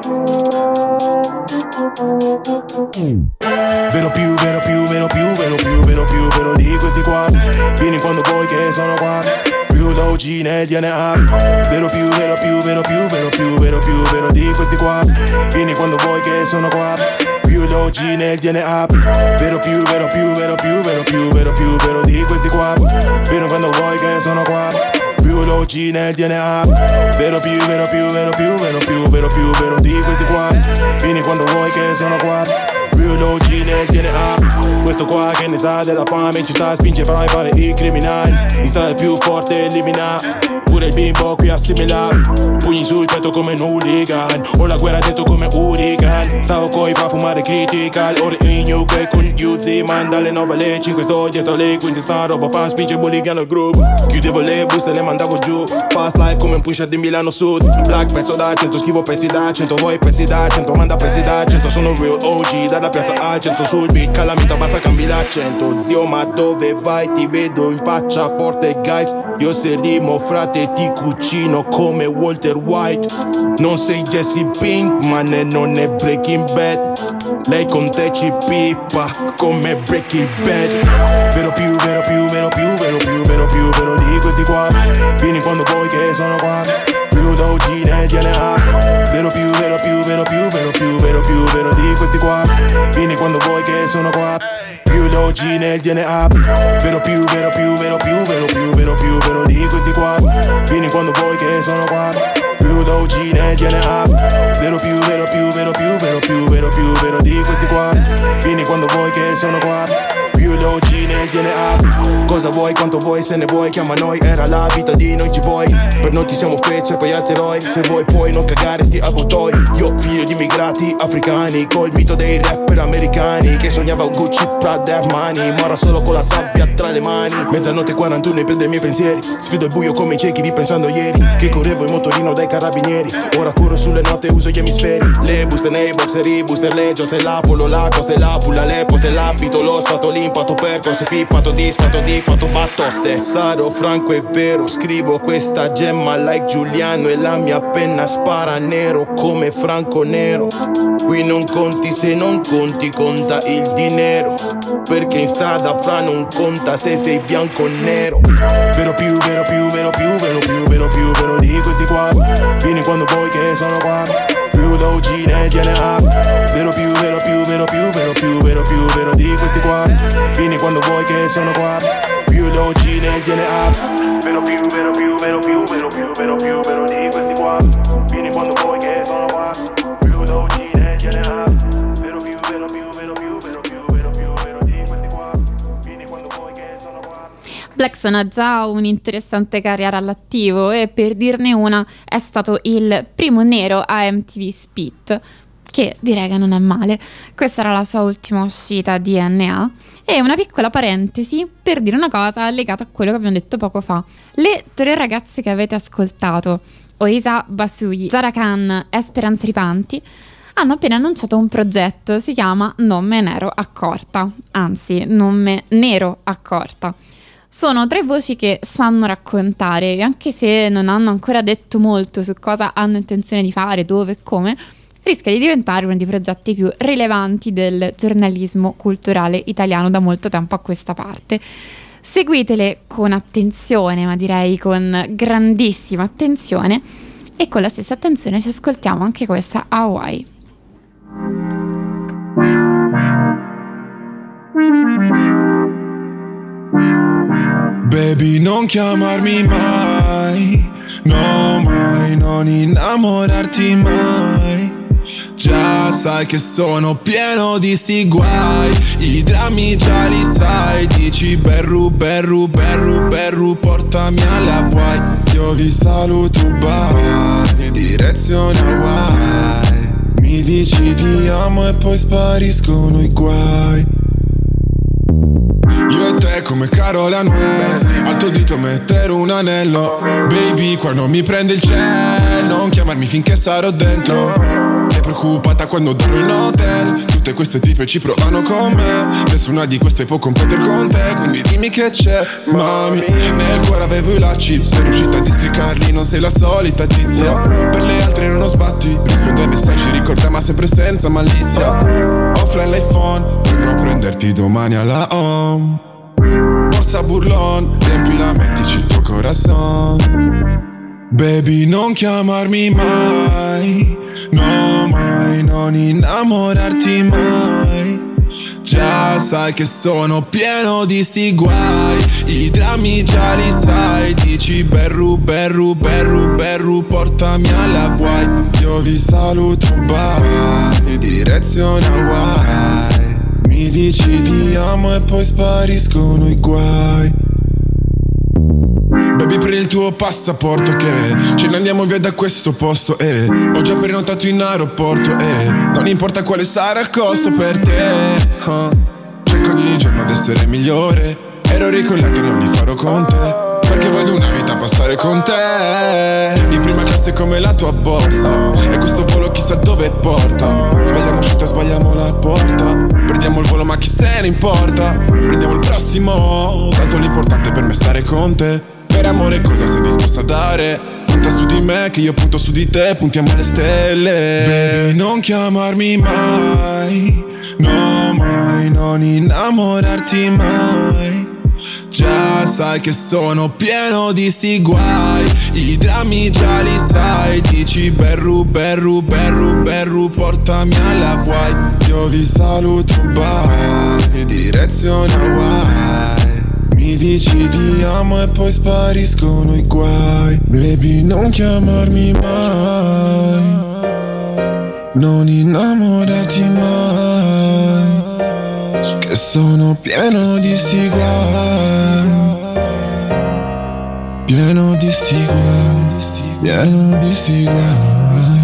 Vero più, vero più, vero più, vero più, vero più, vero di questi qua. Vieni quando vuoi che sono qua. Più l'O G nel D N A. Vero più, vero più, vero più, vero più, vero più, vero di questi qua. Vieni quando vuoi che sono qua. Più l'O G nel D N A. Vero più, vero più, vero più, vero più, vero più, vero di questi qua. Vieni quando vuoi che sono qua. Più l'O G nel D N A. Vero più, vero più, vero più, vero più, vero più, vero di questi qua. Vieni quando vuoi che sono qua. Più l'O G nel D N A. Questo qua che ne sa della fame in città spinge fra i fare i criminali. In strada più forte elimina, pure il bimbo qui assimila. Pugni sul petto come un hooligan, ho la guerra dentro come Hurricane. Stavo coi fa fumare critical, ora in U K con gli Uzi. Manda alle nove alle cinque sto dietro lei, quindi sta roba fa spinge bulligano il gruppo. Chiudevo le buste e le mandavo giù, fast life come un pusher di Milano Sud. Black pezzo da cento, schivo pezzi da cento, voi pezzi da cento, manda pezzi da cento. Sono real O G, dalla piazza a cento, sul beat calamita basta cambi l'accento. Zio ma dove vai? Ti vedo in faccia porte guys. Io se rimo frate ti cucino come Walter White. Non sei Jesse Pink ma ne non è Breaking Bad. Lei con te ci pippa come Breaking Bad. Vero più, vero più, vero più, vero più, vero più, vero di questi qua. Vieni quando vuoi che sono qua. Più da O G nel D N A. Vero più, vero più, vero più, vero più, vero più, vero di questi qua. Vieni quando vuoi che sono qua. Più da O G nel D N A. Vero più, vero più, vero più, vero più, vero più, vero di questi qua. Vieni quando vuoi che sono qua. Più da O G nel D N A. Vero più, vero più, vero più, vero più, vero più, vero di questi qua. Vieni quando vuoi che sono qua. Più da O G nel D N A. Cosa vuoi, quanto vuoi, se ne vuoi, chiama noi. Era la vita di noi ci vuoi. Per noi ti siamo fece, poi altri eroi. Se vuoi puoi non cagare sti avvoltoi. Io figlio di immigrati africani, col mito dei rapper americani, che sognava un Gucci, Prada, Armani, ma ora solo con la sabbia tra le mani. Mezzanotte quarantuno e per dei miei pensieri. Sfido il buio come i ciechi ripensando ieri, che correvo in motorino dai carabinieri. Ora corro sulle note e uso gli emisferi. Le buste nei boxeri, booster leggio. Se l'apolo, la cosa e la pulla, le poste, l'abito, lo sfato, l'impato, percorso, pippato, disfatto, di fatto, battoste. Sarò franco e vero, scrivo questa gemma like Giuliano e la mia penna spara nero come Franco Nero. Qui non conti se non conti, conta il dinero, perché in strada fra non conta se sei bianco o nero. Vero più, vero più, vero più, vero più, vero più, vero di questi qua. Vieni quando vuoi che sono qua. Più da O G nel D N A. Vero più, vero più, vero più, vero più, vero più, vero di questi qua. Vieni quando vuoi che sono qua. Più da O G nel D N A. Vero più, vero più, vero più, vero più, vero più, vero di questi qua. Vieni quando vuoi che sono qua. Più da O G nel D N A. Vero più, vero più, vero più, vero più, vero più, vero di questi qua. Vieni quando vuoi che sono qua. Blackson ha già un'interessante carriera all'attivo e per dirne una è stato il primo nero a M T V Spit, che direi che non è male. Questa era la sua ultima uscita D N A. E una piccola parentesi per dire una cosa legata a quello che abbiamo detto poco fa. Le tre ragazze che avete ascoltato, Oisa Basui, Zara Khan e Speranza Ripanti, hanno appena annunciato un progetto, si chiama Nome Nero Accorta, anzi Nome Nero Accorta. Sono tre voci che sanno raccontare e anche se non hanno ancora detto molto su cosa hanno intenzione di fare, dove e come, rischia di diventare uno dei progetti più rilevanti del giornalismo culturale italiano da molto tempo a questa parte. Seguitele con attenzione, ma direi con grandissima attenzione, e con la stessa attenzione ci ascoltiamo anche questa Hawaii. Baby, non chiamarmi mai, no mai, non innamorarti mai. Già sai che sono pieno di sti guai, i drammi già li sai. Dici berru, berru, berru, berru, portami alle Hawaii. Io vi saluto, bye, direzione Hawaii. Mi dici ti amo e poi spariscono i guai. Io e te come Carola Noel, al tuo dito mettere un anello. Baby, quando mi prende il cielo, non chiamarmi finché sarò dentro. Sei preoccupata quando dormo in hotel, tutte queste tipe ci provano con me. Nessuna di queste può competere con te, quindi dimmi che c'è, mami. Nel cuore avevo i lacci, sei riuscita a districarli, non sei la solita tizia. Per le altre non ho sbatti, rispondo ai messaggi, ricorda ma sempre senza malizia. Offline l'iPhone, vengo a prenderti domani alla home. Borsa burlon, riempila, mettici il tuo corazon. Baby, non chiamarmi mai, no mai, non innamorarti mai. Già sai che sono pieno di sti guai, i drammi già li sai. Dici berru, berru, berru, berru, portami alle Hawaii. Io vi saluto, bye, direzione Hawaii. Mi Mi dici ti amo e poi spariscono i guai. Baby, prendi il tuo passaporto che ce ne andiamo via da questo posto, eh. Ho già prenotato in aeroporto, eh. Non importa quale sarà il costo per te, uh. Cerco ogni giorno ad essere migliore. Ero ricco e altri non li farò con te, perché voglio una vita passare con te. In prima classe come la tua borsa, e questo volo chissà dove porta. Sbagliamo uscita, sbagliamo la porta. Perdiamo il volo ma chi se ne importa. Prendiamo il prossimo, tanto l'importante per me è stare con te. Per amore cosa sei disposta a dare? Punta su di me che io punto su di te. Puntiamo alle stelle. Baby, non chiamarmi mai, no mai, non innamorarti mai. Già sai che sono pieno di sti guai. I drammi già li sai. Dici berru, berru, berru, berru, portami alla guai. Io vi saluto, bye, direzione Hawaii. Mi dici ti amo e poi spariscono i guai. Baby, non chiamarmi mai, non innamorarti mai, che sono pieno di sti guai. Pieno di sti guai, pieno di sti guai.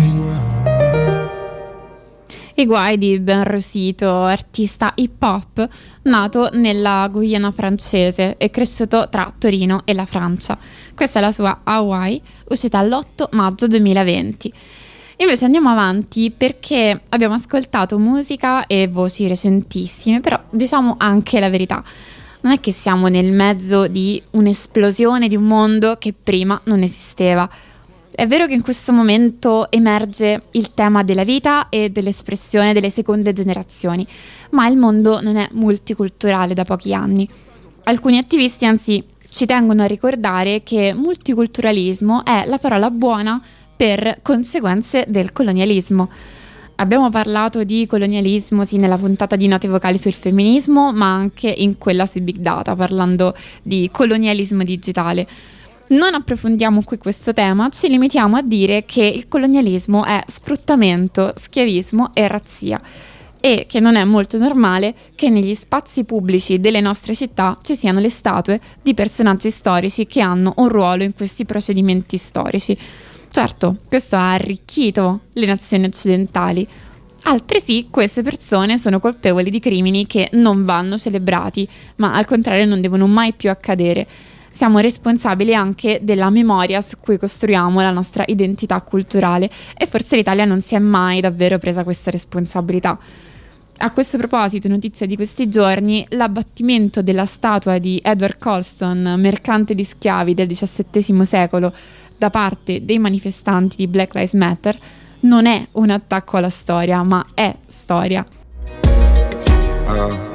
I guai di Ben Rosito, artista hip hop nato nella Guyana francese e cresciuto tra Torino e la Francia. Questa è la sua Hawaii, uscita l'otto maggio duemilaventi. Invece andiamo avanti perché abbiamo ascoltato musica e voci recentissime, però diciamo anche la verità. Non è che siamo nel mezzo di un'esplosione di un mondo che prima non esisteva. È vero che in questo momento emerge il tema della vita e dell'espressione delle seconde generazioni, ma il mondo non è multiculturale da pochi anni. Alcuni attivisti anzi ci tengono a ricordare che multiculturalismo è la parola buona per conseguenze del colonialismo. Abbiamo parlato di colonialismo sì nella puntata di Note vocali sul femminismo, ma anche in quella sui big data, parlando di colonialismo digitale. Non approfondiamo qui questo tema, ci limitiamo a dire che il colonialismo è sfruttamento, schiavismo e razzia e che non è molto normale che negli spazi pubblici delle nostre città ci siano le statue di personaggi storici che hanno un ruolo in questi procedimenti storici. Certo, questo ha arricchito le nazioni occidentali. Altresì queste persone sono colpevoli di crimini che non vanno celebrati, ma al contrario non devono mai più accadere. Siamo responsabili anche della memoria su cui costruiamo la nostra identità culturale e forse l'Italia non si è mai davvero presa questa responsabilità. A questo proposito, notizia di questi giorni, l'abbattimento della statua di Edward Colston, mercante di schiavi del diciassettesimo secolo, da parte dei manifestanti di Black Lives Matter, non è un attacco alla storia, ma è storia. Uh.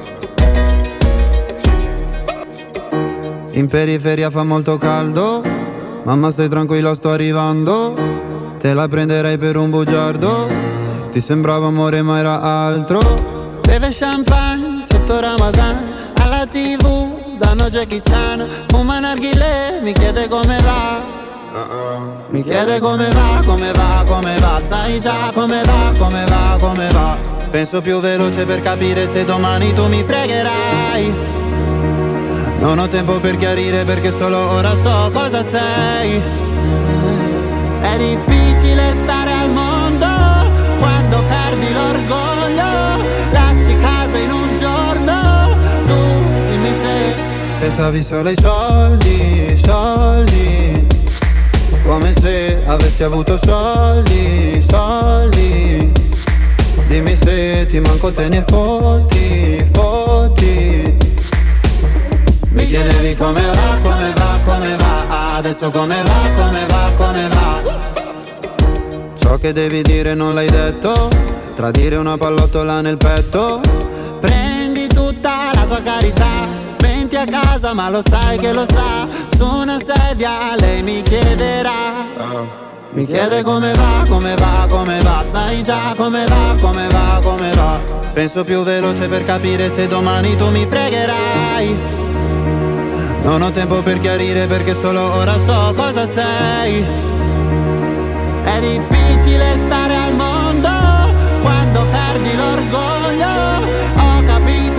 In periferia fa molto caldo, mamma stai tranquilla sto arrivando, te la prenderei per un bugiardo, ti sembrava amore ma era altro. Beve champagne sotto Ramadan, alla tv danno Jackie Chan, fuma narghilè, mi chiede come va, uh-uh. mi chiede come va, come va, come va, sai già come va, come va, come va. Penso più veloce per capire se domani tu mi fregherai. Non ho tempo per chiarire perché solo ora so cosa sei. È difficile stare al mondo quando perdi l'orgoglio. Lasci casa in un giorno, tu dimmi se pensavi solo ai soldi, soldi. Come se avessi avuto soldi, soldi. Dimmi se ti manco te ne fotti, fotti. Mi chiedevi come va, come va, come va. Adesso come va, come va, come va. Ciò che devi dire non l'hai detto. Tradire una pallottola nel petto. Prendi tutta la tua carità. Venti a casa ma lo sai che lo sa. Su una sedia lei mi chiederà. Mi chiede come va, come va, come va. Sai già come va, come va, come va. Penso più veloce per capire se domani tu mi fregherai. Non ho tempo per chiarire perché solo ora so cosa sei. È difficile stare al mondo quando perdi l'orgoglio. Ho capito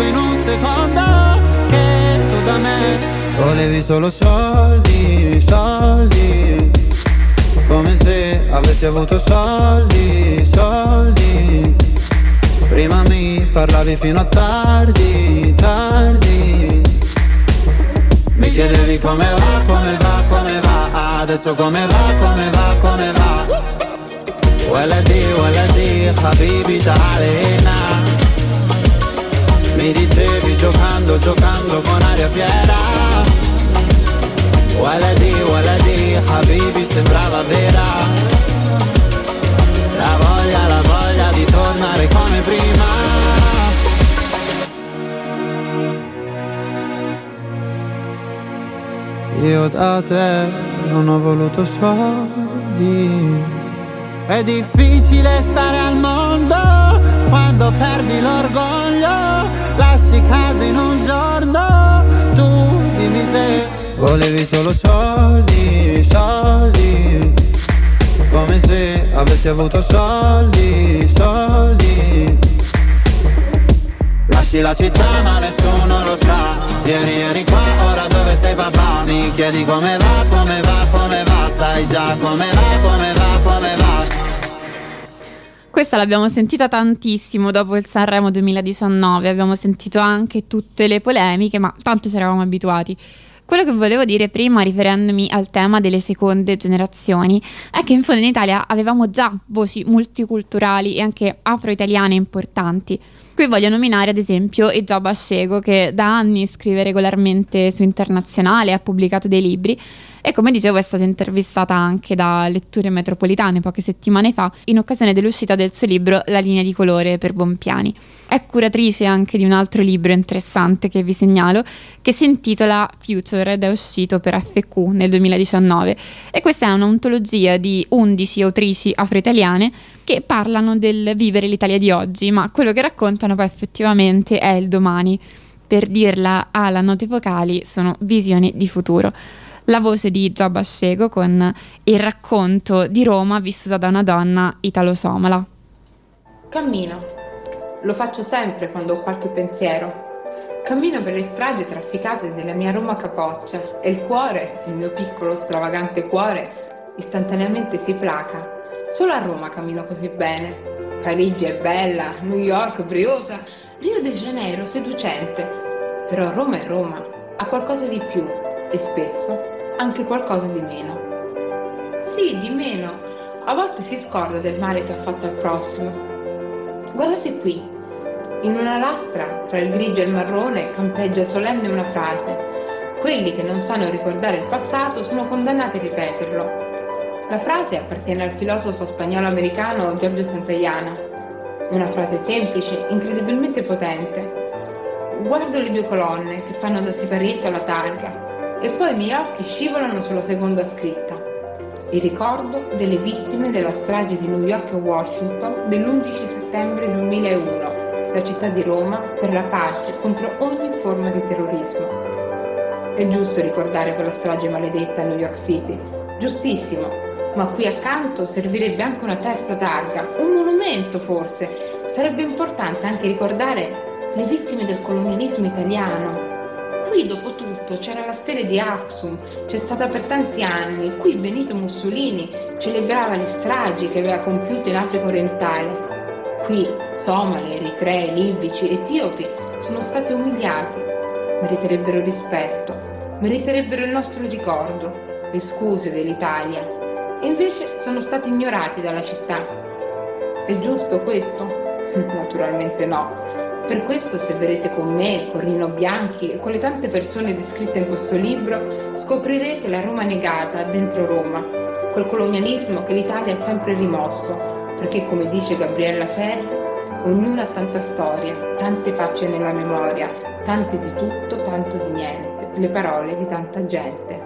Volevi solo soldi, soldi, come se avessi avuto soldi, soldi. Prima mi parlavi fino a tardi, tardi. Mi chiedevi come va, come va, come va. Adesso come va, come va, come va. Waladi, waladi, habibi ta'alina. Mi dicevi giocando, giocando con aria fiera. Waladi, waladi, habibi sembrava vera. La voglia, la voglia di tornare come prima. Io da te non ho voluto soldi. È difficile stare al mondo quando perdi l'orgoglio. Lasci casa in un giorno. Tu dimmi se volevi solo soldi, soldi, come se avessi avuto soldi, soldi. Lasci la città ma nessuno lo sa. Ieri eri qua, ora dove sei papà? Mi chiedi come va, come va, come va. Sai già come va, come va, come va. Questa l'abbiamo sentita tantissimo dopo il Sanremo duemiladiciannove, abbiamo sentito anche tutte le polemiche, ma tanto ci eravamo abituati. Quello che volevo dire prima, riferendomi al tema delle seconde generazioni, è che in fondo in Italia avevamo già voci multiculturali e anche afro-italiane importanti. Qui voglio nominare ad esempio Ejioba Ashego, che da anni scrive regolarmente su Internazionale, ha pubblicato dei libri e, come dicevo, è stata intervistata anche da Letture Metropolitane poche settimane fa in occasione dell'uscita del suo libro La linea di colore per Bompiani. È curatrice anche di un altro libro interessante che vi segnalo, che si intitola Future ed è uscito per F Q nel duemiladiciannove, e questa è un'antologia di undici autrici afro-italiane che parlano del vivere l'Italia di oggi, ma quello che raccontano poi effettivamente è il domani. Per dirla alla note vocali, sono visioni di futuro. La voce di Ejioba Ashego con il racconto di Roma vissuta da una donna italo-somala. Cammino. Lo faccio sempre quando ho qualche pensiero. Cammino per le strade trafficate della mia Roma capoccia e il cuore, il mio piccolo stravagante cuore, istantaneamente si placa. Solo a Roma cammino così bene. Parigi è bella, New York briosa, Rio de Janeiro seducente. Però Roma è Roma, ha qualcosa di più e spesso anche qualcosa di meno. Sì, di meno. A volte si scorda del male che ha fatto al prossimo. Guardate qui. In una lastra, tra il grigio e il marrone, campeggia solenne una frase. Quelli che non sanno ricordare il passato sono condannati a ripeterlo. La frase appartiene al filosofo spagnolo-americano Giorgio Santayana. Una frase semplice, incredibilmente potente. Guardo le due colonne che fanno da siparietto alla targa e poi i miei occhi scivolano sulla seconda scritta. Il ricordo delle vittime della strage di New York e Washington dell'undici settembre duemilauno, la città di Roma per la pace contro ogni forma di terrorismo. È giusto ricordare quella strage maledetta a New York City, giustissimo, ma qui accanto servirebbe anche una terza targa, un monumento forse. Sarebbe importante anche ricordare le vittime del colonialismo italiano. Qui dopo tutto c'era la stele di Aksum, c'è stata per tanti anni. Qui Benito Mussolini celebrava le stragi che aveva compiuto in Africa orientale. Qui somali, eritrei, libici, etiopi sono stati umiliati. Meriterebbero rispetto, meriterebbero il nostro ricordo, le scuse dell'Italia. E invece sono stati ignorati dalla città. È giusto questo? Naturalmente no. Per questo, se verrete con me, con Rino Bianchi e con le tante persone descritte in questo libro, scoprirete la Roma negata dentro Roma, quel colonialismo che l'Italia ha sempre rimosso, perché, come dice Gabriella Ferri, ognuno ha tanta storia, tante facce nella memoria, tante di tutto, tanto di niente, le parole di tanta gente.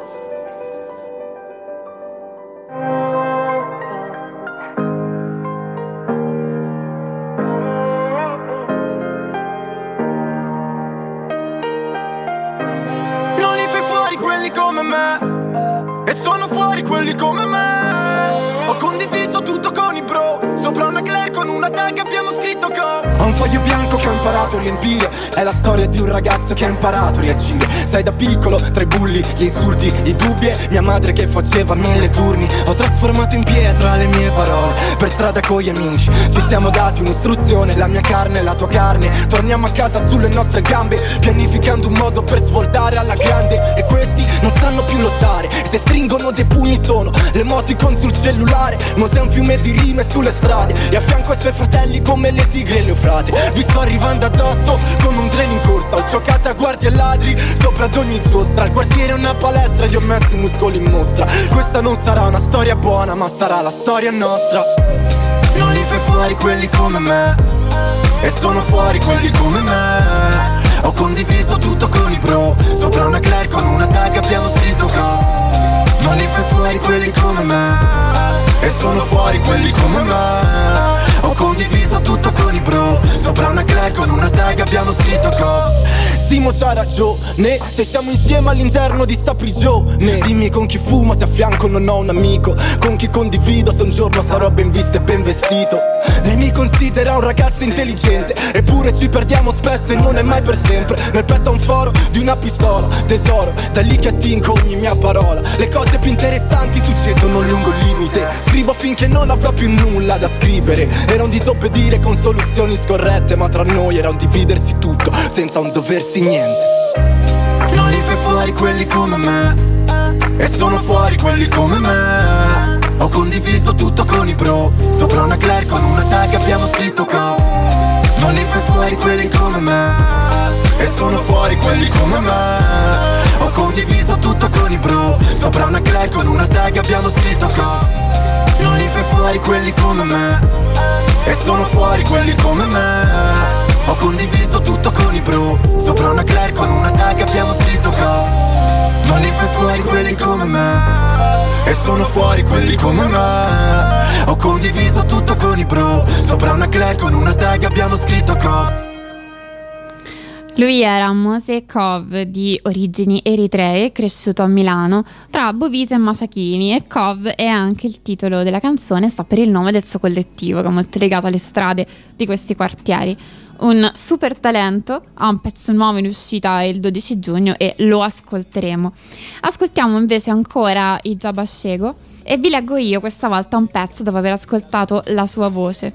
Come me, e sono fuori quelli come me. Ho condiviso tutto con i bro, sopra una Claire con una tag abbiamo scritto co. Ho un foglio bianco che ho imparato imparato a riempire. È la storia di un ragazzo che ha imparato a reagire. Sai, da piccolo, tra i bulli, gli insulti, i dubbi e mia madre che faceva mille turni, ho trasformato in pietra le mie parole. Per strada con gli amici ci siamo dati un'istruzione, la mia carne, la tua carne. Torniamo a casa sulle nostre gambe, pianificando un modo per svoltare alla grande. E questi non sanno più lottare, se stringono dei pugni sono l'emoticon sul cellulare. Mo sei un fiume di rime sulle strade e a fianco ai suoi fratelli come le tigre e le eufrate. Vi sto arrivando addosso come un treno in corsa. Ho giocato a guardie e ladri sopra ad ogni giostra. Il quartiere è una palestra, gli ho messo i muscoli in mostra. Questa non sarà una storia buona, ma sarà la storia nostra. Non li fai fuori quelli come me, e sono fuori quelli come me. Ho condiviso tutto con i bro, sopra una Claire con una tag abbiamo scritto go. Non li fai fuori quelli come me, e sono fuori quelli come me. Ho condiviso tutto con i bro, sopra una Claire con una tag abbiamo scritto go. Simo c'ha ragione, se siamo insieme all'interno di sta prigione. Dimmi con chi fumo se a fianco non ho un amico, con chi condivido se un giorno sarò ben visto e ben vestito. Lei mi considera un ragazzo intelligente, eppure ci perdiamo spesso e non è mai per sempre. Nel petto un foro di una pistola, tesoro, da lì che attingo ogni mia parola. Le cose più interessanti succedono lungo il limite. Scrivo finché non avrò più nulla da scrivere. Era un disobbedire con soluzioni scorrette, ma tra noi era un dividersi tutto senza un doversi niente. Non li fai fuori quelli come me, e sono fuori quelli come me. Ho condiviso tutto con i bro, sopra una Claire con una tag abbiamo scritto go. Non li fai fuori quelli come me, e sono fuori quelli come me. Ho condiviso tutto con i bro, sopra una Claire con una tag abbiamo scritto go. Non li fai fuori quelli come me, e sono fuori quelli come me. Ho condiviso tutto con i bro, sopra una Claire con una tag abbiamo scritto go. Non li fai fuori quelli come me, e sono fuori quelli come me. Ho condiviso tutto con i bro, sopra una Claire con una tag abbiamo scritto go. Lui era Mose Kov, di origini eritree, cresciuto a Milano tra Bovise e Maciachini, e Kov è anche il titolo della canzone, sta per il nome del suo collettivo che è molto legato alle strade di questi quartieri. Un super talento, ha un pezzo nuovo in uscita il dodici giugno e lo ascolteremo. Ascoltiamo invece ancora i Jabba Shego e vi leggo io questa volta un pezzo dopo aver ascoltato la sua voce.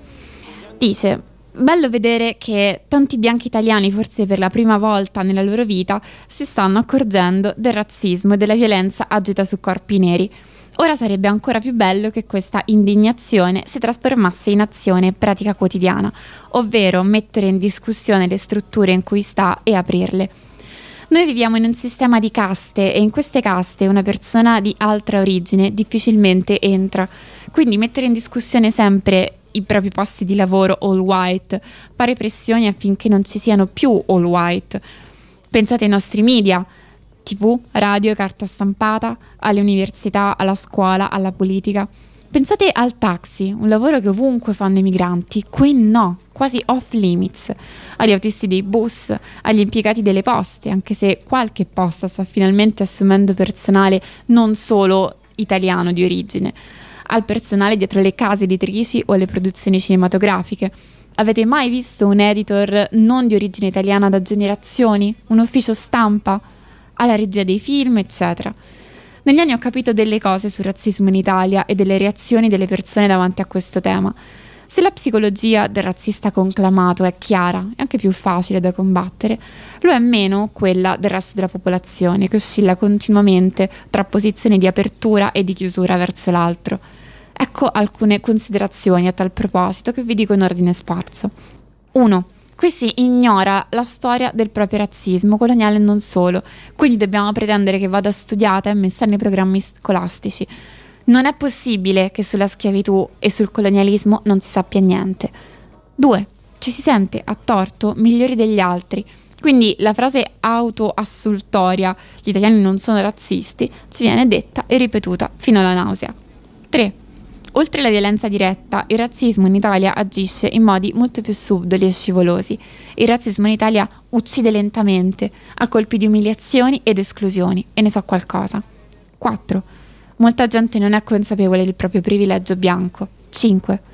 Dice: bello vedere che tanti bianchi italiani, forse per la prima volta nella loro vita, si stanno accorgendo del razzismo e della violenza agita su corpi neri. Ora sarebbe ancora più bello che questa indignazione si trasformasse in azione e pratica quotidiana, ovvero mettere in discussione le strutture in cui sta e aprirle. Noi viviamo in un sistema di caste e in queste caste una persona di altra origine difficilmente entra, quindi mettere in discussione sempre i propri posti di lavoro all white, fare pressioni affinché non ci siano più all white. Pensate ai nostri media, tivù, radio, carta stampata, alle università, alla scuola, alla politica. Pensate al taxi, un lavoro che ovunque fanno i migranti, qui no, quasi off limits, agli autisti dei bus, agli impiegati delle poste, anche se qualche posta sta finalmente assumendo personale non solo italiano di origine, al personale dietro le case editrici o alle produzioni cinematografiche. Avete mai visto un editor non di origine italiana da generazioni? Un ufficio stampa? Alla regia dei film, eccetera. Negli anni ho capito delle cose sul razzismo in Italia e delle reazioni delle persone davanti a questo tema. Se la psicologia del razzista conclamato è chiara e anche più facile da combattere, lo è meno quella del resto della popolazione, che oscilla continuamente tra posizioni di apertura e di chiusura verso l'altro. Ecco alcune considerazioni a tal proposito che vi dico in ordine sparso. uno. Qui si ignora la storia del proprio razzismo, coloniale e non solo, quindi dobbiamo pretendere che vada studiata e messa nei programmi scolastici. Non è possibile che sulla schiavitù e sul colonialismo non si sappia niente. due. Ci si sente a torto migliori degli altri, quindi la frase autoassultoria "gli italiani non sono razzisti" ci viene detta e ripetuta fino alla nausea. tre. Oltre alla violenza diretta, il razzismo in Italia agisce in modi molto più subdoli e scivolosi. Il razzismo in Italia uccide lentamente, a colpi di umiliazioni ed esclusioni, e ne so qualcosa. quattro. Molta gente non è consapevole del proprio privilegio bianco. cinque.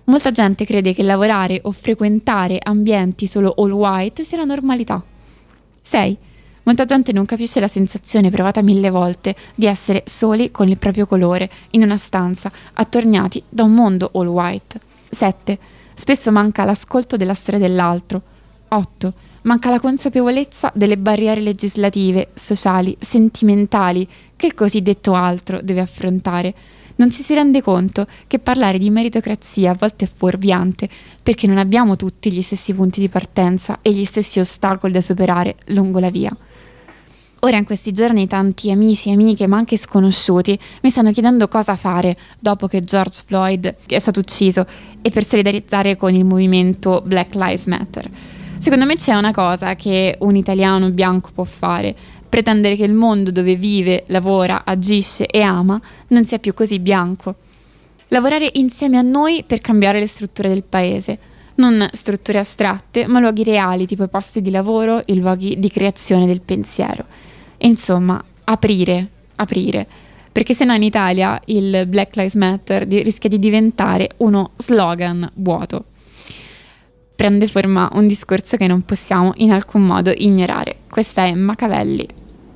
Molta gente crede che lavorare o frequentare ambienti solo all white sia la normalità. sei. Molta gente non capisce la sensazione provata mille volte di essere soli con il proprio colore, in una stanza, attorniati da un mondo all white. sette. Spesso manca l'ascolto della storia dell'altro. otto. Manca la consapevolezza delle barriere legislative, sociali, sentimentali che il cosiddetto altro deve affrontare. Non ci si rende conto che parlare di meritocrazia a volte è fuorviante, perché non abbiamo tutti gli stessi punti di partenza e gli stessi ostacoli da superare lungo la via. Ora in questi giorni tanti amici e amiche, ma anche sconosciuti, mi stanno chiedendo cosa fare dopo che George Floyd è stato ucciso e per solidarizzare con il movimento Black Lives Matter. Secondo me c'è una cosa che un italiano bianco può fare: pretendere che il mondo dove vive, lavora, agisce e ama non sia più così bianco. Lavorare insieme a noi per cambiare le strutture del paese. Non strutture astratte, ma luoghi reali, tipo i posti di lavoro, i luoghi di creazione del pensiero. E insomma, aprire, aprire. Perché sennò in Italia il Black Lives Matter di- rischia di diventare uno slogan vuoto. Prende forma un discorso che non possiamo in alcun modo ignorare. Questa è Machiavelli.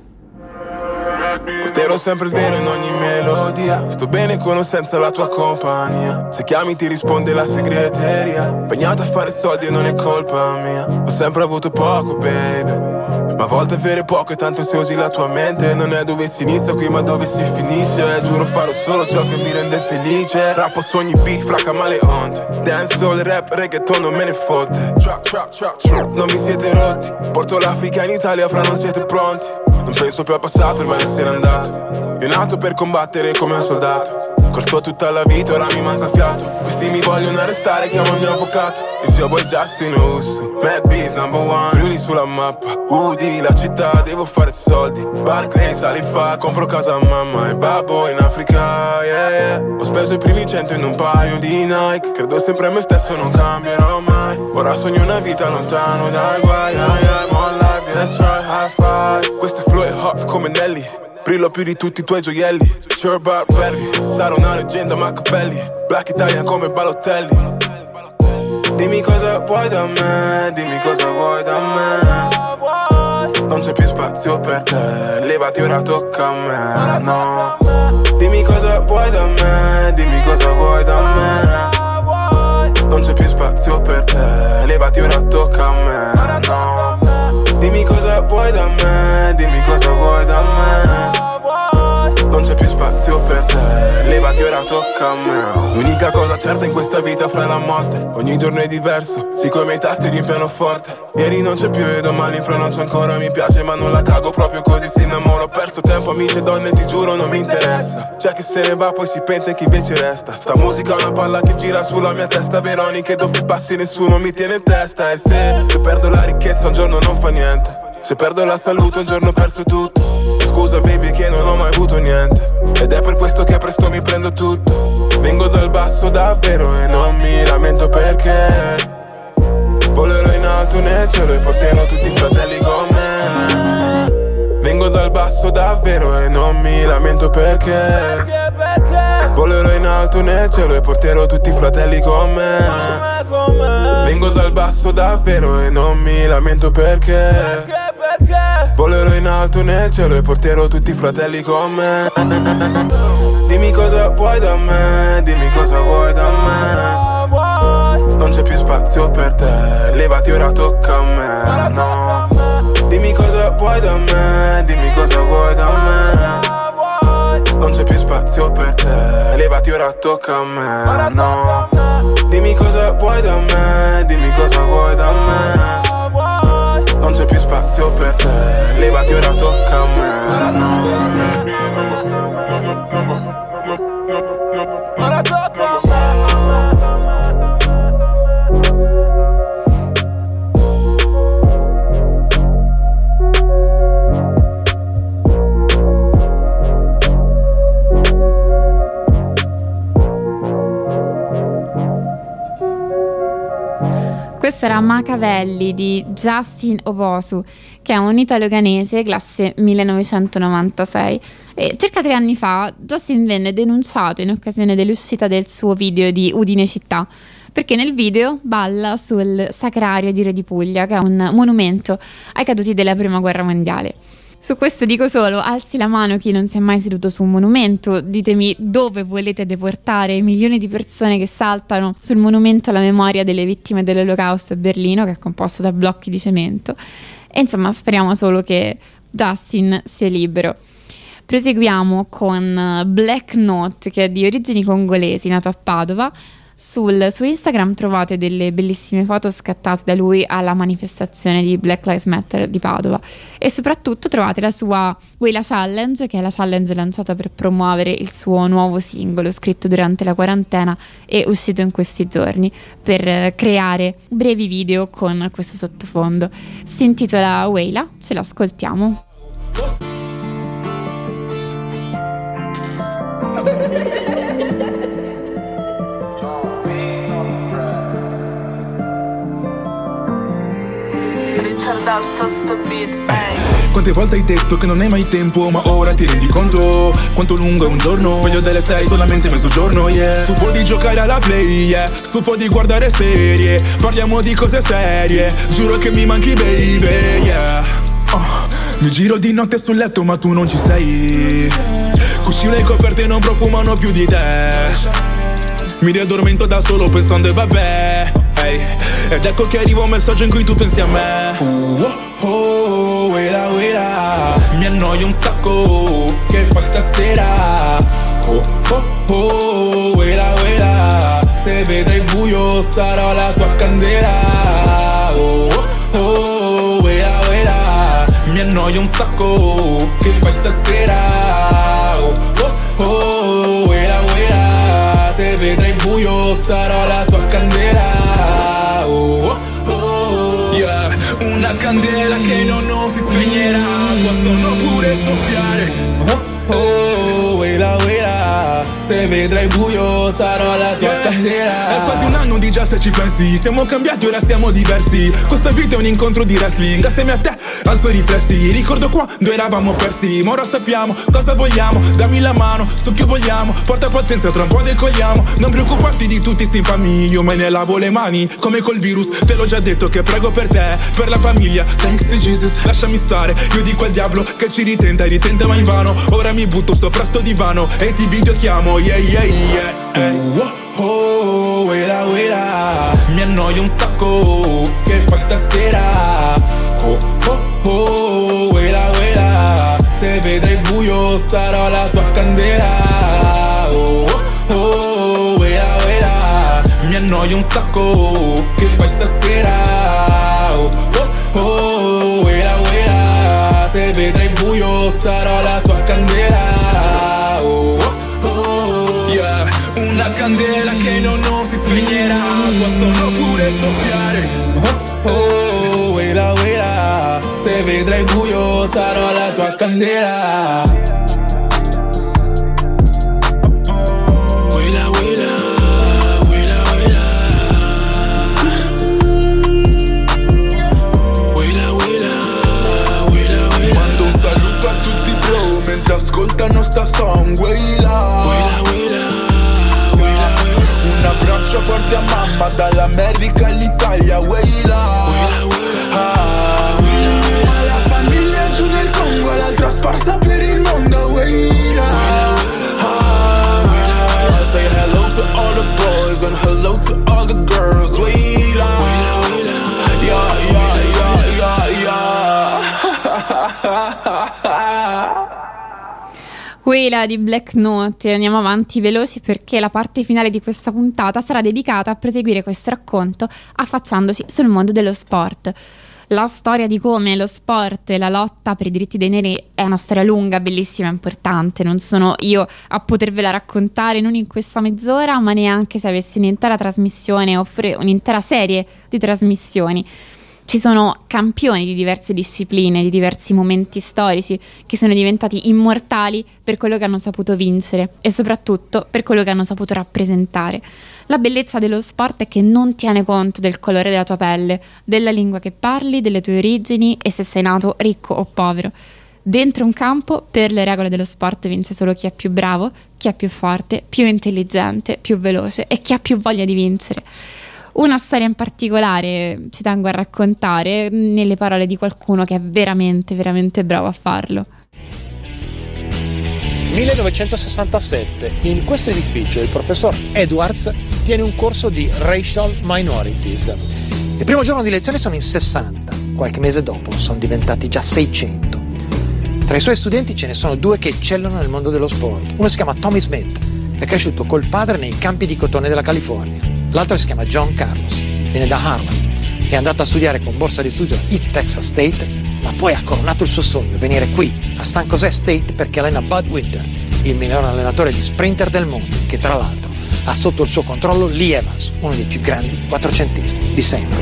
Porterò sempre il vero in ogni melodia. Sto bene con o senza la tua compagnia. Se chiami ti risponde la segreteria. Impegnata a fare soldi e non è colpa mia. Ho sempre avuto poco, baby, ma a volte avere poco è tanto se usi la tua mente. Non è dove si inizia qui ma dove si finisce. Giuro farò solo ciò che mi rende felice. Rappo su ogni beat, fra camaleonte. Dancehall, rap, reggaeton, non me ne fotte. Trap, trap, trap, trap. Non vi siete rotti. Porto l'Africa in Italia, fra non siete pronti. Non penso più al passato, ormai se n'è andato. Io nato per combattere come un soldato. Corso tutta la vita, ora mi manca fiato. Questi mi vogliono arrestare, chiamo il mio avvocato. Il zio boy Justin Uso, Mad Beast number one. Friuli sulla mappa, Udi la città, devo fare soldi. Barclays, Halifax, compro casa a mamma e babbo in Africa, yeah, yeah. Ho speso i primi cento in un paio di Nike. Credo sempre a me stesso, non cambierò mai. Ora sogno una vita lontano dai guai, yeah, yeah. More life, that's right, high five. Questo flow è hot come Nelly. Brillo più di tutti i tuoi gioielli. Sure about Barry, sarò una leggenda Machiavelli. Black Italian come Balotelli. Dimmi cosa vuoi da me, dimmi cosa vuoi da me. Non c'è più spazio per te, levati ora tocca a me, no. Dimmi cosa vuoi da me, dimmi cosa vuoi da me. Non c'è più spazio per te, levati ora tocca a me, no. Dimmi cosa vuoi da me, dimmi cosa vuoi da me. Non c'è più spazio per te, levati ora tocca a me. L'unica cosa certa in questa vita fra la morte. Ogni giorno è diverso, sì come i tasti di un pianoforte. Ieri non c'è più e domani fra non c'è ancora. Mi piace ma non la cago proprio così si innamora. Ho perso tempo amici e donne, ti giuro non mi interessa. C'è chi se ne va poi si pente e chi invece resta. Sta musica è una palla che gira sulla mia testa. Veronica e doppi passi nessuno mi tiene in testa. E se, se perdo la ricchezza un giorno non fa niente. Se perdo la salute un giorno ho perso tutto. Scusa baby che non ho mai avuto niente. Ed è per questo che presto mi prendo tutto. Vengo dal basso davvero e non mi lamento perché volerò in alto nel cielo e porterò tutti i fratelli con me. Vengo dal basso davvero e non mi lamento perché volerò in alto nel cielo e porterò tutti i fratelli con me. Vengo dal basso davvero e non mi lamento perché volerò in alto nel cielo e porterò tutti i fratelli con me. Dimmi cosa vuoi da me, dimmi cosa vuoi da me. Non c'è più spazio per te, levati ora tocca a me, no. Dimmi cosa vuoi da me, dimmi cosa vuoi da me. Non c'è più spazio per te, levati ora tocca a me, no. Dimmi cosa vuoi da me, dimmi cosa vuoi da me. Non c'è più spazio per te, levati ora tocca a me, no. Ora tocca a me. Questo Questa era Machiavelli di Justin Owosu, che è un italo-ghanese classe millenovecentonovantasei. E circa tre anni fa Justin venne denunciato in occasione dell'uscita del suo video di Udine città, perché nel video balla sul Sacrario di Re di Puglia, che è un monumento ai caduti della Prima Guerra Mondiale. Su questo dico solo: alzi la mano chi non si è mai seduto su un monumento, ditemi dove volete deportare i milioni di persone che saltano sul monumento alla memoria delle vittime dell'Olocausto a Berlino, che è composto da blocchi di cemento. E insomma, speriamo solo che Justin sia libero. Proseguiamo con Black Note, che è di origini congolesi, nato a Padova. Sul suo Instagram trovate delle bellissime foto scattate da lui alla manifestazione di Black Lives Matter di Padova, e soprattutto trovate la sua Wayla Challenge, che è la challenge lanciata per promuovere il suo nuovo singolo scritto durante la quarantena e uscito in questi giorni, per creare brevi video con questo sottofondo. Si intitola Wayla, ce l'ascoltiamo. Quante volte hai detto che non hai mai tempo, ma ora ti rendi conto quanto lungo è un giorno? Sveglio delle sei, solamente mezzogiorno, yeah. Stufo di giocare alla play, yeah. Stufo di guardare serie, parliamo di cose serie. Giuro che mi manchi, baby, yeah. Oh, mi giro di notte sul letto ma tu non ci sei. Cuscine e coperte non profumano più di te. Mi riaddormento da solo pensando e vabbè, hey. Ed ecco che arriva un messaggio in cui tu pensi a me. Oh, oh, oh, wera, wera. Mi annoio un sacco, che fai stasera? Oh, oh, oh, wera, wera. Se vedrai il buio sarò la tua candela. Oh, oh, oh, wera, wera. Mi annoio un sacco, che fai stasera? Oh, oh, oh, wera, wera. Se vedrai il buio sarò la tua candela. Oh, oh, oh, yeah. Una candela che non, non si spegnerà, possono pure soffiare. Oh, oh, wera, wera. Se vedrai buio sarò la tua yeah. candela. È quasi un anno di già se ci pensi. Siamo cambiati, ora siamo diversi. Questa vita è un incontro di wrestling. Assieme a te alzo i riflessi. Ricordo quando eravamo persi, ma ora sappiamo cosa vogliamo. Dammi la mano, sto che vogliamo. Porta pazienza, tra un po' decolliamo. Non preoccuparti di tutti sti infami. Io me ne lavo le mani, come col virus. Te l'ho già detto che prego per te, per la famiglia. Thanks to Jesus, lasciami stare. Io dico al diavolo che ci ritenta e ritenta ma invano. Ora mi butto sopra sto divano e ti videochiamo. Yeah, yeah, yeah, hey. Oh, oh, wera, wera. Mi annoio un sacco, che fai stasera? Oh, oh, oh, wera, wera. Se vedrai il buio sarò la tua candela. Oh, oh, oh, wera, wera. Mi annoio un sacco, che fai stasera? Oh, oh, oh, wera, wera. Se vedrai il buio sarò la tua candela. Oh, oh, yeah. Una candela che non, non si spegnerà, possono pure soffiare. Oh, oh, wera, wera. Se vedrai il buio sarò la tua candela. Wera, wera, wera, wera. Wera, wera, wera, wera. Mando un saluto a tutti bro mentre ascoltano sta song. Wera, wera, wera. Un abbraccio forte a mamma dall'America all'Italia, Wayla. Ah, alla famiglia giù nel Congo, l'altra sparsa per il mondo, Wayla. Ah, say hello to all the boys and hello to all the girls, Wayla. Yeah, yeah, yeah, yeah, yeah. Wayla di Black Note. Andiamo avanti veloci perché la parte finale di questa puntata sarà dedicata a proseguire questo racconto affacciandosi sul mondo dello sport. La storia di come lo sport e la lotta per i diritti dei neri è una storia lunga, bellissima, importante. Non sono io a potervela raccontare non in questa mezz'ora, ma neanche se avessi un'intera trasmissione, offrire un'intera serie di trasmissioni. Ci sono campioni di diverse discipline, di diversi momenti storici che sono diventati immortali per quello che hanno saputo vincere e soprattutto per quello che hanno saputo rappresentare. La bellezza dello sport è che non tiene conto del colore della tua pelle, della lingua che parli, delle tue origini e se sei nato ricco o povero. Dentro un campo, per le regole dello sport, vince solo chi è più bravo, chi è più forte, più intelligente, più veloce e chi ha più voglia di vincere. Una storia in particolare ci tengo a raccontare nelle parole di qualcuno che è veramente, veramente bravo a farlo. millenovecentosessantasette. In questo edificio il professor Edwards tiene un corso di Racial Minorities. Il primo giorno di lezione sono in sessanta, qualche mese dopo sono diventati già seicento. Tra i suoi studenti ce ne sono due che eccellano nel mondo dello sport. Uno si chiama Tommy Smith, è cresciuto col padre nei campi di cotone della California. L'altro si chiama John Carlos, viene da Harvard, è andato a studiare con borsa di studio al Texas State, ma poi ha coronato il suo sogno, venire qui a San Jose State perché allena Bud Winter, il miglior allenatore di sprinter del mondo, che tra l'altro ha sotto il suo controllo Lee Evans, uno dei più grandi quattrocentisti di sempre.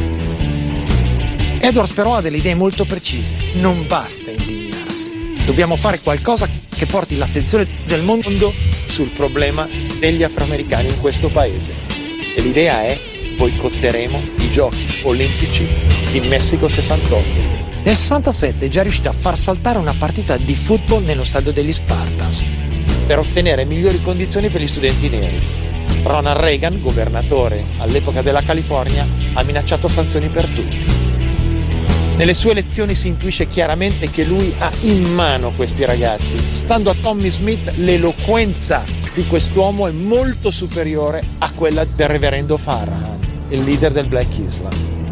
Edwards però ha delle idee molto precise, non basta indignarsi, dobbiamo fare qualcosa che porti l'attenzione del mondo sul problema degli afroamericani in questo paese. E l'idea è: boicotteremo i giochi olimpici in Messico sessantotto. Nel sessantasette è già riuscito a far saltare una partita di football nello stadio degli Spartans per ottenere migliori condizioni per gli studenti neri. Ronald Reagan, governatore all'epoca della California, ha minacciato sanzioni per tutti. Nelle sue lezioni si intuisce chiaramente che lui ha in mano questi ragazzi. Stando a Tommy Smith, l'eloquenza di quest'uomo è molto superiore a quella del reverendo Farrahan, il leader del Black Islam.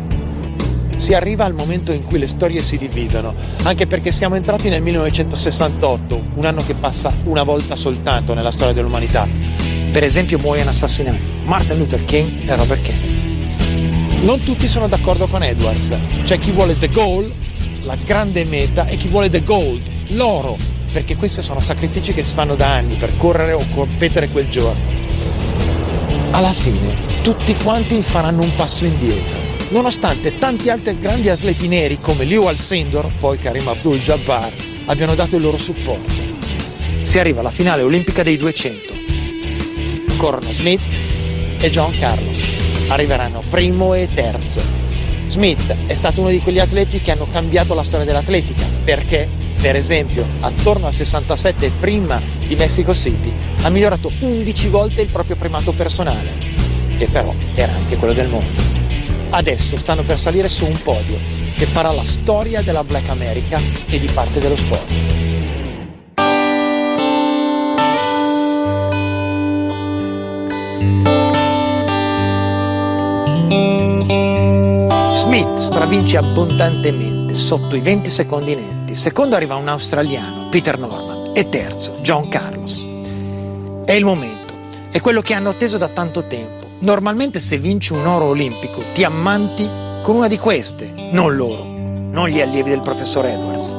Si arriva al momento in cui le storie si dividono, anche perché siamo entrati nel millenovecentosessantotto, un anno che passa una volta soltanto nella storia dell'umanità. Per esempio muoiono assassinati Martin Luther King e Robert Kennedy. Non tutti sono d'accordo con Edwards, c'è chi vuole the goal, la grande meta, e chi vuole the gold, l'oro, perché questi sono sacrifici che si fanno da anni per correre o competere quel giorno. Alla fine tutti quanti faranno un passo indietro, nonostante tanti altri grandi atleti neri come Lew Alcindor, poi Kareem Abdul-Jabbar, abbiano dato il loro supporto. Si arriva alla finale olimpica dei duecento. Corrono Smith e John Carlos, arriveranno primo e terzo. Smith è stato uno di quegli atleti che hanno cambiato la storia dell'atletica, perché, per esempio, attorno al sessantasette, prima di Mexico City, ha migliorato undici volte il proprio primato personale, che però era anche quello del mondo. Adesso stanno per salire su un podio che farà la storia della Black America e di parte dello sport. Smith stravince abbondantemente sotto i venti secondi netti. Secondo arriva un australiano, Peter Norman, e terzo, John Carlos. È il momento, è quello che hanno atteso da tanto tempo. Normalmente se vinci un oro olimpico ti ammanti con una di queste, non loro, non gli allievi del professor Edwards.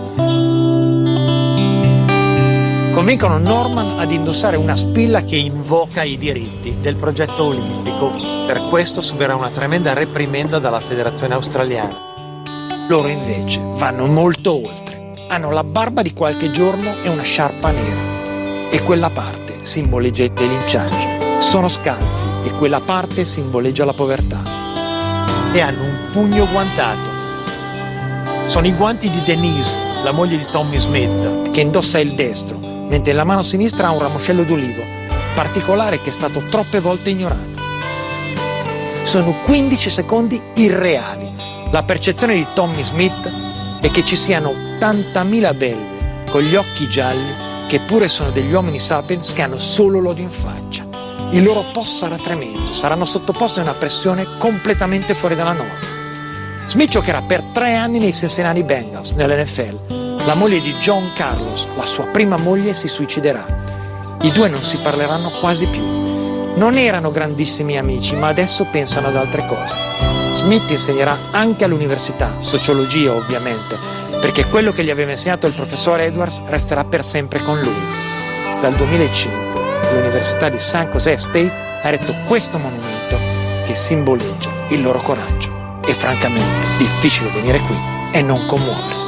Convincono Norman ad indossare una spilla che invoca i diritti del progetto olimpico. Per questo subirà una tremenda reprimenda dalla federazione australiana. Loro invece vanno molto oltre. Hanno la barba di qualche giorno e una sciarpa nera. E quella parte simboleggia i linciaggi. Sono scalzi e quella parte simboleggia la povertà. E hanno un pugno guantato. Sono i guanti di Denise, la moglie di Tommy Smith, che indossa il destro, mentre nella mano sinistra ha un ramoscello d'olivo, particolare che è stato troppe volte ignorato. Sono quindici secondi irreali. La percezione di Tommy Smith è che ci siano ottantamila belve con gli occhi gialli che pure sono degli uomini sapiens che hanno solo l'odio in faccia. Il loro post sarà tremendo, saranno sottoposti a una pressione completamente fuori dalla norma. Smith giocherà per tre anni nei Cincinnati Bengals, nell'N F L. La moglie di John Carlos, la sua prima moglie, si suiciderà. I due non si parleranno quasi più. Non erano grandissimi amici, ma adesso pensano ad altre cose. Smith insegnerà anche all'università, sociologia ovviamente, perché quello che gli aveva insegnato il professor Edwards resterà per sempre con lui. Dal duemilacinque l'Università di San Jose State ha eretto questo monumento che simboleggia il loro coraggio. e francamente difficile venire qui e non commuoversi.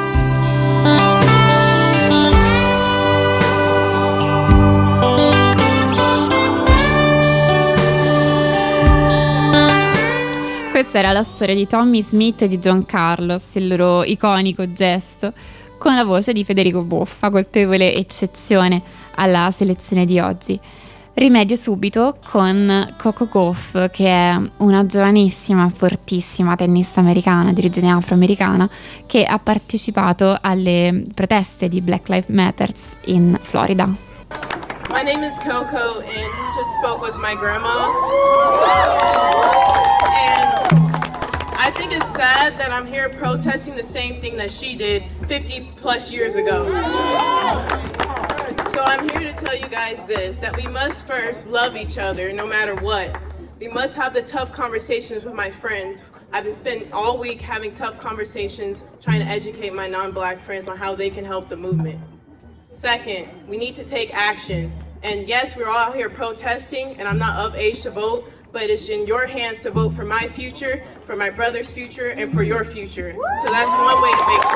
Questa era la storia di Tommy Smith e di John Carlos, il loro iconico gesto, con la voce di Federico Boffa, colpevole eccezione alla selezione di oggi. Rimedio subito con Coco Gauff, che è una giovanissima, fortissima tennista americana di origine afroamericana che ha partecipato alle proteste di Black Lives Matter in Florida. My name is Coco, and who just spoke was my grandma. And I think it's sad that I'm here protesting the same thing that she did fifty plus years ago. So I'm here to tell you guys this, that we must first love each other no matter what. We must have the tough conversations with my friends. I've been spending all week having tough conversations trying to educate my non-black friends on how they can help the movement. Second, we need to take action. And yes, we're all here protesting, and I'm not of age to vote, but it's in your hands to vote for my future, for my brother's future, and for your future. So that's one way to make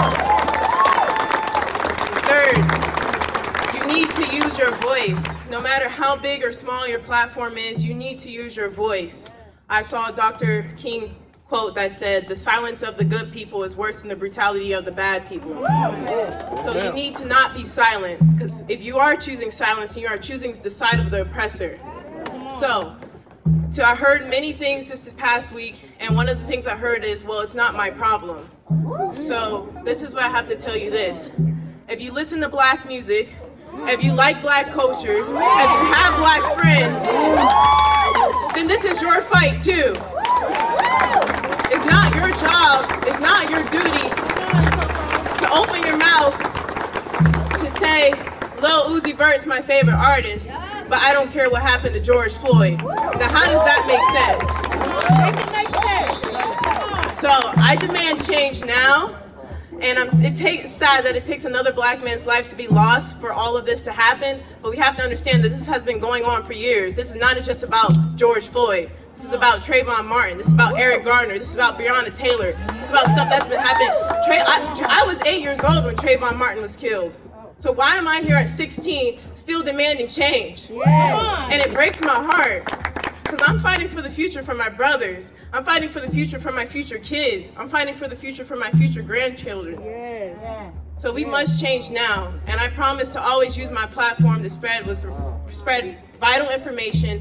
change. Third, you need to use your voice. No matter how big or small your platform is, you need to use your voice. I saw a Doctor King quote that said, "The silence of the good people is worse than the brutality of the bad people." So you need to not be silent, because if you are choosing silence, you are choosing the side of the oppressor. So, to, I heard many things this past week, and one of the things I heard is, well, it's not my problem. So, this is what I have to tell you this. If you listen to black music, if you like black culture, if you have black friends, then this is your fight too. It's not your job, it's not your duty to open your mouth to say, Lil Uzi Vert's my favorite artist, but I don't care what happened to George Floyd. Now how does that make sense? So I demand change now. And I'm, it takes sad that it takes another black man's life to be lost for all of this to happen. But we have to understand that this has been going on for years. This is not just about George Floyd. This is about Trayvon Martin. This is about Eric Garner. This is about Breonna Taylor. This is about stuff that's been happening. Trey, I, I was eight years old when Trayvon Martin was killed. So why am I here at sixteen still demanding change? Yeah. And it breaks my heart. Because I'm fighting for the future for my brothers. I'm fighting for the future for my future kids. I'm fighting for the future for my future grandchildren. Yeah. So we must change now. And I promise to always use my platform to spread, was, spread vital information.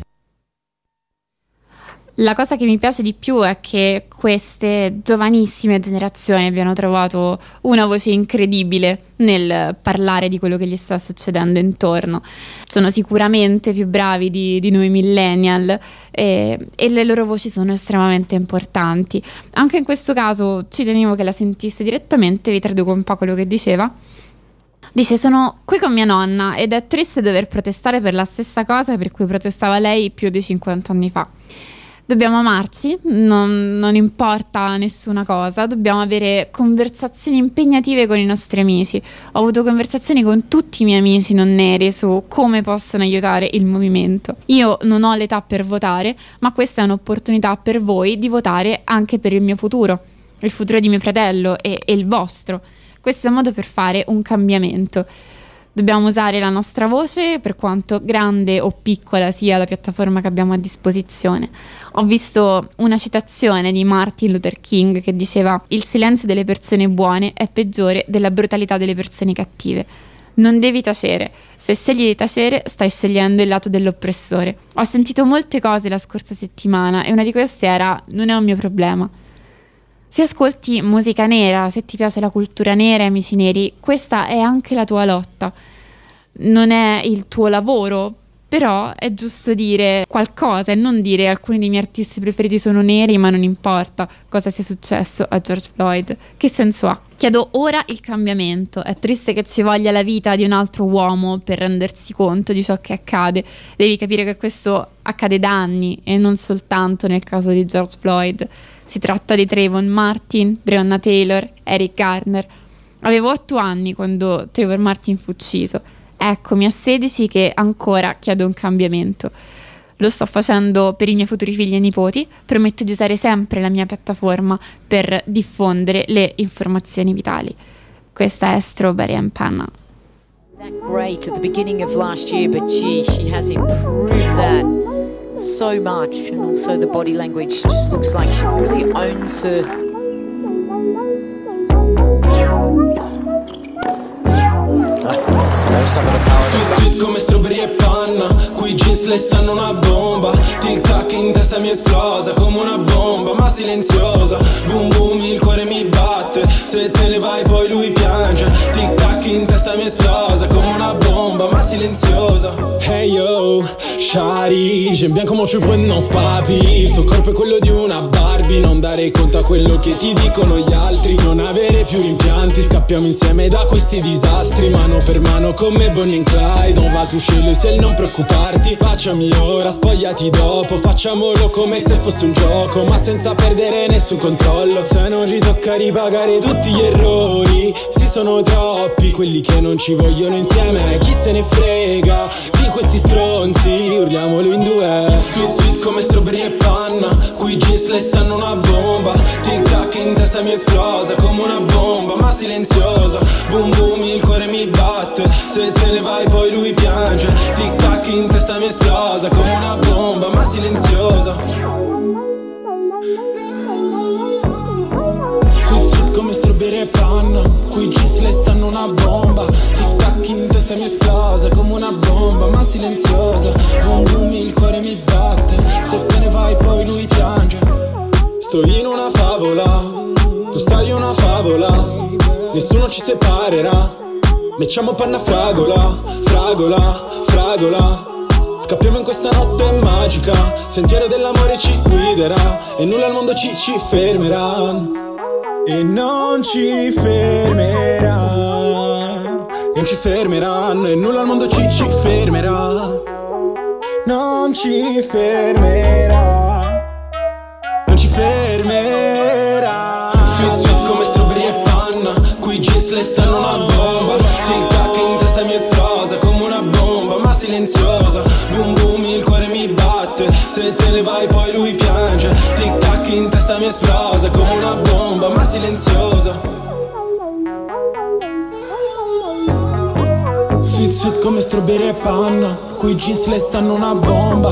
La cosa che mi piace di più è che queste giovanissime generazioni abbiano trovato una voce incredibile nel parlare di quello che gli sta succedendo intorno. Sono sicuramente più bravi di, di noi millennial e, e le loro voci sono estremamente importanti. Anche in questo caso ci tenevo che la sentiste direttamente, vi traduco un po' quello che diceva. Dice: sono qui con mia nonna ed è triste dover protestare per la stessa cosa per cui protestava lei più di cinquanta anni fa. Dobbiamo amarci, non, non importa nessuna cosa, dobbiamo avere conversazioni impegnative con i nostri amici. Ho avuto conversazioni con tutti i miei amici non neri su come possono aiutare il movimento. Io non ho l'età per votare, ma questa è un'opportunità per voi di votare anche per il mio futuro, il futuro di mio fratello e, e il vostro. Questo è un modo per fare un cambiamento. Dobbiamo usare la nostra voce, per quanto grande o piccola sia la piattaforma che abbiamo a disposizione. Ho visto una citazione di Martin Luther King che diceva: il silenzio delle persone buone è peggiore della brutalità delle persone cattive. Non devi tacere. Se scegli di tacere, stai scegliendo il lato dell'oppressore. Ho sentito molte cose la scorsa settimana e una di queste era: non è un mio problema. Se ascolti musica nera, se ti piace la cultura nera e amici neri, questa è anche la tua lotta. Non è il tuo lavoro, però è giusto dire qualcosa e non dire alcuni dei miei artisti preferiti sono neri, ma non importa cosa sia successo a George Floyd. Che senso ha? Chiedo ora il cambiamento. È triste che ci voglia la vita di un altro uomo per rendersi conto di ciò che accade. Devi capire che questo accade da anni e non soltanto nel caso di George Floyd. Si tratta di Trayvon Martin, Breonna Taylor, Eric Garner. Avevo otto anni quando Trayvon Martin fu ucciso. Eccomi a sedici che ancora chiedo un cambiamento. lo sto facendo per i miei futuri figli e nipoti, prometto di usare sempre la mia piattaforma per diffondere le informazioni vitali. Questa è Strawberry and Panna. That great at the beginning of last year, but gee, she has improved that so much, and also the body language just looks like she really owns her. Sweet sweet come strawberry e panna, qui jeans le stanno una bomba. Tic tac in testa mi esplosa come una bomba ma silenziosa. Boom boom il cuore mi batte, se te ne vai poi lui piange. Tic tac in testa mi esplosa come una bomba ma silenziosa. Hey yo, Shari, j'aime bien comment tu prends non spapi. Il tuo corpo è quello di una Barbie, non dare conto a quello che ti dicono gli altri. Non avere più rimpianti, scappiamo insieme da questi disastri. Mano per mano come Bonnie and Clyde, on va toucher le ciel, non preoccuparti. Baciami ora, spogliati dopo, facciamolo come se fosse un gioco, ma senza perdere nessun controllo. Se non ci tocca ripagare tutti gli errori, si sono troppi quelli che non ci vogliono insieme. Chi se ne frega di questi stronzi, urliamolo in due. Sweet sweet come strawberry e panna, qui jeans le stanno una bomba. Tic tac in testa mi esplosa come una bomba ma silenziosa. Boom boom il cuore mi batte, se te ne vai poi lui piange. Tic tac in testa mi esplosa come una bomba ma silenziosa. Sweet sweet come strawberry e panna, qui jeans le stanno una bomba. Tic tac in testa mi esplosa come una bomba ma silenziosa. Boom boom il cuore mi batte, se te ne vai poi lui piange. Sto in una favola, tu stai in una favola, nessuno ci separerà. Mettiamo panna fragola, fragola, fragola. Scappiamo in questa notte magica, sentiero dell'amore ci guiderà e nulla al mondo ci, ci fermerà. E non ci fermerà, non ci fermeranno e nulla al mondo ci, ci fermerà. Non ci fermerà, non ci fermerà. Sweet sweet come strawberry e panna, qui jeans le stanno una bomba. Tic tac in testa mi esplosa come una bomba ma silenziosa. Boom boom il cuore mi batte, se te ne vai poi lui piange. Tic tac in testa mi esplosa come una bomba ma silenziosa. Sweet sweet come strawberry e panna, qui jeans le stanno una bomba.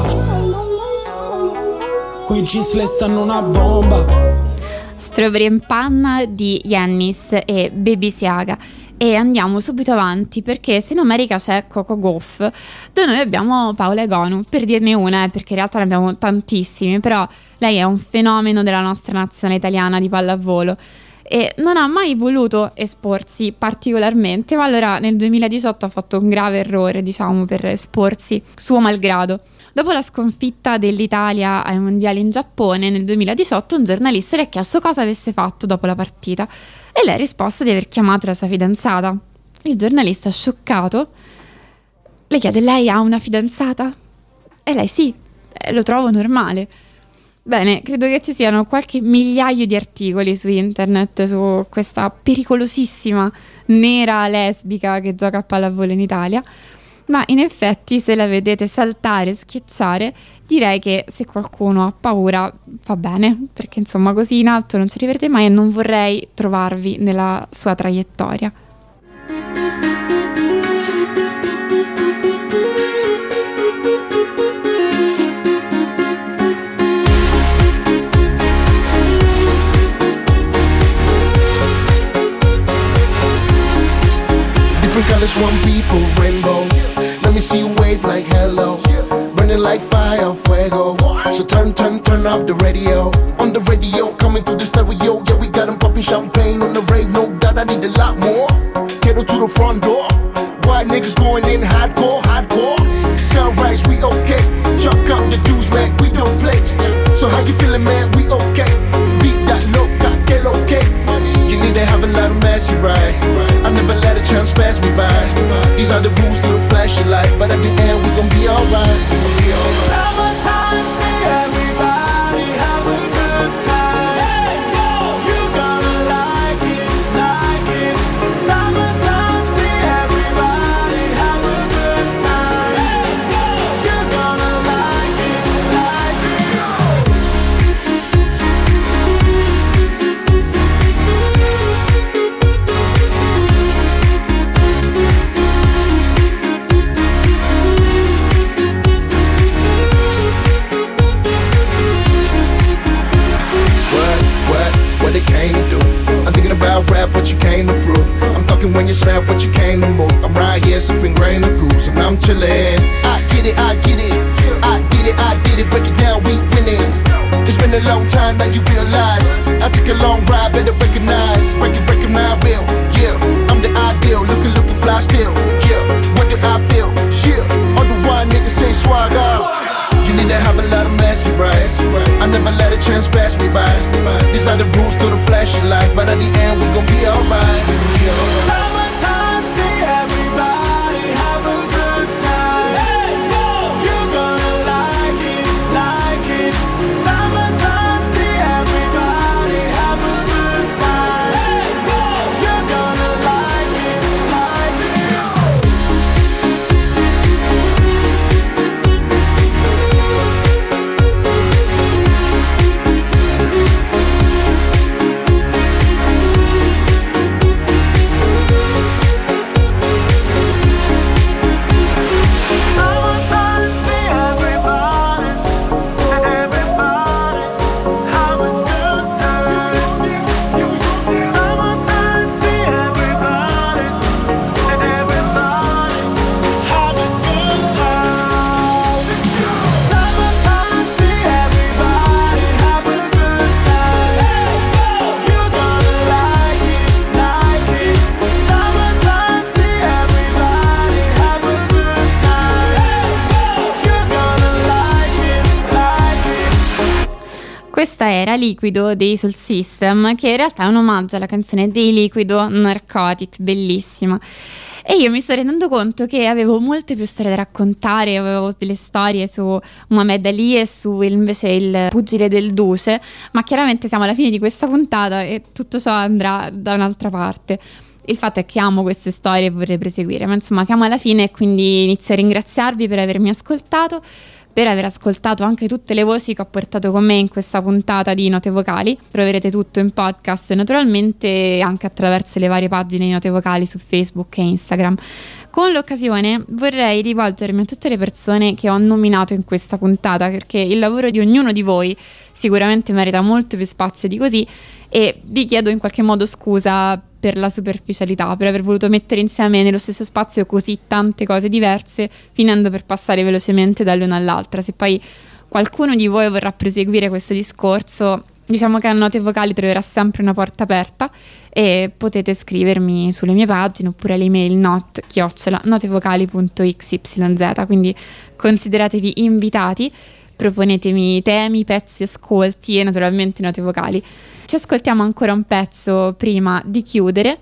Qui jeans le stanno una bomba. Strawberry and Panna di Yannis e Baby Siaga. E andiamo subito avanti perché se in America c'è Coco Gauff, da noi abbiamo Paola Egonu, per dirne una, eh, perché in realtà ne abbiamo tantissimi, però lei è un fenomeno della nostra nazione italiana di pallavolo e non ha mai voluto esporsi particolarmente, ma allora nel duemiladiciotto ha fatto un grave errore, diciamo, per esporsi suo malgrado. Dopo la sconfitta dell'Italia ai mondiali in Giappone nel duemiladiciotto, un giornalista le ha chiesto cosa avesse fatto dopo la partita e lei ha risposto di aver chiamato la sua fidanzata. Il giornalista, scioccato, le chiede: lei ha una fidanzata? E lei sì, eh, lo trovo normale. Bene, credo che ci siano qualche migliaio di articoli su internet su questa pericolosissima nera lesbica che gioca a pallavolo in Italia. Ma in effetti, se la vedete saltare e schiacciare, direi che se qualcuno ha paura va bene, perché insomma così in alto non ci arriverete mai e non vorrei trovarvi nella sua traiettoria. Different colors, one people, rainbow. Let me see you wave like hello. Burning like fire, fuego. So turn, turn, turn up the radio. On the radio, coming to the stereo. Yeah, we got them popping champagne on the rave. No doubt I need a lot more. Get to the front door. White niggas going in hardcore, hardcore. Sunrise, we okay. Chuck up the dudes, man, we don't play. So how you feeling, man? We okay. Vida loca, que lo que. You need to have a lot of massive rides. I never let a chance pass me by. These are the rules to the flashing light, but at the end we gon' be alright. Summertime, see everybody have a good time. Hey, yo, you gonna like it, like it. Summertime, see everybody have a good time. Hey, yo, you gonna like it, when you snap what you came to move. I'm right here sipping grain of goose and I'm chillin'. I get it, I get it, I did it, I did it, break it down, we winning. It's been a long time, now you realize I took a long ride, better recognize. Break it, break it now, real, yeah. I'm the ideal, looking, looking fly still, yeah. What do I feel? Yeah. All the one niggas say swagger. You need to have a lot of messy rights. I never let a chance pass me by. These are the rules to the flashy life, but at the end we gon' be alright. Summertime, see everybody have a good time. You're gonna like it, like it. Summertime, see everybody have a good time. You're gonna like it, like it. Questa era Liquido dei Soul System, che in realtà è un omaggio alla canzone dei Liquido, Narcotic, bellissima. E io mi sto rendendo conto che avevo molte più storie da raccontare, avevo delle storie su Muhammad Ali e su il, invece il pugile del Duce, ma chiaramente siamo alla fine di questa puntata e tutto ciò andrà da un'altra parte. Il fatto è che amo queste storie e vorrei proseguire, ma insomma siamo alla fine e quindi inizio a ringraziarvi per avermi ascoltato, per aver ascoltato anche tutte le voci che ho portato con me in questa puntata di Note Vocali. Troverete tutto in podcast naturalmente anche attraverso le varie pagine di Note Vocali su Facebook e Instagram. Con l'occasione vorrei rivolgermi a tutte le persone che ho nominato in questa puntata, perché il lavoro di ognuno di voi sicuramente merita molto più spazio di così e vi chiedo in qualche modo scusa per la superficialità, per aver voluto mettere insieme nello stesso spazio così tante cose diverse, finendo per passare velocemente dall'una all'altra. Se poi qualcuno di voi vorrà proseguire questo discorso, diciamo che a Note Vocali troverà sempre una porta aperta e potete scrivermi sulle mie pagine oppure all'email not chiocciola notevocali punto x y z, quindi consideratevi invitati, proponetemi temi, pezzi, ascolti e naturalmente note vocali. Ci ascoltiamo ancora un pezzo prima di chiudere.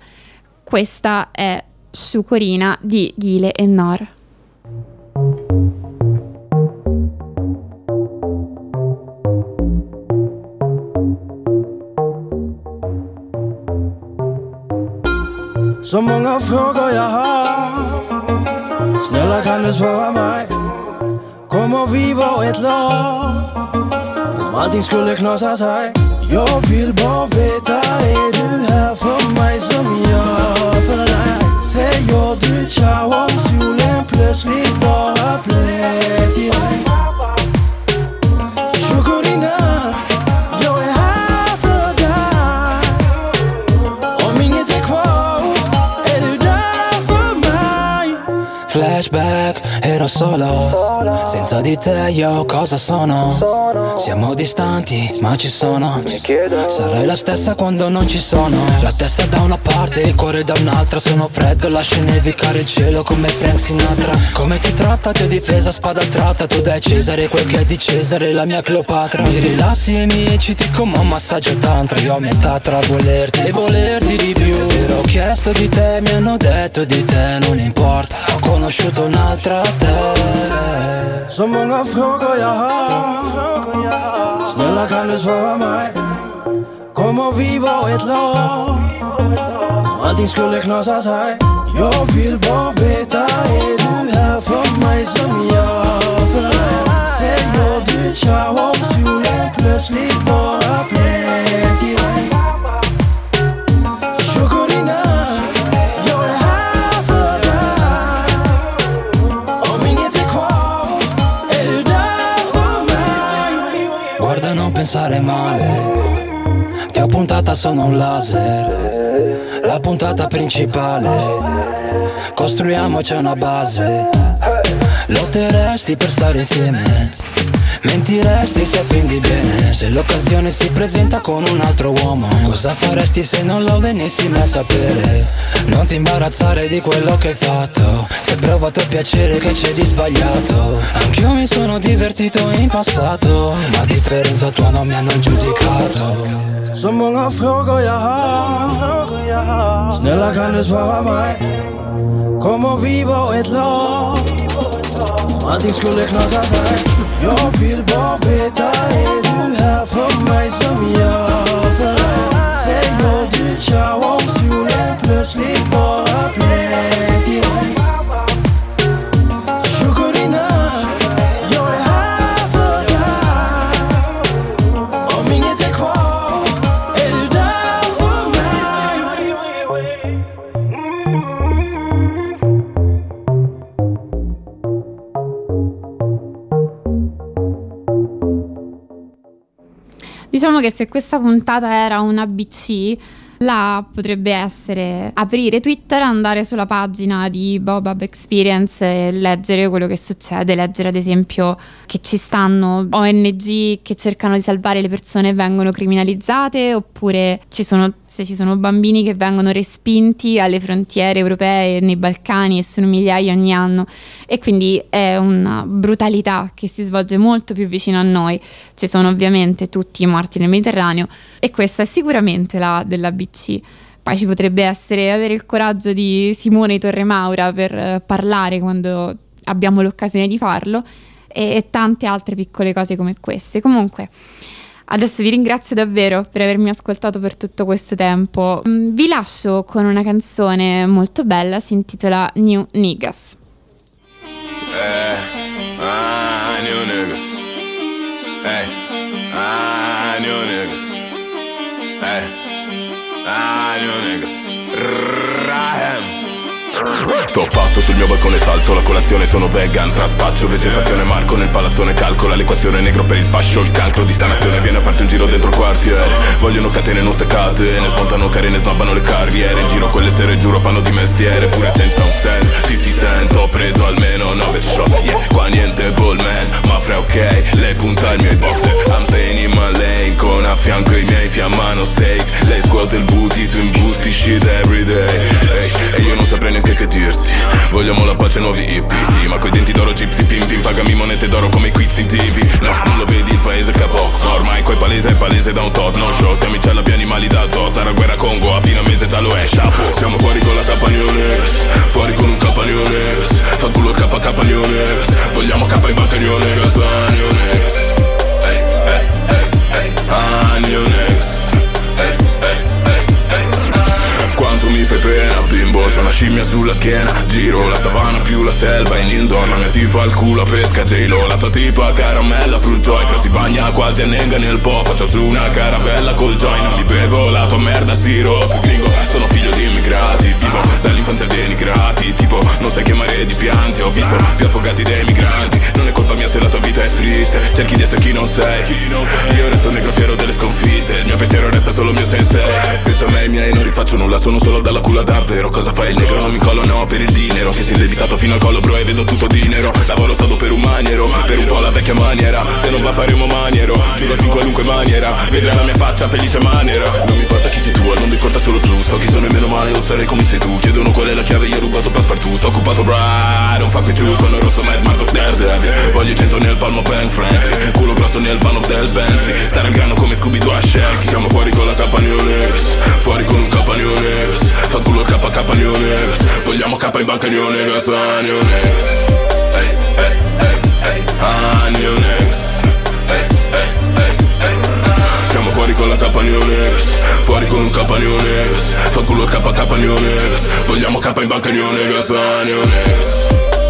Questa è Shukorina di Ghile e Nor. Så många frågor jag har. Snälla kan du svara mig? Kommer vi vara ett lag? Om allting skulle knasa sig. Jag vill bara veta, är du här för mig som jag för dig? Säger du ciao om solen plötsligt bara blev till mig? Shukorina, jag är här för dig. Om inget är kvar, är du där för mig? Flashback, ero solo, senza di te io cosa sono? Siamo distanti ma ci sono. Sarai la stessa quando non ci sono. La testa da una parte, il cuore da un'altra. Sono freddo, lascio nevicare il cielo come Frank Sinatra. Come ti tratta, ti ho difesa, spada tratta. Tu dai Cesare quel che è di Cesare, la mia Cleopatra. Mi rilassi e mi ecciti come un massaggio tantra. Io ho metà tra volerti e volerti di più. È vero, ho chiesto di te, mi hanno detto di te non importa, ho conosciuto un'altra te. Så många frågor jag har. Snälla kan du svara mig? Kommer vi vara ett lag? Om allting skulle knasa sig. Jag vill bara veta, är du här för mig som jag för dig? Säger du ciao om solen plötsligt bara blev till dig? Shukorina, jag är här för dig. Om inget är kvar, är du där för mig? Guarda, non pensare male, ti ho L'unica puntata sono un laser, la puntata principale. Costruiamoci una base. Lotteresti per stare insieme, mentiresti se offendi bene. Se l'occasione si presenta con un altro uomo, cosa faresti se non lo venissi mai a sapere? Non ti imbarazzare di quello che hai fatto, se hai provato a piacere che c'è di sbagliato. Anch'io mi sono divertito in passato, ma a differenza tua non mi hanno giudicato. Sommige vragen je haar, sneller kan dus waar mij. Como vivo het love, want ik schuldig naar zijn zijn. Jag vill bara veta, är du här för mig som jag för dig? Säger du ciao om solen plötsligt bara blev till mig? Shukurina, jag är här för dig. Om inget är kvar, är du där för mig? Diciamo che se questa puntata era un A B C, la potrebbe essere aprire Twitter, andare sulla pagina di Bobab Experience e leggere quello che succede, leggere ad esempio che ci stanno O N G che cercano di salvare le persone e vengono criminalizzate, oppure ci sono, se ci sono bambini che vengono respinti alle frontiere europee nei Balcani, e sono migliaia ogni anno, e quindi è una brutalità che si svolge molto più vicino a noi. Ci sono ovviamente tutti i morti nel Mediterraneo, e questa è sicuramente la dell'A B C. Poi ci potrebbe essere avere il coraggio di Simone Torre Maura per eh, parlare quando abbiamo l'occasione di farlo, e, e tante altre piccole cose come queste. Comunque adesso vi ringrazio davvero per avermi ascoltato per tutto questo tempo. Vi lascio con una canzone molto bella, si intitola New Niggas. Hey, ah, new niggas. Hey, ah, new niggas. Hey, ah, new niggas. Rahem. Sto fatto sul mio balcone, salto la colazione, sono vegan, traspaccio vegetazione, Marco nel palazzone calcola l'equazione, negro per il fascio, il cancro di sta nazione viene a farti un giro dentro il quartiere. Vogliono catene, non ste catene, spuntano carene, snabbano le carriere, in giro quelle sere giuro fanno di mestiere, pure senza un cent, cinquanta cent, ho preso almeno nove shot, yeah, qua niente ballman, ma fra ok, lei punta il mio boxer, I'm staying in my lane, con a fianco i miei fiammano steak, lei scuote il booty, tu imbusti shit everyday, hey, e io non saprei neanche che dirti, vogliamo la pace, nuovi hippie, sì, ma coi denti d'oro gypsy pim pim, pagami monete d'oro come i quiz in T V, no, non lo vedi il paese capo, no, ormai qua è palese, è palese da un tot, no show, siamo in cella più animali da zoo, sarà guerra Congo, a fine mese già lo è, chapeau, siamo fuori con la campagnones, fuori con un campagnones, fa culo il K campagnones, vogliamo K in banca niones, ah niones, ehi, ehi, ehi, ehi, ah niones, ehi, ehi, ehi, ehi, quanto mi fai pena bimbo, c'è una scimmia sulla schiena, giro la savana più la selva in indoor, la mia tipa al culo a pesca J-Lo, la tua tipa caramella fruit joy, fra si bagna quasi a nenga nel po', faccio su una caravella col joy, non mi bevo la tua merda sirope, gringo, sono figlio di immigrati, vivo dall'infanzia denigrati, tipo non sai che mare di pianti, ho visto più affogati dei migranti, non è colpa mia se la tua vita è triste, cerchi di essere chi non sei, io resto negro fiero delle sconfitte, il mio pensiero resta solo mio sensei, penso a me e i miei non rifaccio nulla, sono solo dalla culla davvero, cosa fai il negro? Non mi collo no per il dinero, che sei indebitato fino al collo bro e vedo tutto dinero, lavoro stato per un maniero, per un po' la vecchia maniera, se non va faremo maniero, giuro in qualunque maniera, vedrai la mia faccia felice maniera, non mi importa chi sei tu, non mi importa solo il flusso, chi sono e meno male o sarei come sei tu, chiedono qual è la chiave, io ho rubato passepartout, sto occupato bra, non fa qui giù, sono rosso mad Marduk Daredevil, voglio cento nel palmo Ben Franklin, culo grosso nel vano del Bentley, stare al grano come Scooby-Doo a Shaq, siamo fuori con la campagnones, fuori con un campagnones, fa culo il K campagnones, vogliamo K in banca niones, ah niones, ehi, ehi, ehi, ehi, ah niones, ehi, ehi, ehi, ehi, siamo fuori con la campagnones, fuori con un campagnones, fa culo il K campagnones, vogliamo K in banca niones, ah niones.